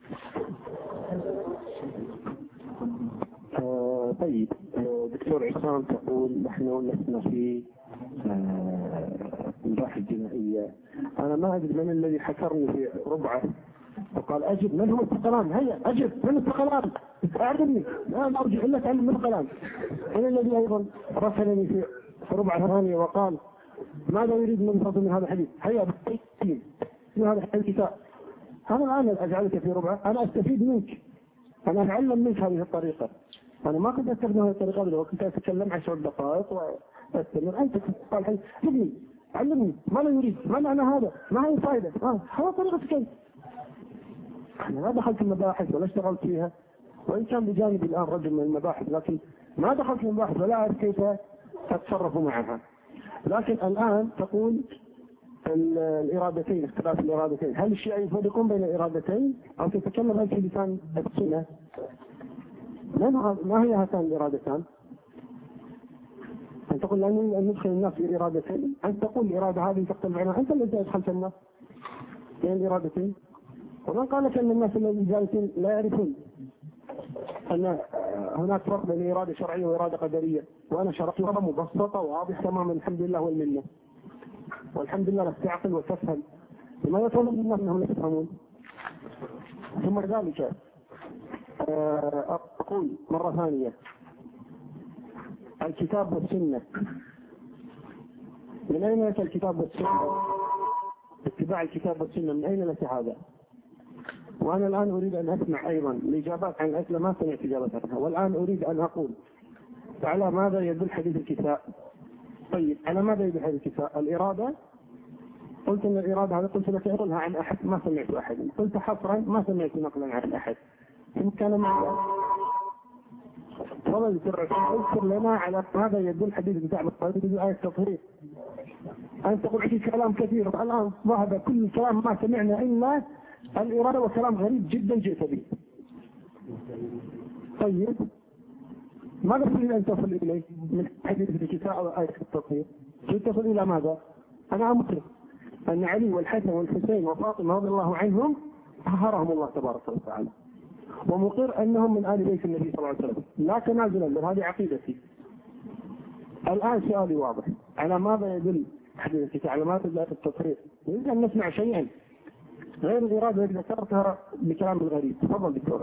طيب دكتور عصام تقول نحن لسنا في الباحث الجنائية. أنا ما أدري من الذي حكرني في ربعة وقال أجب من هو الثقلان، هيا أجب من الثقلان، أعلمني لا أرجع إلا تعلم من الثقلان. من الذي أيضا رسلني في ربعة ثانية وقال ماذا يريد من فضل من هذا الحديث، هيا بالتقييم في هذا الكتاب. أنا الآن أجعلك في ربعة، أنا أستفيد منك، أنا أتعلم منك هذه الطريقة. أنا ما كنت أستخدم هذه الطريقة بل وكنت أتكلم 10 دقائق وأستمر. أنت قال ابني علمني ماذا يريد، ما معنى هذا، ما هي الفائدة، هذا طريقة كيف. أنا ما دخلت المباحث ولا اشتغلت فيها، وإن كان بجانب الآن رجل من المباحث، لكن ما دخلت المباحث ولا أعرف كيف أتصرف معها. لكن الآن تقول الإرادتين، اختلاف الإرادتين، هل الشيعة يفرقون بين الإرادتين أو تتكلم هل في لسان السنة؟ ما هي هاتان الإرادتان؟ أن تقول أن ندخل الناس في إرادتين، أن تقول الإرادة هذه تقتل معنا، أنت الذي أدخلت الناس بين الإرادتين. ومن قال لك أن الناس الذين جالسين لا يعرفون أن هناك فرق بين إرادة شرعية وإرادة قدرية، وأنا شرحتها مبسطة وواضح تماما الحمد لله والمنة، والحمد لله لا تعقل وتفهم. لما يطلب الناس أنهم لا يفهمون؟ ثم ذلك أقول مرة ثانية الكتاب والسنة، من أين لك الكتاب والسنة؟ اتباع الكتاب والسنة من أين لك هذا؟ وأنا الآن أريد أن أسمع أيضا الإجابات عن الأسئلة ما سمعت إجابة عنها، والآن أريد أن أقول على ماذا يدل حديث الكتاب. طيب على ماذا يدل حديث الكتاب؟ الإرادة، قلت أن الإرادة هذا قلت لك أقولها عن أحد ما سمعت أحد، قلت حصرا ما سمعت نقلا عن أحد. إن كان معي فضل اذكر لنا على ماذا يدل حديث بتاع الطهارة في آية التطهير. أنت تقول عندي كلام كثير، الآن ظهر كل الكلام ما سمعنا إلا الإرادة، وكلام غريب جدا جئت به. طيب ماذا تريد أن تصل إليه من حديث الكتاب أو آية التطهير؟ تريد تصل إلى ماذا؟ أنا أمكن أن علي والحسن والحسين وفاطمة رضي الله عنهم طهرهم الله تبارك وتعالى، ومقر أنهم من آل بيت النبي صلى الله عليه وسلم لا تنازلا له، هذه عقيدتي. الآن سؤالي واضح، على ماذا يدل حديث الكتاب، على ماذا يدل التطهير؟ نريد أن نسمع شيئا غير الإرادة التي ذكرتها بكلام الغريب. تفضل دكتور.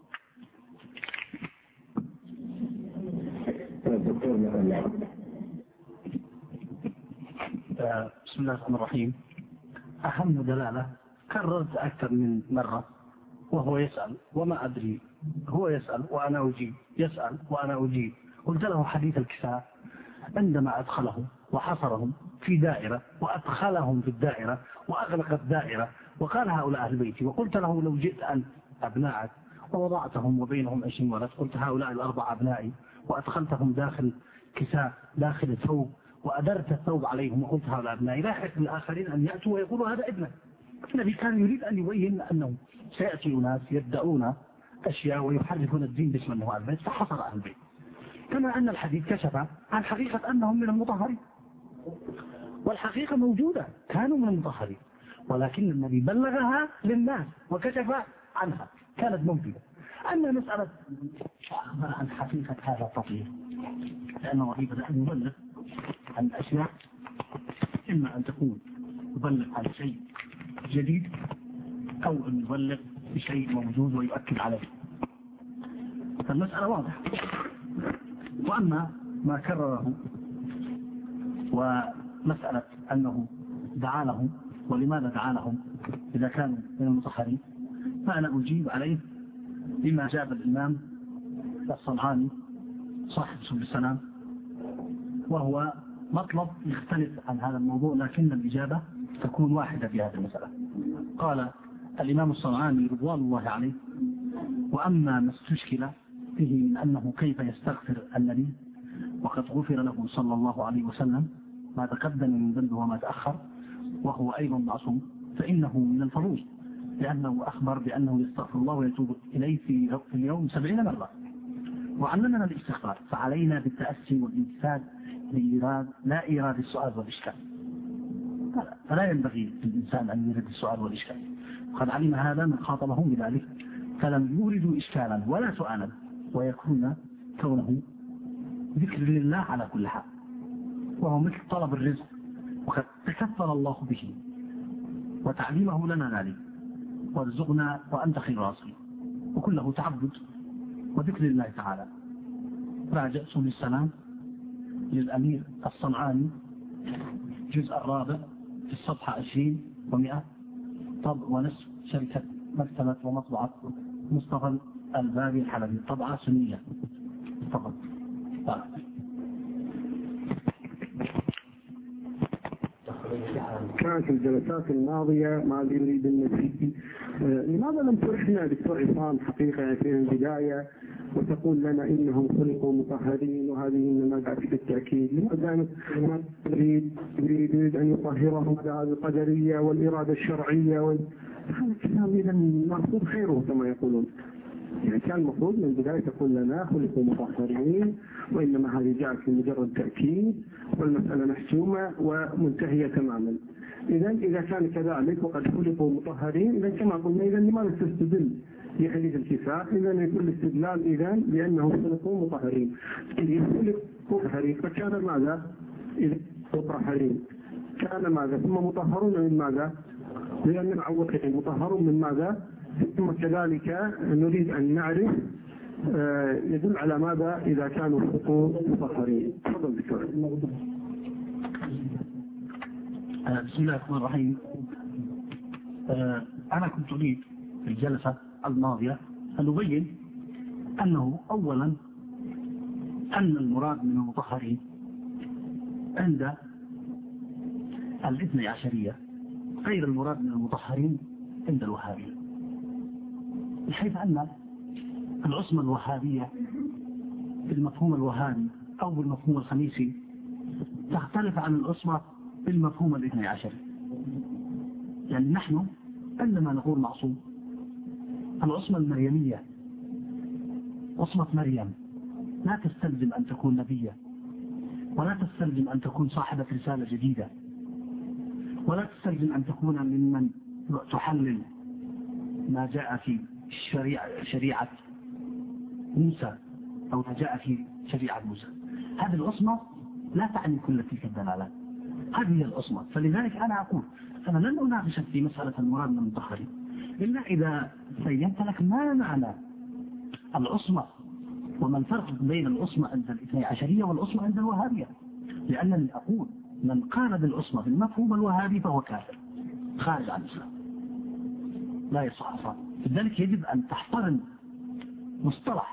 بسم الله الرحمن الرحيم. أهم دلالة كررت أكثر من مرة، وهو يسأل وما أدري، هو يسأل وأنا أجيب، يسأل وأنا أجيب. قلت له حديث الكساء عندما أدخله وحصرهم في دائرة وأدخلهم في الدائرة وأغلق الدائرة وقال هؤلاء أهل بيتي، وقلت له لو جئت أنت أبنائك ووضعتهم وبينهم 20 ولد، قلت هؤلاء الأربع أبنائي، وأدخلتهم داخل كساء داخل الثوب وأدرت الثوب عليهم وقلت هؤلاء أبنائي، لا يحق للآخرين أن يأتوا ويقولوا هذا ابنك. النبي كان يريد أن يبين أنه سيأتي ناس يدعون أشياء ويحرفون الدين باسم أنه أهل البيت، فحصر أهل البيت. كما أن الحديث كشف عن حقيقة أنهم من المطهرين، والحقيقة موجودة، كانوا من المطهرين، ولكن النبي بلغها للناس وكشف عنها، كانت موجودة. أما مسألة أخبر عن حقيقة هذا التطهير، لأنه بدأ أن يبلغ عن أشياء إما أن تكون يبلغ عن شيء جديد أو أن يبلغ بشيء موجود ويؤكد عليه، فالمسألة واضحة. وأما ما كرره ومسألة أنه دعا لهم ولماذا دعا لهم إذا كانوا من المطهرين، فأنا أجيب عليه بما جاب الإمام الصنعاني صاحب سبل السلام، وهو مطلب يختلف عن هذا الموضوع لكن الإجابة تكون واحدة في هذه المسألة. قال الإمام الصنعاني رضوان الله عليه: وأما ما استشكل فيه من أنه كيف يستغفر النبي وقد غفر له صلى الله عليه وسلم ما تقدم من ذنبه وما تأخر وهو أيضا معصوم، فإنه من الفضول، لأنه أخبر بأنه يستغفر الله ويتوب إليه في اليوم 70 مرة، وعلمنا الاستغفار، فعلينا بالتأسي والامتثال لإيراد لا إيراد السؤال والإشكال، فلا ينبغي للإنسان أن يرد السؤال والإشكال، وقد علم هذا من خاطبهم بذلك فلم يوردوا إشكالا ولا سؤالا، ويكون كونه ذكر لله على كل حال، وهو مثل طلب الرزق، وقد تكفل الله به وتعليمه لنا ذلك: وارزقنا وأنت خير الرازقين، وكله تعبد وذكر الله تعالى. راجع سبل السلام للأمير الصنعاني جزء الرابع في الصفحة 20 و100، طبع ونسخ شركة مكتبة ومطبعة مصطفى البابي الحلبي، طبعة سنية. فقط كانت الجلسات الماضية ما يريد النبي، لماذا لم ترحنا دكتور عصام حقيقة في البداية وتقول لنا إنهم خلقوا مطهرين وهذه النماذج بالتأكيد؟ لماذا ما يريد أن يطهرهم هذه القدرية والإرادة الشرعية هذا الكلام إذا مرفوض خيره كما يقولون. يعني كان المفروض من البداية تقول لنا خلقوا مطهرين، وإنما هذه جاءت في مجرد تأكيد والمسألة محسومة ومنتهية تماما. إذا كان كذلك وقد خلقوا مطهرين، إذا كما قلنا إذا لماذا تستدل بحديث الكفاء؟ إذا يكون الاستدلال إذا لأنهم خلقوا مطهرين. إذا خلقوا مطهرين فكان ماذا؟ إذا مطهرين كان ماذا؟ ثم مطهرون من ماذا؟ لأن معوقين مطهرون من ماذا؟ ثم كذلك نريد أن نعرف يدل على ماذا إذا كانوا خلقوا مطهرين. تفضل دكتور. بسم الله الرحمن الرحيم. أنا كنت أريد في الجلسة الماضية أن أبين أنه أولا أن المراد من المطهرين عند الاثني عشرية غير المراد من المطهرين عند الوهابية، بحيث أن العصمة الوهابية بالمفهوم الوهابي أو بالمفهوم الخميسي تختلف عن العصمة بالمفهوم الاثني عشري. يعني نحن عندما نقول معصوم، العصمة المريمية، عصمة مريم لا تستلزم أن تكون نبية، ولا تستلزم أن تكون صاحبة رسالة جديدة، ولا تستلزم أن تكون ممن تحلل ما جاء في شريعة موسى أو ما جاء في شريعة موسى. هذه العصمة لا تعني كل تلك الدلالات، هذه هي العصمة. فلذلك أنا أقول أنا لن أناقشك في مسألة المراد من المطهرين إلا إذا بينت لك ما معنى العصمة وما الفرق بين العصمة عند الاثني عشرية والعصمة عند الوهابية. لأنني أقول من قال بالعصمة بالمفهوم الوهابي فهو كافر خارج عن الإسلام لا يصح أصلا. لذلك يجب أن تحترم مصطلح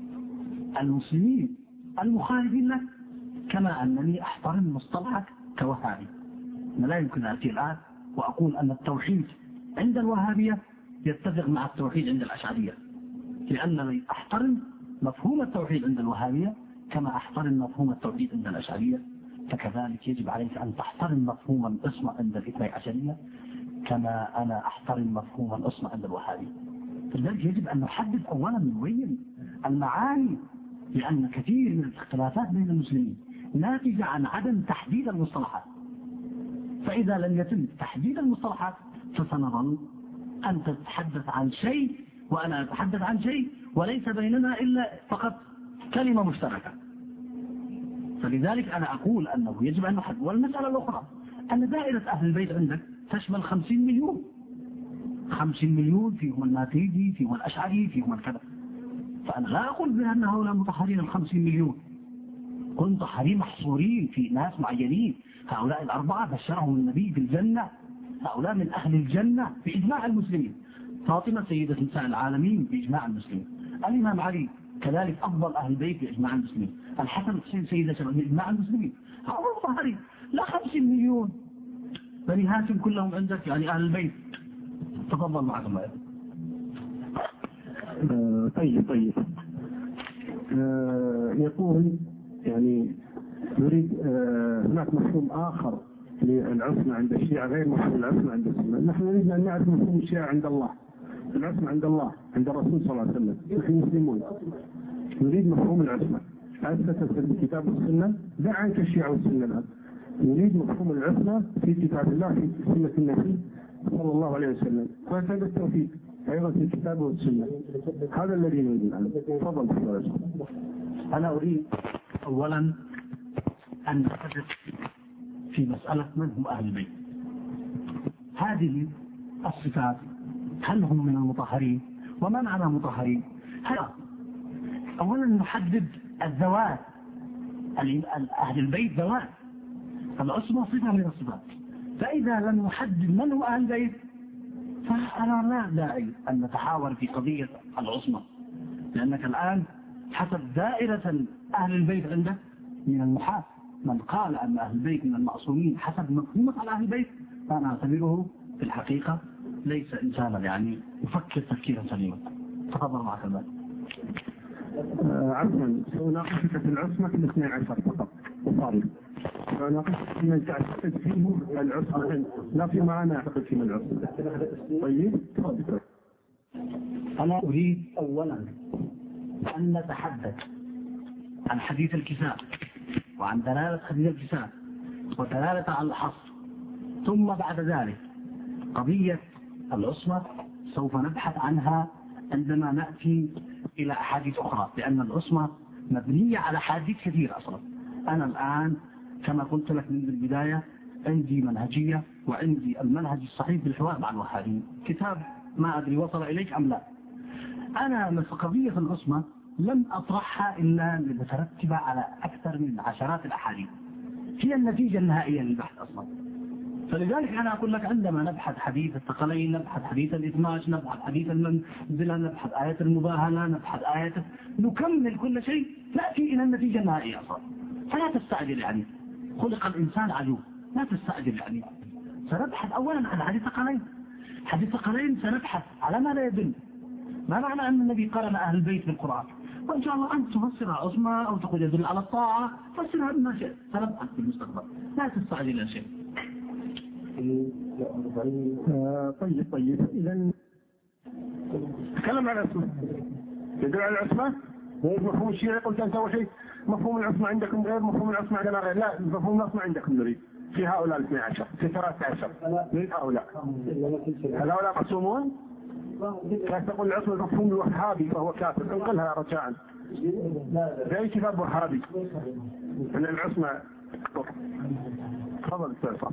المسلمين المخالفين لك كما أنني أحترم مصطلحك كوهابي. لا يمكن أن أتي الآن وأقول أن التوحيد عند الوهابية يتفق مع التوحيد عند الأشعرية، لأنني أحترم مفهوم التوحيد عند الوهابية كما أحترم مفهوم التوحيد عند الأشعرية. فكذلك يجب عليك أن تحترم مفهوم العصمة عند الاثني عشرية كما أنا أحترم مفهوم العصمة عند الوهابية. لذلك يجب أن نحدد أولا نبين المعاني، لأن كثير من الاختلافات بين المسلمين ناتجة عن عدم تحديد المصطلحات. فإذا لم يتم تحديد المصطلحات فسنظل أنت تتحدث عن شيء وأنا أتحدث عن شيء وليس بيننا إلا فقط كلمة مشتركة. فلذلك أنا أقول أنه يجب أن نحدد. والمسألة الأخرى أن دائرة أهل البيت عندك تشمل 50 مليون، 50 مليون فيهم الماتريدي فيهم الأشعري فيهم الكذا. فأنا لا أقول بأن هؤلاء مطهرين 50 مليون، كل مطهرين محصورين في ناس معينين. هؤلاء الأربعة بشرهم النبي بالجنة، هؤلاء من أهل الجنة بإجماع المسلمين. فاطمة سيدة نساء العالمين بإجماع المسلمين، الإمام علي كذلك أفضل أهل البيت بإجماع المسلمين، الحسن حسين سيدة شباب بإجماع المسلمين. هؤلاء مطهرين. لا 50 مليون بني هاشم كلهم عندك يعني أهل البيت. تفضل معكم. طيب يقول يعني نريد هناك مفهوم آخر للعصمة عند الشيعة غير مفهوم العصمة عند السنة. نحن نريد أن نعرف مفهوم الشيعة عند الله، العصمة عند الله عند الرسول صلى الله عليه وسلم. نحن مسلمون نريد مفهوم العصمة أثبت في الكتاب والسنة. دع عنك الشيعة والسنة الآن. نريد مفهوم العصمة في كتاب الله في سنة النبي صلى الله عليه وسلم، وهذا التوحيد أيضا في الكتاب والسنة. هذا الذي نريد الآن. تفضل. أنا أريد أولا أن نتحدث في مسألة من هم أهل البيت. هذه الصفات هل هم من المطهرين؟ وما معنى مطهرين؟ أولا نحدد الذوات. أهل البيت ذوات، العصمة صفة من الصفات. فإذا لم نحدد من هو أهل البيت فأنا لا داعي أن نتحاور في قضية العصمة، لأنك الآن حسب دائرة أهل البيت عندك من المحال من قال أن أهل البيت من المعصومين حسب مفهومك على أهل البيت، فأنا أعتبره في الحقيقة ليس إنسانا يعني يفكر تفكيرا سليما. تفضل معك المال. عفوا سأناقشك في العصمة في 12 فقط وصاري. سأناقشك في من تعتقد فيه العصمة، لا في ما أنا أعتقد فيه العصمة. طيب تفضل. أنا أريد أولا أن نتحدث عن حديث الكتاب وعن دلالة حديث الكتاب ودلالة على الحصر، ثم بعد ذلك قضية العصمة سوف نبحث عنها عندما نأتي إلى أحاديث أخرى، لأن العصمة مبنية على أحاديث كثيرة أصلا. أنا الآن كما قلت لك من البداية عندي منهجية وعندي المنهج الصحيح بالحوار مع الوهابيين. كتاب ما أدري وصل إليك أم لا. أنا في قضية العصمة لم أطرحها إلا لتترتب على أكثر من عشرات الأحاديث، هي النتيجة النهائية للبحث أصلا. فلذلك أنا أقول لك عندما نبحث حديث الثقلين، نبحث حديث الإثماج، نبحث حديث المنزلة، نبحث آية المباهلة، نبحث آية نكمل كل شيء نأتي إلى النتيجة النهائية أصلا. فلا تستعجل يعني، خلق الإنسان عجوب، لا تستعجل يعني. سنبحث أولا عن حديث الثقلين. حديث الثقلين سنبحث على ما لا يدل. ما معنى أن النبي قرن أهل البيت بالقرآن؟ وإن شاء الله أنت تفسرها عصمة أو تقول يدل على الطاعة، فسرها بما شئت سنفعل في المستقبل، لا تستعجل إلى شيء. طيب إذا تكلم عن العصمة، يدل على العصمة مفهوم الشيعي. قلت أنت أول شيء مفهوم العصمة عندكم غير مفهوم العصمة عندنا غير. لا، مفهوم العصمة عندكم نريد في هؤلاء 12 في 13 نريد هؤلاء معصومون. لا تقول العصمة مفهوم الوهابي فهو كافر، انقلها رجاء زي كتاب وهابي أن العصمة. تفضل استاذ.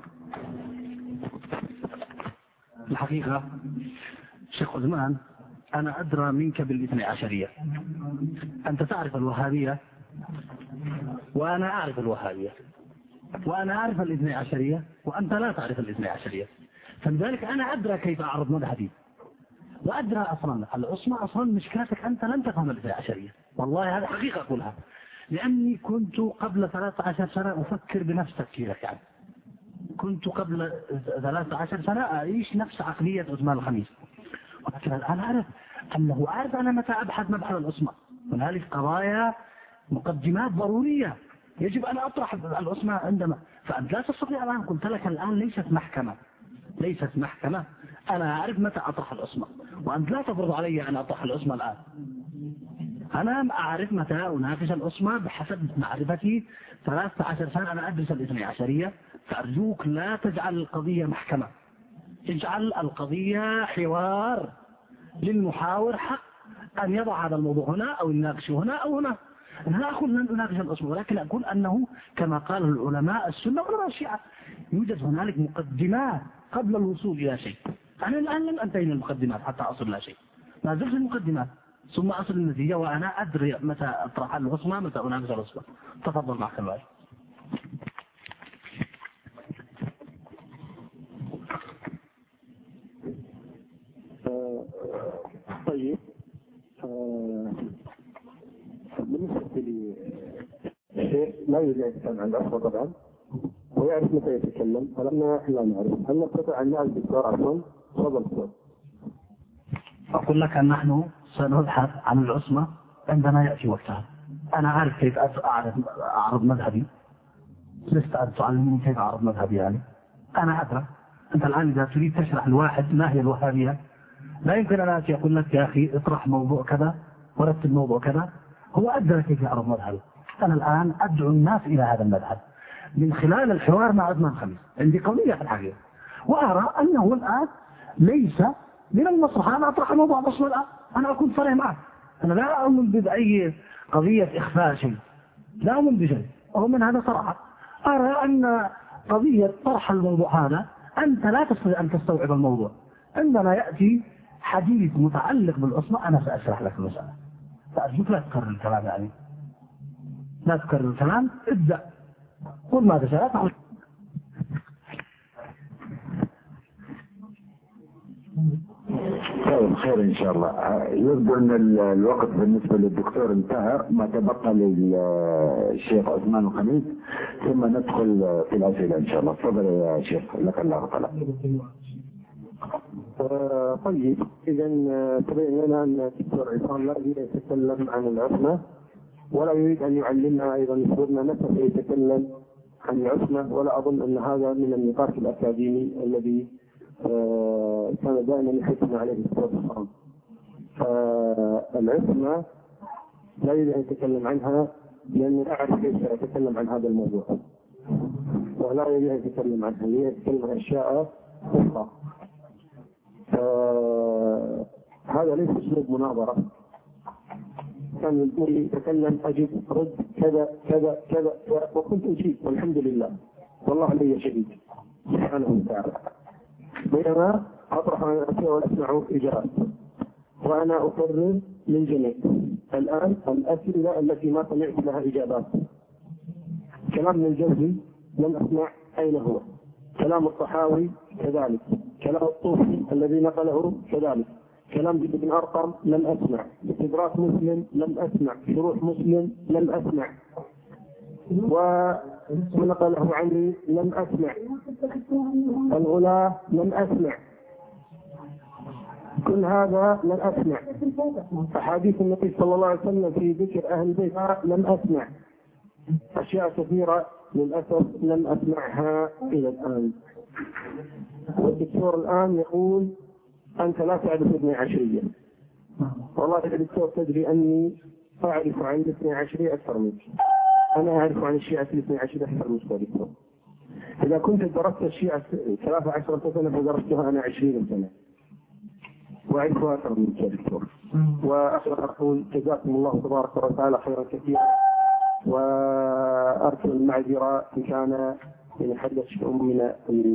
الحقيقة شيخ عثمان أنا أدرى منك بالاثني عشرية. أنت تعرف الوهابية وأنا أعرف الوهابية، وأنا أعرف الاثني عشرية وأنت لا تعرف الاثني عشرية، فلذلك أنا أدرى كيف أعرض مذهبي، وأدرى أصلا العصمة أصلا مشكلتك أنت لم تفهم الاثني عشرية. والله هذا حقيقة أقولها، لأني كنت قبل 13 سنة أفكر بنفس تفكيرك. يعني كنت قبل 13 سنة أعيش نفس عقلية عثمان الخميس، ولكن الآن أعرف أنه عارف أنا متى أبحث مبحث العصمة. هنالك قضايا مقدمات ضرورية يجب أن أطرح العصمة عندما، فأنت لا تستطيع الآن. قلت لك الآن ليست محكمة، أنا أعرف متى أطرح العصمة، وأنت لا تفرض علي أن أطرح العصمة الآن. أنا أعرف متى أناقش العصمة بحسب معرفتي. 13 سنة أنا أدرس الاثني عشرية، فأرجوك لا تجعل القضية محكمة، اجعل القضية حوار للمحاور حق أن يضع هذا الموضوع هنا أو يناقشه هنا أو هنا. أنا لا أقول لن أناقش العصمة، ولكن أقول أنه كما قال العلماء السنة وعلماء الشيعة يوجد هنالك مقدمات قبل الوصول إلى شيء. أنا الآن لم أنتهي من المقدمات حتى أصل إلى شيء، ما زلت المقدمات ثم أصل النتيجة، وأنا أدري متى أطرح العصمة متى أناقش العصمة. تفضل معك الوالد. طيب بالنسبة لي الشيخ لا يريد أن يتكلم عن العصمة طبعا، ويعرف متى يتكلم، فلما نحن لا نعرف. هل نستطيع أن نعرف الدكتور عصام؟ تفضل. أقول لك أن نحن سنبحث عن العصمة عندما يأتي وقتها. أنا عارف كيف أعرض مذهبي، لست أن تعلمني كيف أعرض مذهبي. يعني أنا أدرى. أنت الآن إذا تريد تشرح الواحد ما هي الوهابية، لا يمكن أن أتي أقول لك يا أخي اطرح موضوع كذا ورتب موضوع كذا. هو أدرى كيف يعرض مذهبه. أنا الآن أدعو الناس إلى هذا المذهب من خلال الحوار مع عثمان الخميس. عندي قضية في الحقيقة، وأرى أنه الآن ليس من المصلحة أن أطرح موضوع العصمة الآن. أنا أكون صريح معك، أنا لا أؤمن بأي قضية إخفاء شيء، لا أؤمن بشيء، ومن هذا صراحة أرى أن قضية طرح الموضوع هذا أنت لا تستطيع أن تستوعب الموضوع. عندما يأتي حديث متعلق بالعصمة أنا سأشرح لك المسألة، فأرجوك لا تكرر الكلام. يعني لا تكرر الكلام، ابدأ قل ما تشاء. طيب خير إن شاء الله. يبدو أن الوقت بالنسبة للدكتور انتهى، ما تبقى للشيخ عثمان الخميس، ثم ندخل في الأسئلة إن شاء الله. تفضل يا شيخ، لك الله تعالى. طيب إذا تبين لنا أن الدكتور عصام لا يريد أن يتكلم عن العصمة، ولا يريد أن يعلمنا أيضا يخبرنا متى سيتكلم عن العصمة، ولا أظن أن هذا من النقاش الأكاديمي الذي كان دائما يحثنا عليه الدكتور عصام. العصمة لا يريد أن يتكلم عنها لأني أعرف كيف أتكلم عن هذا الموضوع، ولا يريد أن يتكلم عنها، يريد أن يتكلم عن أشياء أخرى. هذا ليس أسلوب مناظرة. كان يتكلم أجب رد كذا كذا كذا، وكنت أجيب والحمد لله، والله علي شهيد سبحانه وتعالى. بينما أطرح عن الأسئلة وأسمع إجابات، وأنا أقرر من جميع. الآن الأسئلة التي ما سمعت لها إجابات، كلام من الجوزي لم أسمع أين هو، كلام الطحاوي كذلك، كلام الطوفي الذي نقله كذلك، كلام ابن أرقم لم أسمع، استدراك مسلم لم أسمع، شروح مسلم لم أسمع، ونقله عني لم أسمع، الغلاة لم أسمع. كل هذا لم أسمع. أحاديث النبي صلى الله عليه وسلم في ذكر أهل البيت لم أسمع. أشياء كثيرة للأسف لم أسمعها إلى الآن. والدكتور الآن يقول أنت لا تعرف الاثني عشرية. والله يا دكتور تدري أني أعرف عن الاثني عشرية أكثر منك. أنا أعرف عن الشيعة الاثني عشرية أكثر منك يا دكتور. إذا كنت درست الشيعة 13 سنة فدرستها أنا 20 سنة وأعرفها أكثر منك يا دكتور. وأخيرا أقول جزاكم الله تبارك وتعالى خيرا كثيرا، وأرسل المعذرة إن كان حدث شيء من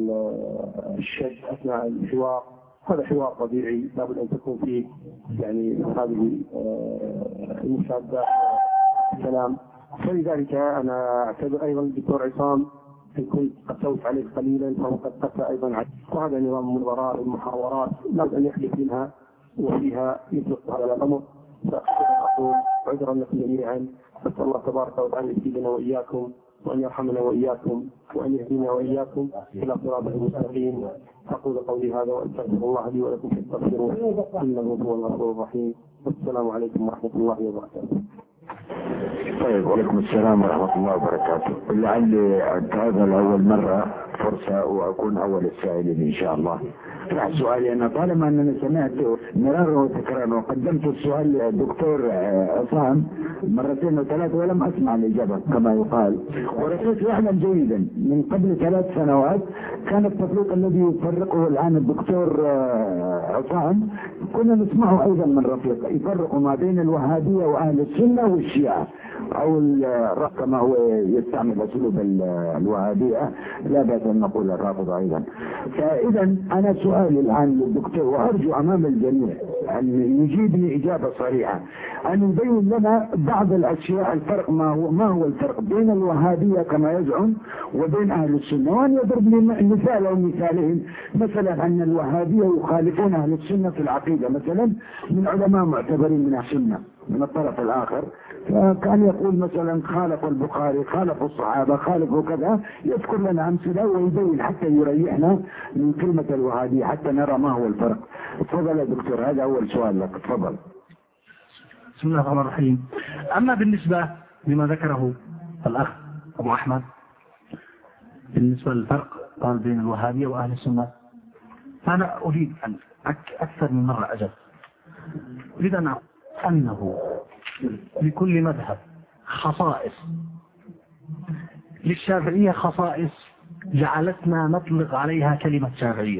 الشد أثناء الحوار. هذا حوار طبيعي لابد أن تكون فيه هذه المشاهدات الكلام. فلذلك أنا أعتبر أيضا الدكتور عصام إن كنت قسوت عليه قليلا فهو قد قسى أيضا عليه. وهذا نظام المناظرات والمحاورات لابد أن يحدث منها وفيها يطلق هذا الأمر. فأقول عذرا لكم جميعا، أسأل الله تبارك وتعالى أن يهدينا وإياكم وأن يرحمنا وإياكم وأن يهدينا وإياكم إلى صراط المستقيم. أقول قولي هذا وأستغفر الله لي ولكم فاستغفروه إنه هو الغفور الرحيم. والسلام عليكم ورحمة الله وبركاته. طيب، وعليكم السلام ورحمة الله وبركاته. لعلي هذا لأول مرة فرصة وأكون أول السائلين إن شاء الله. راح سؤالي أنا طالما أنني سمعت مرارا وتكرارا وقدمت السؤال للدكتور عصام مرتين وثلاث ولم أسمع الإجابة كما يقال، ورأيت فعلا جيدا من قبل 3 سنوات كان التفريق الذي يفرقه الآن الدكتور عصام كنا نسمعه أيضا من رفيق يفرق ما بين الوهابية وأهل السنة والشيعة أو كما هو يستعمل أسلوب الوهابية، لا بأس أن نقول الرافضة أيضا. فإذا أنا سؤالي الآن للدكتور وأرجو أمام الجميع أن يجيبني إجابة صريحة، أن يبين لنا بعض الأشياء الفرق ما هو الفرق بين الوهابية كما يزعم وبين أهل السنة، وأن يضرب لي مثال أو مثالين. مثلا أن الوهابية يخالفون أهل السنة في العقيدة مثلا من علماء معتبرين من السنة من الطرف الآخر، فكان يقول مثلا خالف البخاري خالف الصحابة خالفوا كذا، يذكر لنا أمثلة ويبين حتى يريحنا من كلمة الوهابية حتى نرى ما هو الفرق. تفضل يا دكتور، هذا أول سؤال لك، تفضل. بسم الله الرحمن الرحيم. أما بالنسبة لما ذكره الأخ أبو أحمد بالنسبة للفرق قال بين الوهابية وأهل السنة، فأنا أريد أن أكثر من مرة أريد أن أقول أنه لكل مذهب خصائص. للشافعية خصائص جعلتنا نطلق عليها كلمة شافعية،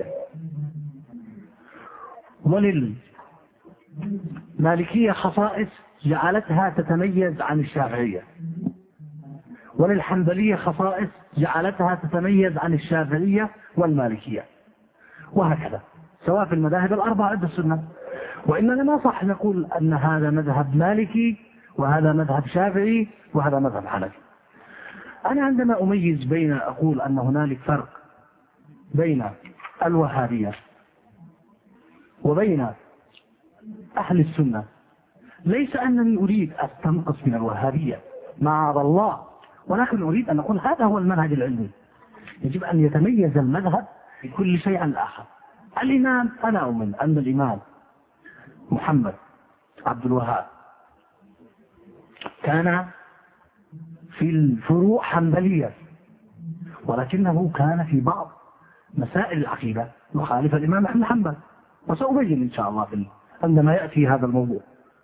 وللمالكية خصائص جعلتها تتميز عن الشافعية، وللحنبلية خصائص جعلتها تتميز عن الشافعية والمالكية، وهكذا سواء في المذاهب الأربعة عند السنة. وإننا ما صح نقول أن هذا مذهب مالكي وهذا مذهب شافعي وهذا مذهب حنفي. أنا عندما أميز بين أقول أن هنالك فرق بين الوهابية وبين أهل السنة، ليس أنني أريد أستنقص من الوهابية معاذ الله، ولكن أريد أن أقول هذا هو المنهج العلمي، يجب أن يتميز المذهب بكل شيء عن الآخر. الإمام أنا أؤمن أن الإمام محمد عبد الوهاب كان في الفروع حنبليا، ولكنه كان في بعض مسائل العقيدة يخالف الإمام أحمد بن حنبل، وسأبين إن شاء الله عندما يأتي هذا الموضوع.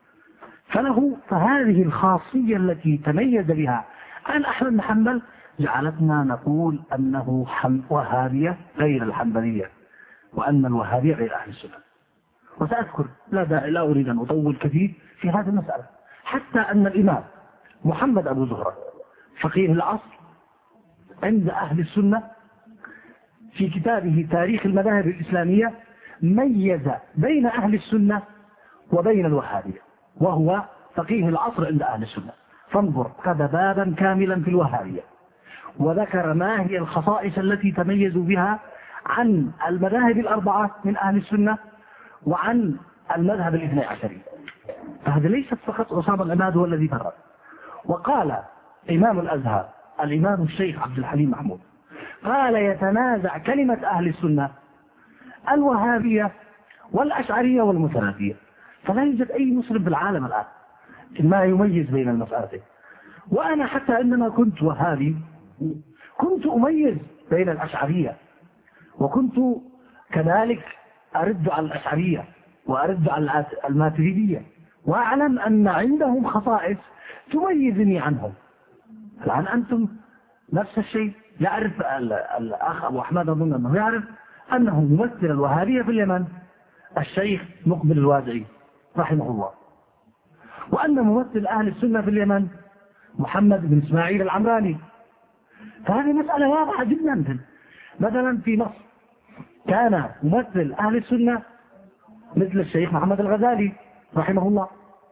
فهذه الخاصية التي تميز بها عن أحمد بن حنبل جعلتنا نقول أنه وهابية غير الحنبلية، وأن الوهابية غير أهل السنة. وسأذكر لا أريد أن أطول كثير في هذه المسألة، حتى أن الإمام محمد أبو زهرة فقيه العصر عند أهل السنة في كتابه تاريخ المذاهب الإسلامية ميز بين أهل السنة وبين الوهابية، وهو فقيه العصر عند أهل السنة. فانظر، خذ بابا كاملا في الوهابية وذكر ما هي الخصائص التي تميزوا بها عن المذاهب الأربعة من أهل السنة وعن المذهب الاثني عشري. فهذا ليست فقط عصام العماد هو الذي فرق. وقال إمام الأزهر الإمام الشيخ عبد الحليم محمود قال يتنازع كلمة أهل السنة الوهابية والأشعرية والمثناتية. فلا يوجد أي مسلم بالعالم الآن ما يميز بين المسألتين. وأنا حتى عندما كنت وهابي كنت أميز بين الأشعرية، وكنت كذلك أرد على الأشعرية وأرد على الماتريدية، وأعلم أن عندهم خصائص تميزني عنهم. الآن أنتم نفس الشيء. يعرف الأخ أبو أحمد أظن أنه يعرف أنه ممثل الوهابية في اليمن الشيخ مقبل الوادعي رحمه الله، وأن ممثل أهل السنة في اليمن محمد بن إسماعيل العمراني. فهذه مسألة واضحة جدا. مثلا في مصر كان ممثل أهل السنة مثل الشيخ محمد الغزالي رحمه الله،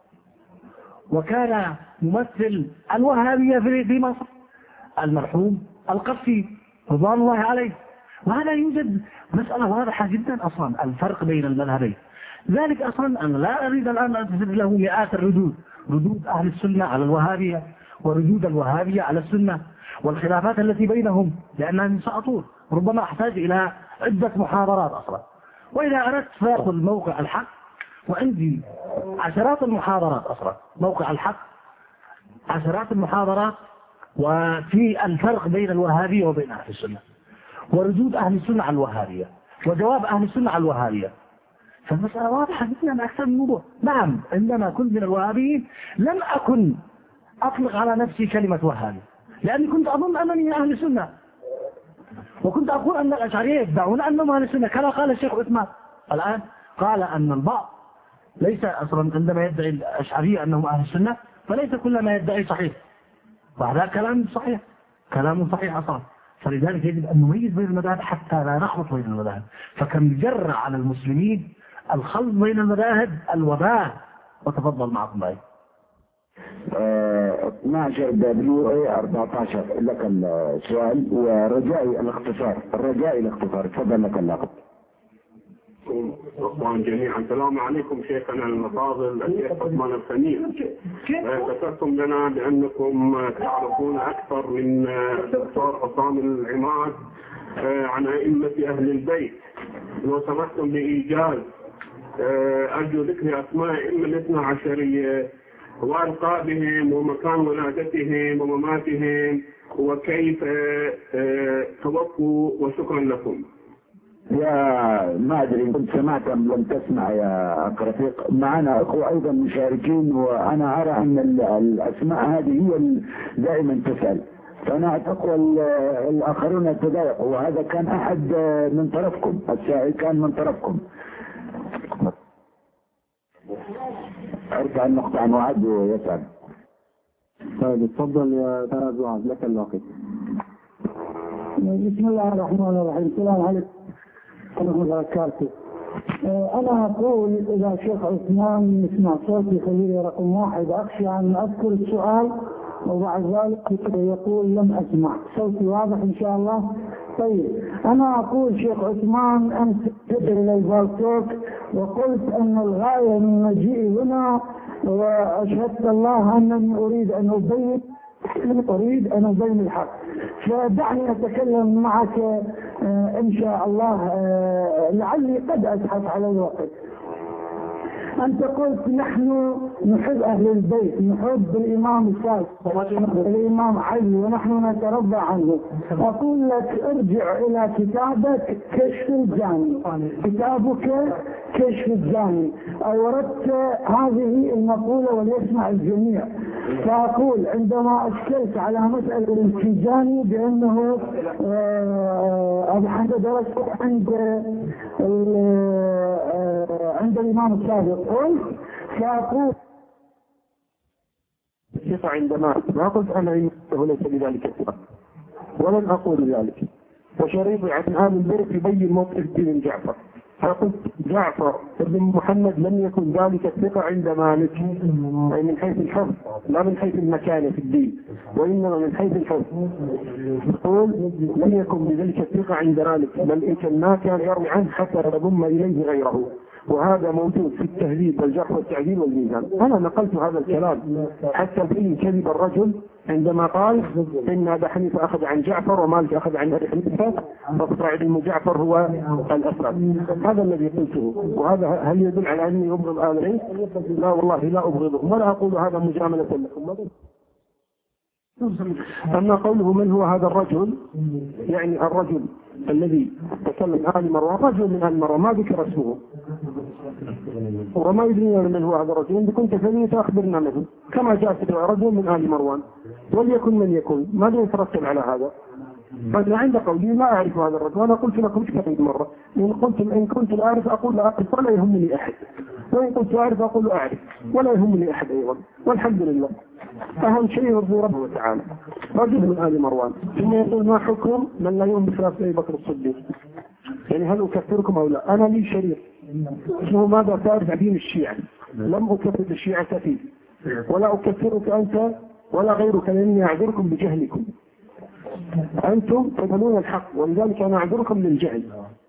وكان ممثل الوهابية في مصر المرحوم القفي رضوان الله عليه. وهذا يوجد مسألة واضحة جدا أصلا الفرق بين المذهبين. ذلك أصلا أنا لا أريد الآن أن أجد له مئات الردود، ردود أهل السنة على الوهابية وردود الوهابية على السنة والخلافات التي بينهم، لأنني سأطول ربما أحتاج إلى عدة محاضرات أصلا. وإذا أردت فأخذ موقع الحق، وعندي عشرات المحاضرات أصلا موقع الحق، عشرات المحاضرات وفي الفرق بين الوهابية وبين أهل السنة، وردود أهل السنة على الوهابية، وجواب أهل السنة على الوهابية. فالمسألة واضحة جدا أكثر من موضوع. نعم عندما كنت من الوهابيين لم أكن أطلق على نفسي كلمة وهابي، لأني كنت أظن أنني أهل السنة، وكنت أقول أن الأشعرية يدعون أنهم أهل السنة كما قال الشيخ عثمان. الآن قال أن البعض ليس أصلا عندما يدعي الأشعرية أنهم أهل السنة فليس كل ما يدعي صحيح، وهذا كلام صحيح، كلام صحيح أصلا. فلذلك يجب أن نميز بين المذاهب حتى لا نخلط بين المذاهب. فكم جرى على المسلمين الخلط بين المذاهب الوباء. وتفضل معكم معي. 12 WA 14 لك السؤال ورجائي الاختصار تفضل لك اللقب. اخوان جميعا السلام عليكم. شيخنا الفاضل الشيخ عثمان الخميس، ذكرتم لنا بانكم تعرفون اكثر من الدكتور عصام العماد عن ائمه اهل البيت. لو سمحتم بايجاز ارجو ذكر اسماء ائمه الاثنى عشريه والقابهم ومكان ولادتهم ومماتهم وكيف توفوا، وشكرا لكم. يا ما ادري ان كنت سمعت ام لم تسمع يا اخ رفيق، معنا اخوه ايضا مشاركين، وانا ارى ان الاسماء هذه هي دائما تسال، فانا اتقوى الاخرون يتضايقوا، وهذا كان احد من طرفكم، السائل كان من طرفكم. ارفع النقطة عن وعد ويسعد. طيب تفضل يا استاذ وعد لك الوقت. بسم الله الرحمن الرحيم. السلام عليكم ورحمة الله وبركاته. أنا أقول إذا شيخ عثمان يسمع صوتي خليلي رقم 1، أخشى أن أذكر السؤال وبعد ذلك يقول لم أسمع. صوتي واضح إن شاء الله؟ طيب أنا أقول شيخ عثمان أنت تدعي إلى البالتوك وقلت أن الغاية من مجيئي هنا وأشهدت الله أنني أريد أن أبين الحق، فدعني أتكلم معك إن شاء الله لعلي قد أزحف على الوقت. أنت قلت نحن نحب أهل البيت، نحب الإمام الصادق الإمام علي ونحن نتربى عنه. أقول لك ارجع إلى كتابك كشف الجاني، كتابك كشف الجاني أوردت هذه المقولة وليسمع الجميع. فأقول عندما أشكلت على مسألة الانسجاني بأنه أبو حمد درست عند الإمام الصادق، فأقول الثقة عندما ما قلت أنا إنه ليس بذلك الثقة ولن أقول ذلك. وشريطي عن آل البر يبين موقف بن جعفر، فقلت جعفر بن محمد لم يكن ذلك الثقة عند مالك، أي من حيث الحفظ لا من حيث المكانة في الدين، وإنما من حيث الحفظ. يقول لم يكن بذلك الثقة عند مالك، بل إن كان ما كان يروي عنه حتى يضم إليه غيره، وهذا موجود في التهذيب والجرح والتعديل والميزان. أنا نقلت هذا الكلام حتى بين كذب الرجل عندما قال إن أبا حنيفة أخذ عن جعفر ومالك أخذ عن أبي حنيفة فاصطع علم جعفر هو الأسرع. هذا الذي قلته. وهذا هل يدل على أني أبغض آل العلم؟ لا والله لا أبغضهم ولا أقول هذا مجاملة لكم. أما قوله من هو هذا الرجل، يعني الرجل الذي تكلم آل مروان رجل من آل مروان ما ذكر اسمه وما يدري من هو هذا الرجل. إن كنت سميت أخبرنا منه كما جاء في رجل من آل مروان وليكن من يكن. ماذا يترتب على هذا؟ فأنا عند قولي لا أعرف هذا الرجل وأنا قلت لكم كثير مرة إن كنت لا أعرف أقول لا أعرف ولا يهمني أحد، وإن كنت أعرف أقول أعرف ولا يهمني أحد أيضا. والحمد لله أهم شيء يرضي ربه وتعالى. رجل من آل مروان ثم يقول ما حكم من لا يؤمن بخلاف أبي بكر الصديق؟ يعني هل أكفركم أو لا؟ أنا لي شريك اسمه ماذا تعرف دين الشيعة، لم أكفر الشيعة فيه ولا أكفرك أنت ولا غيرك لأني أعذركم بجهلكم. أنتم تدلون الحق ولذلك أنا أعذركم للجهل.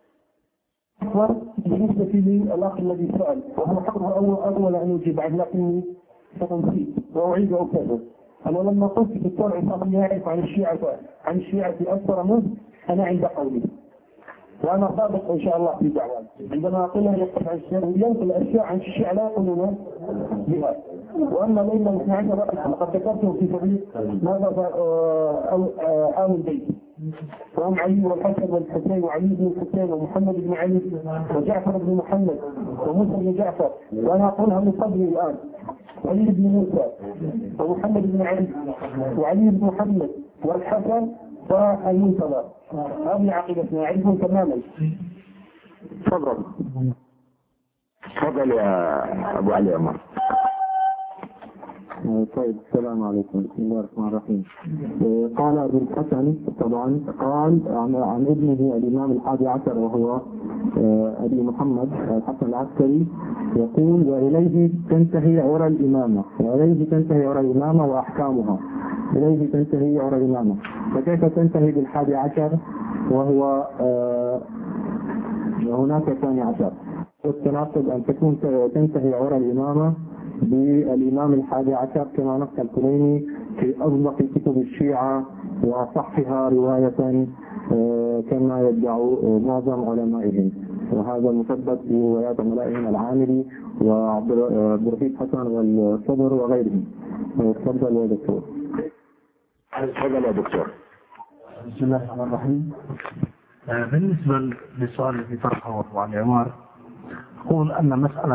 بالنسبة لي الأخ الذي سأل وهو حقه أول أن يجيب عنه لكني ستنسيت وأعيد أكثر. أنا لما قلت في الدكتور عصام يعرف عن الشيعة أكثر منه أنا عند قولي وأنا صادق إن شاء الله في دعوة. عندما أقول له يقف عن الشيعة وينقل الأشياء عن الشيعة لا يقولون بها. وأما ليلة 12 لقد ذكرته في سبيل ماذا آل البيت وهم علي والحسن والحسين وعلي بن الحسين ومحمد بن علي وجعفر بن محمد وموسى بن جعفر. وأنا أقولها من قبل الآن علي بن موسى ومحمد بن علي وعلي بن محمد والحسن والمنتظر. هذه عقيدتنا يعرفون تماما. تفضل يا أبو علي عمر. طيب السلام عليكم. بسم الله الرحمن الرحيم. قال أبو الحسن طبعا قال عن ابنه الإمام 11 وهو أبي محمد الحسن العسكري يقول وإليه تنتهي عرى الإمامة وأحكامها. إليه تنتهي عرى الإمامة. فكيف تنتهي بال11 وهو هناك 12؟ والتناقض أن تكون تنتهي عرى الإمامة بالإمام 11 كما نص الكليني في أصدق كتب الشيعة وأصحها رواية كما يدعي معظم علمائهم، وهذا مثبت في روايات علمائهم العامري وعبد الرحيم حسن والصبر وغيرهم. تفضل يا دكتور. تفضل يا دكتور. بسم الله الرحمن الرحيم. بالنسبة للسؤال الذي طرحه أبو علي عمر أقول أن مسألة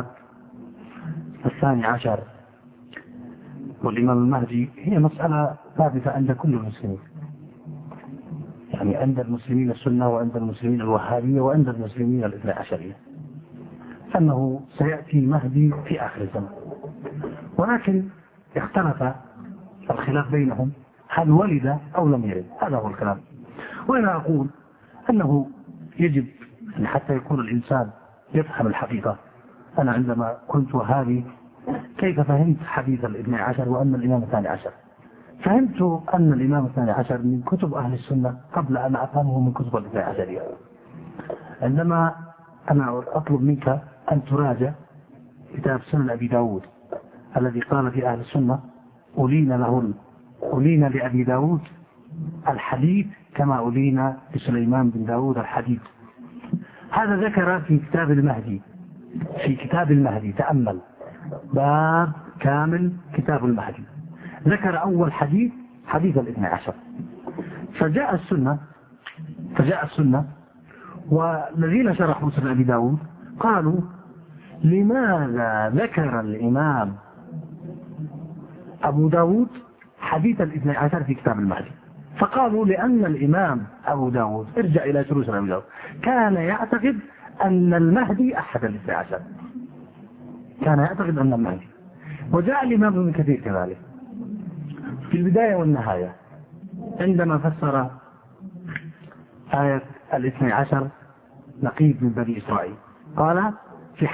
12 والإمام المهدي هي مسألة ثابتة عند كل المسلمين، يعني عند المسلمين السنة وعند المسلمين الوهابية وعند المسلمين الاثنى عشرية أنه سيأتي المهدي في آخر الزمن. ولكن اختلف الخلاف بينهم هل ولد أو لم يلد، هذا هو الكلام. وأنا أقول أنه يجب حتى يكون الإنسان يفهم الحقيقة. أنا عندما كنت وهابي كيف فهمت حديث الاثنى عشر وأن الإمام 12؟ فهمت أن الإمام 12 من كتب أهل السنة قبل أن أفهمه من كتب الاثنى عشرية. عندما أنا أطلب منك أن تراجع كتاب سنن أبي داود الذي قال في أهل السنة أولين لأبي داود الحديث كما أولين لسليمان بن داود الحديث. هذا ذكر في كتاب المهدي تأمل باب كامل كتاب المهدي، ذكر أول حديث الاثنى عشر. فجاء السنة والذين شرحوا سنن أبي داود قالوا لماذا ذكر الإمام أبو داود حديث الاثنى عشر في كتاب المهدي؟ فقالوا لأن الإمام أبو داود ارجع إلى شروط أبي داود كان يعتقد أن المهدي أحد الاثنى عشر، كان يعتقد أن المهدي. وجاء الإمام ابن كثير كذلك في البداية والنهاية عندما فسر آية الاثنى عشر نقيب من بني إسرائيل قال في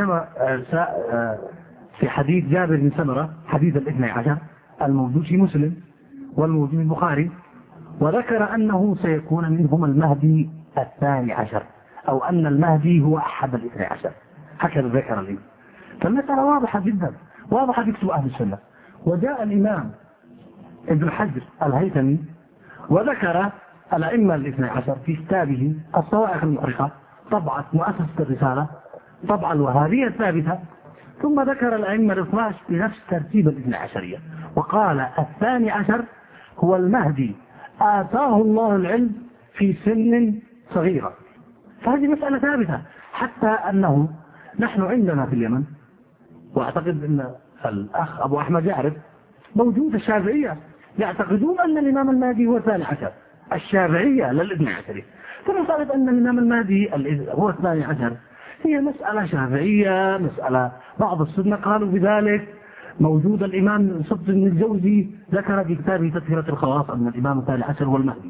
حديث جابر بن سمرة حديث الاثنى عشر الموجود في مسلم والموجود في البخاري، وذكر أنه سيكون منهم المهدي 12 أو أن المهدي هو أحد الاثنى عشر، هكذا ذكر لي. فالمسألة واضحة جدا، واضحة في كتب أهل السنة. وجاء الإمام ابن حجر الهيثمي وذكر الأئمة الاثني عشر في كتابه الصواعق المحرقة طبعة مؤسسة الرسالة طبعة الوهابية الثابتة، ثم ذكر الأئمة ال12 بنفس ترتيب الاثني عشرية، وقال الثاني عشر هو المهدي آتاه الله العلم في سن صغيرة. فهذه مسألة ثابتة، حتى أنه نحن عندنا في اليمن، وأعتقد أن الأخ أبو أحمد يعرف، موجود الشافعية يعتقدون أن الإمام المهدي هو الثاني عشر، الشافعية للاثني عشري. فمسألة أن الإمام المهدي هو الثاني عشر هي مسألة شافعية، مسألة بعض السنة قالوا بذلك. موجود الإمام صبت بن الجوزي ذكر في كتابه تذكرة الخواص أن الإمام الثاني عشر هو المهدي،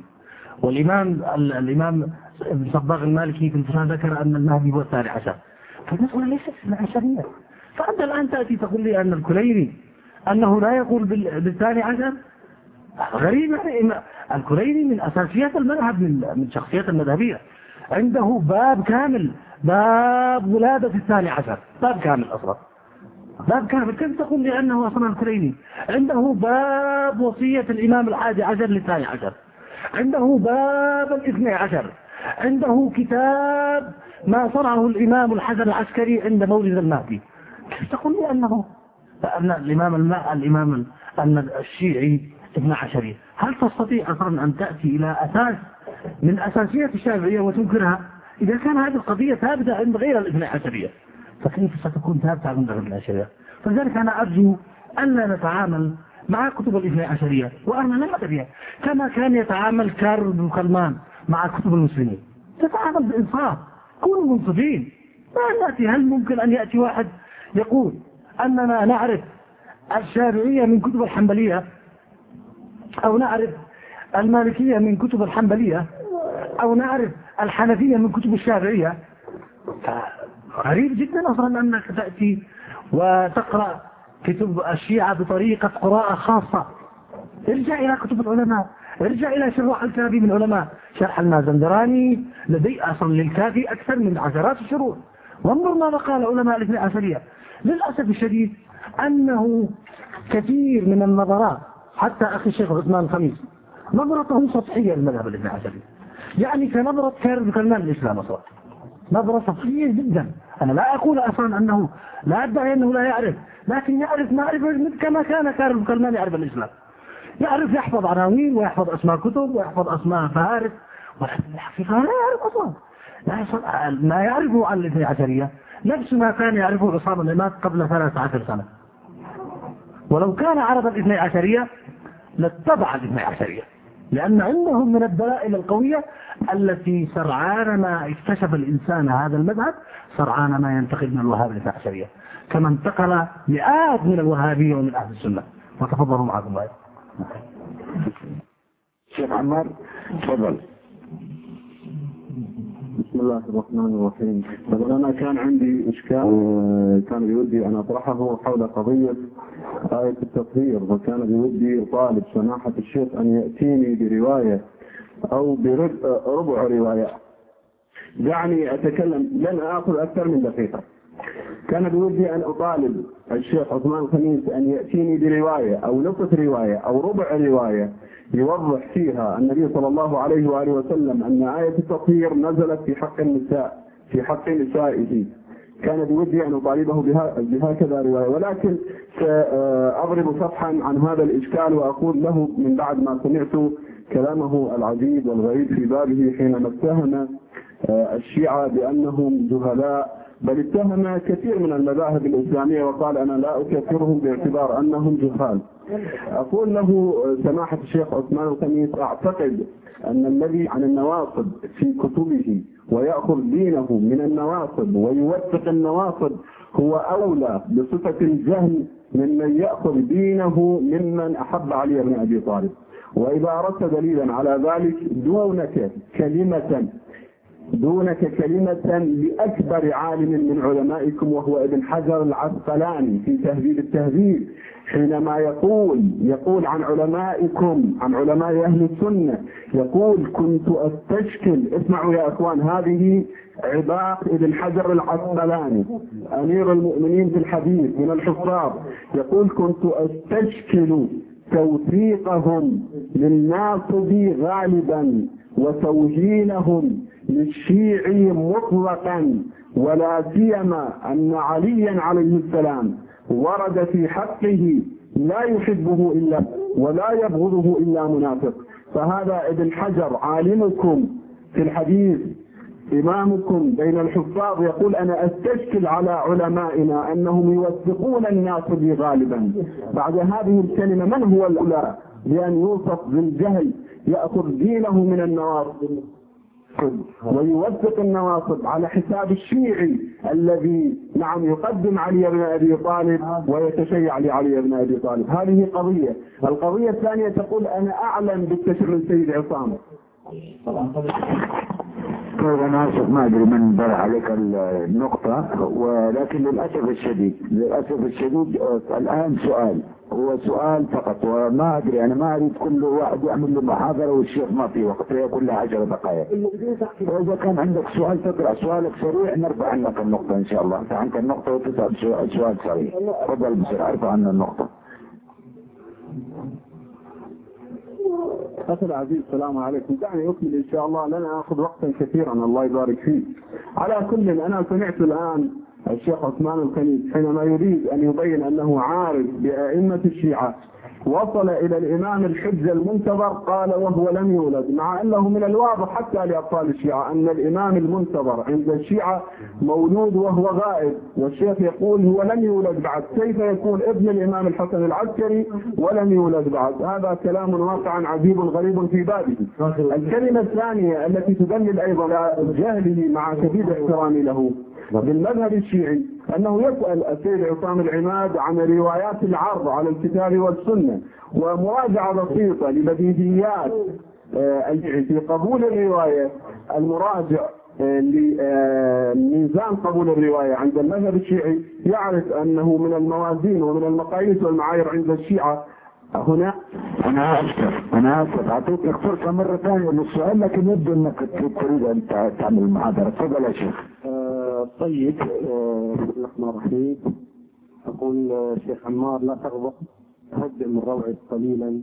والإمام ابن صباغ المالكي في الفران ذكر أن المهدي هو الثاني عشر. فالمسألة ليست اثني عشرية. فأنت الآن تأتي تقول لي أن الكليني أنه لا يقول بالثاني عشر، غريب. يعني الكليني من أساسيات المذهب، من شخصيات المذهبية، عنده باب كامل، باب ولادة الثاني عشر، باب كامل أصلا، باب كامل. كيف تقول لي أنه أصلا الكليني عنده باب وصية الإمام الحادي عشر للثاني عشر، عنده باب الاثني عشر، عنده كتاب ما صنعه الإمام الحسن العسكري عند مولد المهدي. كيف تقول لي أنه أن الإمام أن الشيعي ابن عشري؟ هل تستطيع أصلا أن تأتي إلى أساس من أساسيات الشافعية وتنكرها؟ إذا كان هذه القضية ثابتة عند غير الاثني عشرية، فكيف ستكون ثابتة عند غير الاثني عشرية؟ فلذلك أنا أرجو أن لا نتعامل مع كتب الاثني عشرية وأنا لا أدري كما كان يتعامل كارل بن كلمان مع كتب المسلمين. تتعامل بإنصاف، كونوا منصفين. ما نأتي، هل ممكن أن يأتي واحد يقول أننا نعرف الشافعية من كتب الحنبلية أو نعرف المالكية من كتب الحنبلية أو نعرف الحنفية من كتب الشافعية؟ غريب جدا أصلا أنك تأتي وتقرأ كتب الشيعة بطريقة قراءة خاصة. ارجع إلى كتب العلماء، ارجع إلى شروح الكافي من علماء، شرح المازندراني لدي أصلا للكافي أكثر من عشرات الشروح، وانظر ماذا قال علماء الاثني عشرية. للأسف الشديد أنه كثير من النظرات، حتى أخي الشيخ عثمان الخميس نظرته سطحية للمذهب الاثني عشري، يعني كنظرة كارل كلمان الإسلام أصلا، نظرة سطحية جدا. أنا لا أقول أصلا أنه لا أدعي أنه لا يعرف، لكن يعرف معرفة كما كان كارل كلمان يعرف الإسلام، يعرف يحفظ عناوين ويحفظ أسماء كتب ويحفظ أسماء فهارس، ولكن الحقيقة لا يعرف أصلا، ما يعرفه عن الاثني عشرية نفس ما كان يعرفه عصام العماد قبل 13 سنة. ولو كان عرف الاثني عشرية لاتبع الاثني عشرية، لأن عندهم من الدلائل القوية التي سرعان ما اكتشف الإنسان هذا المذهب سرعان ما ينتقل من الوهاب الاثني عشرية، كما انتقل مئات من الوهابية ومن أهل السنة. وتفضلوا معكم الله. شيخ عمار تفضل. بسم الله الرحمن الرحيم. أنا كان عندي إشكال كان بودي أن أطرحه حول قضية آية التطهير، وكان بودي طالب سماحة الشيخ أن يأتيني برواية أو بربع رواية، يعني أتكلم لن أخذ أكثر من دقيقة. كان بودي أن أطالب الشيخ عثمان الخميس أن يأتيني برواية أو نصف رواية أو ربع رواية يوضح فيها النبي صلى الله عليه وآله وسلم أن آية التطهير نزلت في حق النساء، في حق نسائه. كان بودي أن أطالبه بهكذا رواية، ولكن سأضرب صفحا عن هذا الإشكال وأقول له من بعد ما سمعت كلامه العجيب والغريب في بابه حينما اتهم الشيعة بأنهم جهلاء، بل اتهم كثير من المذاهب الإسلامية وقال أنا لا أكفرهم باعتبار أنهم جهال. أقول له سماحة الشيخ عثمان الخميس أعتقد أن الذي عن النواصب في كتبه ويأخذ دينه من النواصب ويوثق النواصب هو أولى بصفة الجهل ممن يأخذ دينه ممن أحب علي بن أبي طالب. وإذا أردت دليلا على ذلك دونك كلمة لأكبر عالم من علمائكم وهو ابن حجر العسقلاني في تهذيب التهذيب، حينما يقول عن علمائكم، عن علماء أهل السنة، يقول كنت أستشكل، اسمعوا يا أخوان، هذه عبارة ابن حجر العسقلاني أمير المؤمنين في الحديث من الحفاظ، يقول كنت أستشكل توثيقهم للناصبي غالبا وتوهينهم للشيعي مطلقا، ولا سيما أن عليا عليه السلام ورد في حقه لا يحبه إلا ولا يبغضه إلا منافق. فهذا ابن حجر عالمكم في الحديث إمامكم بين الحفاظ يقول أنا أستشكل على علمائنا أنهم يوثقون الناصبي غالبا. بعد هذه الكلمة من هو الأولى بأن يوصف بالجهل يأخذ دينه من النواصب ويوثق النواصب على حساب الشيعي الذي نعم يقدم علي بن أبي طالب ويتشيع لعلي بن أبي طالب؟ هذه قضية. القضية الثانية تقول أنا أعلم بالتشيع من سيد عصام. طيب أنا آسف ما أدري من بر عليك النقطة، ولكن للأسف الشديد الآن هو سؤال فقط، وما أدري أنا ما أريد كل واحد يعمل له محاضرة والشيخ ما في وقت، هي كلها 10 دقائق. وإذا كان عندك سؤال تقرأ سؤالك سريع نرفع عنك النقطة إن شاء الله. أنت عندك النقطة وتسأل سؤال سريع، تفضل بسرعة ارفع عنا النقطة. أخي العزيز السلام عليكم. دعني أكمل إن شاء الله، لن أخذ وقتا كثيرا الله يبارك فيك. على كل أنا سمعت الآن الشيخ عثمان الخنيس حينما يريد أن يبين أنه عارف بأئمة الشيعة وصل إلى الإمام الحجة المنتظر قال وهو لم يولد، مع أنه من الواضح حتى لأبطال الشيعة أن الإمام المنتظر عند الشيعة مولود وهو غائب، والشيخ يقول هو لم يولد بعد. كيف يكون ابن الإمام الحسن العسكري ولم يولد بعد؟ هذا كلام واقعا عجيب غريب في بابه. الكلمة الثانية التي تدلل أيضا على جهله مع شديد احترامي له بالمذهب الشيعي أنه يسأل السيد عصام العماد عن روايات العرض على الكتاب والسنة، ومراجعة بسيطة لبديهيات في قبول الرواية. المراجع لميزان قبول الرواية عند المذهب الشيعي يعرف أنه من الموازين ومن المقاييس والمعايير عند الشيعة هنا. أنا آسف أعطيتك فرصة مرة ثانية للسؤال، لكن يبدو أنك تريد أن تعمل المحاضرة. تفضل يا شيخ. طيب بسم الله الرحمن الرحيم. أقول شيخ عمار لا تغضب، هدئ من روعك قليلا.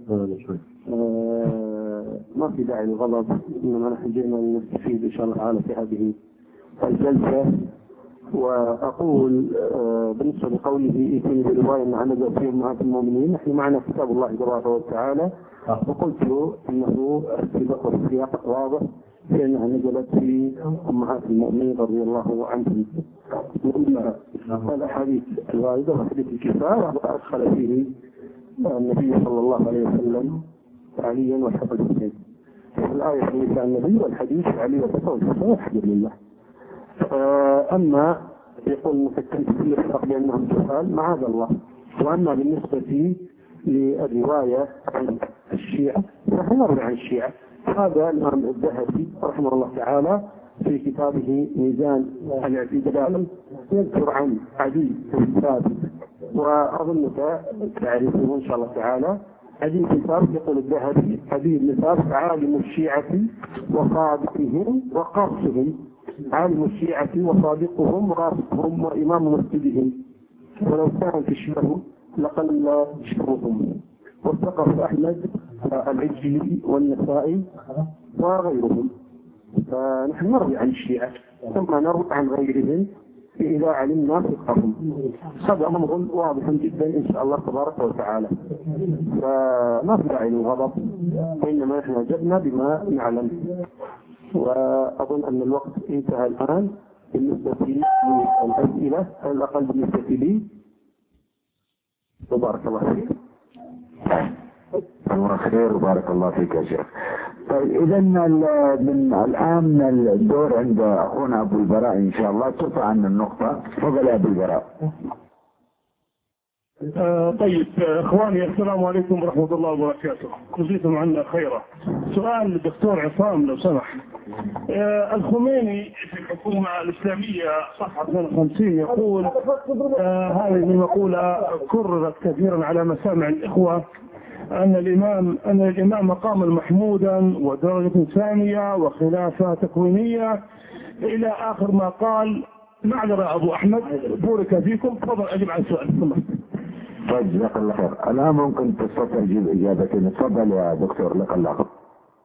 ما في داعي للغضب، إنما نحن جئنا لنستفيد إن شاء الله تعالى في هذه الجلسة. وأقول بالنسبة لقوله ائتني برواية أن نزل في أمهات المؤمنين، نحن معنا كتاب الله تبارك وتعالى، وقلت له إنه السباق والسياق واضح لأنها نزلت في أمهات المؤمنين رضي الله عنهم. وإما الأحاديث الواردة وحديث الكفاية وأدخل فيه النبي صلى الله عليه وسلم عليا والحسن الحسين. الآية في نساء النبي والحديث علي والحسن الحمد لله. أما يقول مفكر كثير فرق بينهم سؤال معاذ الله. وأما بالنسبة للرواية عن الشيعة فنحن نروي عن الشيعة. هذا الإمام الذهبي رحمه الله تعالى في كتابه ميزان الاعتدال يذكر عن عدي بن ثابت، وأظنك تعرفه إن شاء الله تعالى. عدي بن ثابت يقول الذهبي عدي بن ثابت عالم الشيعة وصادقهم وقرصهم، عالم الشيعة وصادقهم وراسخهم وإمام مسجدهم، ولو كان في الشيعة لقل شرهم. وثقه أحمد العجلي والنسائي وغيرهم. فنحن نروي عن الشيعة ثم نروي عن غيرهم إذا علمنا فقههم. هذا أمر واضح جدا إن شاء الله تبارك وتعالى. فما في داعي للغضب، إنما نحن أجبنا بما نعلم. وأظن أن الوقت انتهى الآن بالنسبة للأسئلة، على الأقل بالنسبة لي. وبارك الله فيك. الله خير وبارك الله فيك يا شيخ. طيب إذا من الآن الدور عند أخونا أبو البراء إن شاء الله، ترفع عنا النقطة. تفضل يا أبو البراء. طيب اخواني السلام عليكم ورحمة الله وبركاته، جزيتم عنا خيرا. سؤال للدكتور عصام لو سمح. الخميني في الحكومة الإسلامية صفحة 52 يقول هذه المقولة كررت كثيرا على مسامع الإخوة، أن الإمام مقاما محمودا ودرجة ثانية وخلافة تكوينية إلى آخر ما قال. معذرة أبو أحمد بورك فيكم، تفضل أجب عن سؤال. طيب جزاك الله خير. الآن ممكن تستطيع تجيب إجابتين. تفضل يا دكتور لك الله خير.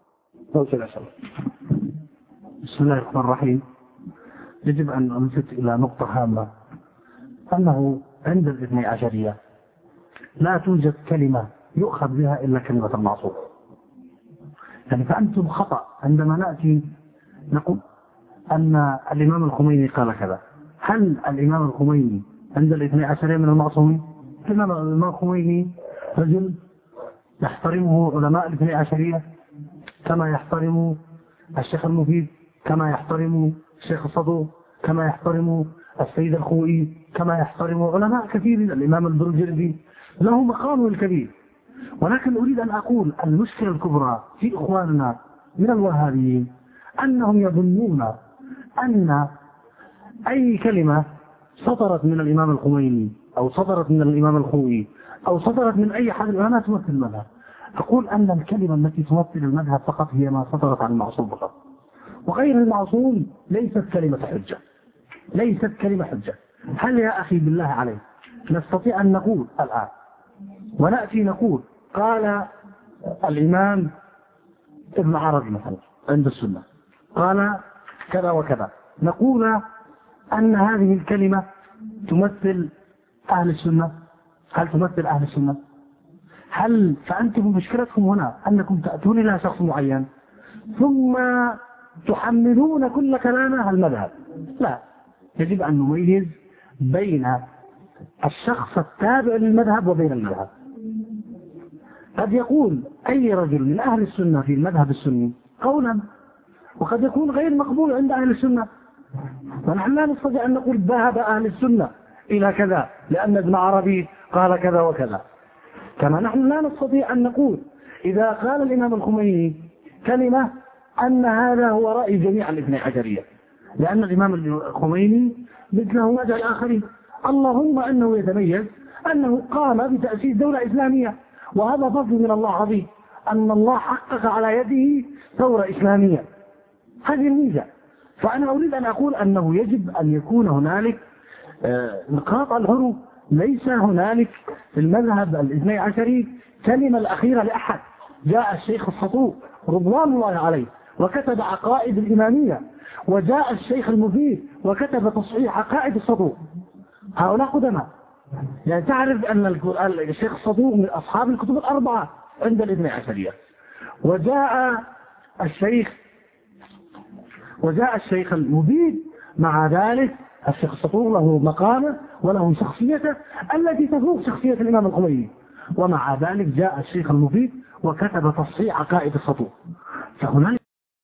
بسم الله الرحمن الرحيم. يجب أن ألفت إلى نقطة هامة، أنه عند الاثني عشرية لا توجد كلمة يؤخذ بها إلا كلمة المعصوم. يعني فأنتم خطأ عندما نأتي نقول أن الإمام الخميني قال كذا. هل الإمام الخميني عند الاثني عشرية من المعصومين؟ الإمام الخميني رجل يحترمه علماء الاثني عشرية كما يحترم الشيخ المفيد، كما يحترم الشيخ الصدوق، كما يحترم السيد الخوئي، كما يحترم علماء كثير، الإمام البرجردي له مقامه الكبير. ولكن أريد أن أقول المشكلة الكبرى في إخواننا من الوهابيين أنهم يظنون أن أي كلمة صدرت من الإمام الخميني أو صدرت من الإمام الخوئي أو صدرت من أي حد لا تمثل المذهب. أقول أن الكلمة التي تمثل المذهب فقط هي ما صدرت عن المعصوم فقط، وغير المعصوم ليست كلمة حجة، ليست كلمة حجة. هل يا أخي بالله عليك نستطيع أن نقول الآن ونأتي نقول قال الإمام ابن عربي مثلا عند السنة قال كذا وكذا، نقول أن هذه الكلمة تمثل أهل السنة؟ هل تمثل أهل السنة؟ هل فأنتم مشكلتكم هنا أنكم تأتون إلى شخص معين ثم تحملون كل كلامه المذهب؟ لا، يجب أن نميز بين الشخص التابع للمذهب وبين المذهب. قد يقول أي رجل من أهل السنة في المذهب السني قولا، وقد يكون غير مقبول عند أهل السنة، ونحن لا نستطيع أن نقول ذهب أهل السنة إلى كذا لأن ابن عربي قال كذا وكذا. كما نحن لا نستطيع أن نقول إذا قال الإمام الخميني كلمة أن هذا هو رأي جميع الاثني عشرية، لأن الإمام الخميني مثله مدى الآخرين. اللهم أنه يتميز أنه قام بتأسيس دولة إسلامية، وهذا فضل من الله عظيم، أن الله حقق على يده ثورة إسلامية. هذه الميزة. فأنا أريد أن أقول أنه يجب أن يكون هنالك نقاط الحروف. ليس هنالك في المذهب الاثني عشري كلمة الأخيرة لأحد. جاء الشيخ الصدوق رضوان الله عليه وكتب عقائد الإمامية، وجاء الشيخ المفيد وكتب تصحيح عقائد الصدوق. هؤلاء قدماء. يعني تعرف أن الشيخ الصدوق من أصحاب الكتب الأربعة عند الاثني عشرية. وجاء الشيخ المفيد مع ذلك الشيخ الصدوق له مقامه وله شخصيته التي تفوق شخصية الإمام الخميني، ومع ذلك جاء الشيخ المفيد وكتب تصحيح عقائد الصدوق. فهنالك